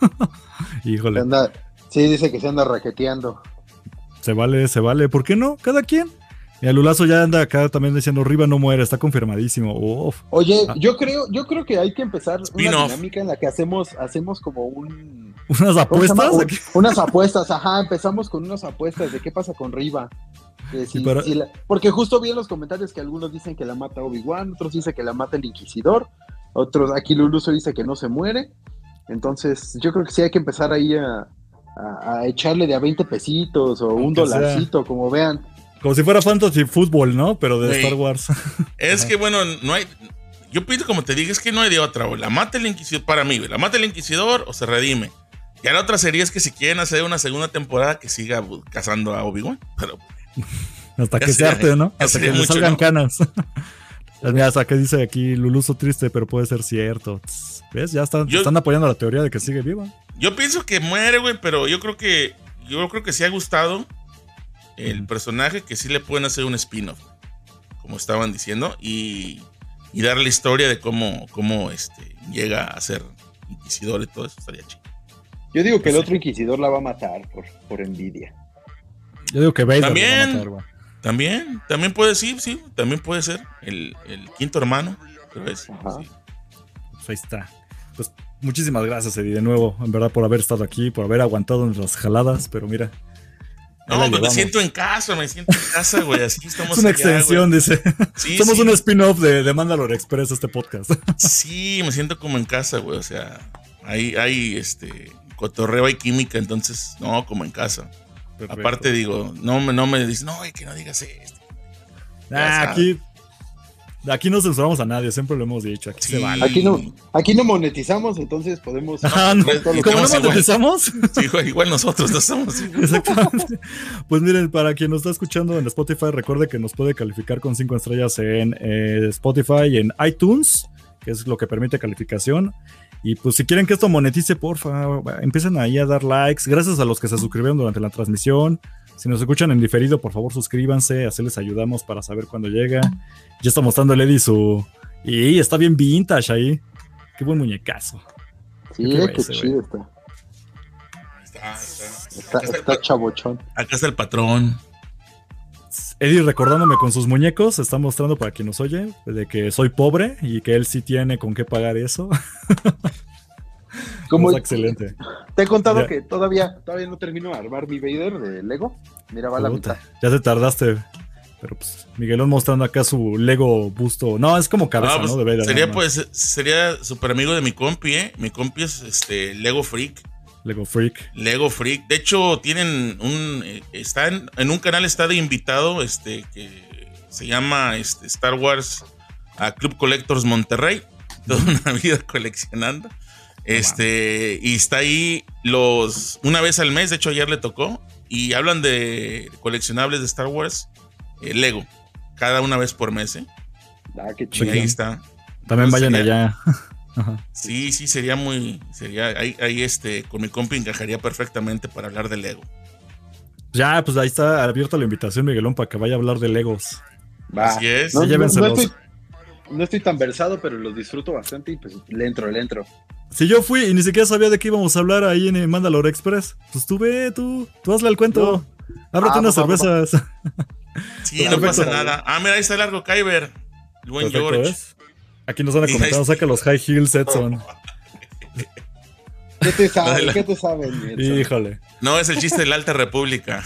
Se Híjole, anda- sí, dice que se anda raqueteando. se vale, se vale. ¿Por qué no? Cada quien. Y a Lulazo ya anda acá también diciendo Riva no muere, está confirmadísimo. Uf. Oye, Ah. yo creo, yo creo que hay que empezar una Spin-off. dinámica en la que hacemos, hacemos como un ¿Unas ¿cómo se llama? apuestas? Un- Aquí. unas apuestas, ajá, empezamos con unas apuestas de qué pasa con Riva. Que si- Sí, pero- si la- porque justo vi en los comentarios que algunos dicen que la mata Obi-Wan, otros dicen que la mata el Inquisidor, otros, aquí Luluso dice que no se muere. Entonces, yo creo que sí hay que empezar ahí a, a- a echarle de a veinte pesitos o un Aunque sea. dolarcito, como vean. Como si fuera fantasy fútbol, ¿no? Pero de Güey. Star Wars. Es Ajá. que, bueno, no hay. Yo pienso, como te dije, es que no hay de otra, güey. La mata el Inquisidor, para mí, güey. La mata el Inquisidor o se redime. Ya la otra sería es que si quieren hacer una segunda temporada, que siga bu- cazando a Obi-Wan. Pero Hasta Ya que se sería- arte, ¿no? ya Hasta que sería le mucho, salgan ¿no? canas. Mira, hasta que dice aquí Luluso triste, pero puede ser cierto. Tss, ¿Ves? Ya están, Yo- están apoyando la teoría de que sigue viva. yo pienso que muere, güey, pero yo creo que. Yo creo que sí ha gustado el Ujú. personaje, que sí le pueden hacer un spin-off, como estaban diciendo, y, y dar la historia de cómo, cómo este, llega a ser inquisidor y todo eso, estaría chido. Yo digo que el Sí. otro Inquisidor la va a matar por, por envidia. Yo digo que Vader lo va a También. matar, güey. También, también puede, sí, sí, también puede ser el, el quinto hermano, creo es. Ajá. Sí. Pues ahí está. Pues muchísimas gracias, Eddie, de nuevo, en verdad, por haber estado aquí, por haber aguantado nuestras jaladas, pero mira. ahí la No, pues me llevamos. siento en casa, me siento en casa, güey, así estamos. Es una allá, extensión, güey. dice. Sí, Somos sí. un spin-off de, de Mandalore Express, este podcast. Sí, me siento como en casa, güey. O sea, hay, hay este cotorreo, hay química, entonces, no, como en casa. Perfecto. Aparte, digo, no me, no me dicen, no, güey, que no digas esto. Ah, ya aquí, aquí no censuramos a nadie, siempre lo hemos dicho. Aquí Sí. se vale. Aquí no, aquí no monetizamos, entonces podemos. Ah, no. todo lo que ¿Cómo no Estamos igual. monetizamos? Sí, güey, igual nosotros no estamos. Exactamente. Pues miren, para quien nos está escuchando en Spotify, recuerde que nos puede calificar con cinco estrellas en eh, Spotify y en iTunes, que es lo que permite calificación. Y pues si quieren que esto monetice, porfa, empiecen ahí a dar likes. Gracias a los que se suscribieron durante la transmisión. Si nos escuchan en diferido, por favor suscríbanse, así les ayudamos para saber cuándo llega. Ya está mostrando el Eddie su... Y está bien vintage ahí. Qué buen muñecazo. Sí, Qué qué ese, chido está. Está, está. Está, Acá, está el, está pa- chabochón. acá está el patrón. Eddie recordándome con sus muñecos, está mostrando para quien nos oye de que soy pobre y que él sí tiene con qué pagar eso. Como Está excelente. te he contado Ya. que todavía, todavía no termino de armar mi Vader de Lego. Mira, va a la Puta, mitad. ya te tardaste. Pero pues Miguelón mostrando acá su Lego busto. No, es como cabeza, Ah, ¿no? pues, De Vader, sería, nada más. pues, sería súper amigo de mi compi, ¿eh? Mi compi es este, Lego Freak. Lego Freak. Lego Freak. De hecho, tienen un. eh, Está en, en un canal, está de invitado, este, que se llama este, Star Wars a Club Collectors Monterrey. Toda una vida coleccionando. Este, y está ahí los una vez al mes, de hecho ayer le tocó, y hablan de coleccionables de Star Wars, eh, Lego, cada una vez por mes, ¿eh? Ah, qué Y chido. ahí está. También Entonces, vayan sería- allá. Ajá. Sí, sí, sería muy, sería, ahí, ahí este, con mi compi encajaría perfectamente para hablar de Lego. Ya, pues ahí está abierta la invitación, Miguelón, para que vaya a hablar de Legos. Va. Así es. No, no- no Llévenselos. estoy, no estoy tan versado, pero los disfruto bastante y pues le entro, le entro. Si yo fui y ni siquiera sabía de qué íbamos a hablar ahí en el Mandalore Express, pues tú ve, tú, tú hazle al cuento. Ábrate Ah, unas papá, cervezas. Sí, no Perfecto. pasa nada. Ah, mira, ahí está el Largo Kyber. El buen Perfecto, George. ¿ves? Aquí nos van a Y comentar, ahí- saca los High Heels, Edson. ¿Qué te saben? Dale. ¿Qué te saben, mi Edson? Híjole. No, es el chiste de la Alta República.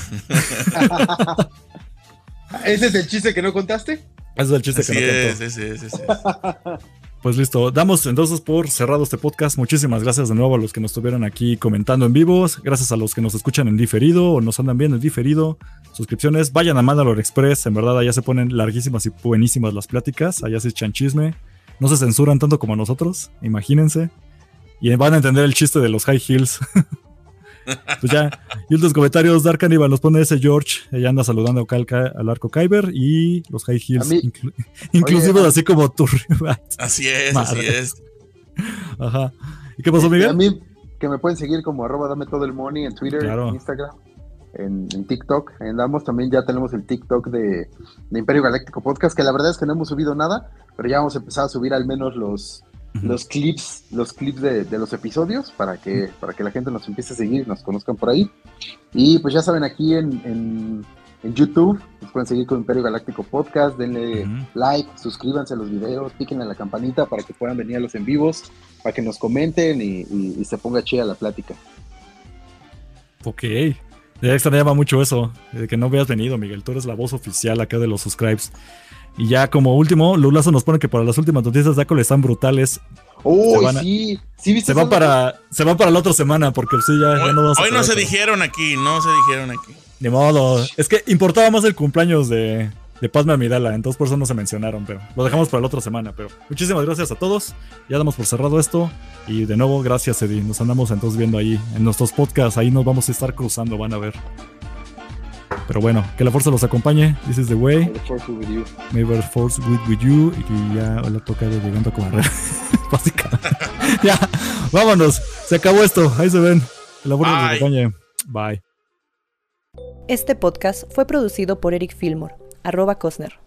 ¿Ese es el chiste que no contaste? Ese es el chiste Así que no es, contó. ese es, ese es. Pues listo, damos entonces por cerrado este podcast. Muchísimas gracias de nuevo a los que nos estuvieron aquí comentando en vivos. Gracias a los que nos escuchan en diferido o nos andan viendo en diferido. Suscripciones, vayan a Mandalore Express. En verdad, allá se ponen larguísimas y buenísimas las pláticas. Allá se echan chisme. No se censuran tanto como nosotros, imagínense. Y van a entender el chiste de los high heels. Pues ya, y los comentarios, Dark Cannibal nos pone ese George, ella anda saludando acá al, ca- al arco Kyber y los high heels, A mí- inclu- inclusivos Oye, así como tu Así es, Madre. así es. Ajá. ¿Y qué pasó, A Miguel? mí, que me pueden seguir como arroba dame todo el money en Twitter, Claro. en Instagram, en, en TikTok. Ahí andamos, también ya tenemos el TikTok de, de Imperio Galáctico Podcast, que la verdad es que no hemos subido nada, pero ya vamos a empezar a subir al menos los, Ujú. los clips, los clips de, de los episodios para que, para que la gente nos empiece a seguir y nos conozcan por ahí. Y pues ya saben, aquí en, en, en YouTube nos pueden seguir con Imperio Galáctico Podcast, denle Ujú. like, suscríbanse a los videos, píquenle a la campanita para que puedan venir a los en vivos, para que nos comenten y, y- y se ponga chida la plática. Ok. Ya extrañaba mucho eso, de que no habías venido, Miguel. Tú eres la voz oficial acá de los subscribes. Y ya como último, Lulazo nos pone que para las últimas noticias de Acol están brutales. ¡Oh, van a- sí! ¿Sí viste Se van eso? para, se van para la otra semana, porque sí, ya, ya Hoy, no vamos a hoy no poder, se pero- dijeron aquí, no se dijeron aquí. Ni modo. Es que importaba más el cumpleaños de, de Padme Amidala, entonces por eso no se mencionaron, pero lo dejamos para la otra semana. Pero muchísimas gracias a todos. Ya damos por cerrado esto. Y de nuevo, gracias, Eddie. Nos andamos entonces viendo ahí en nuestros podcasts. Ahí nos vamos a estar cruzando, van a ver. Pero bueno, que la fuerza los acompañe. This is the way. The Force be with you. May the force be with you. Y que ya hola toca de llegando a correr. Básicamente. Ya, vámonos. Se acabó esto. Ahí se ven. Que la fuerza los Bye. acompañe. Bye. Este podcast fue producido por Eric Fillmore, arroba Cosner.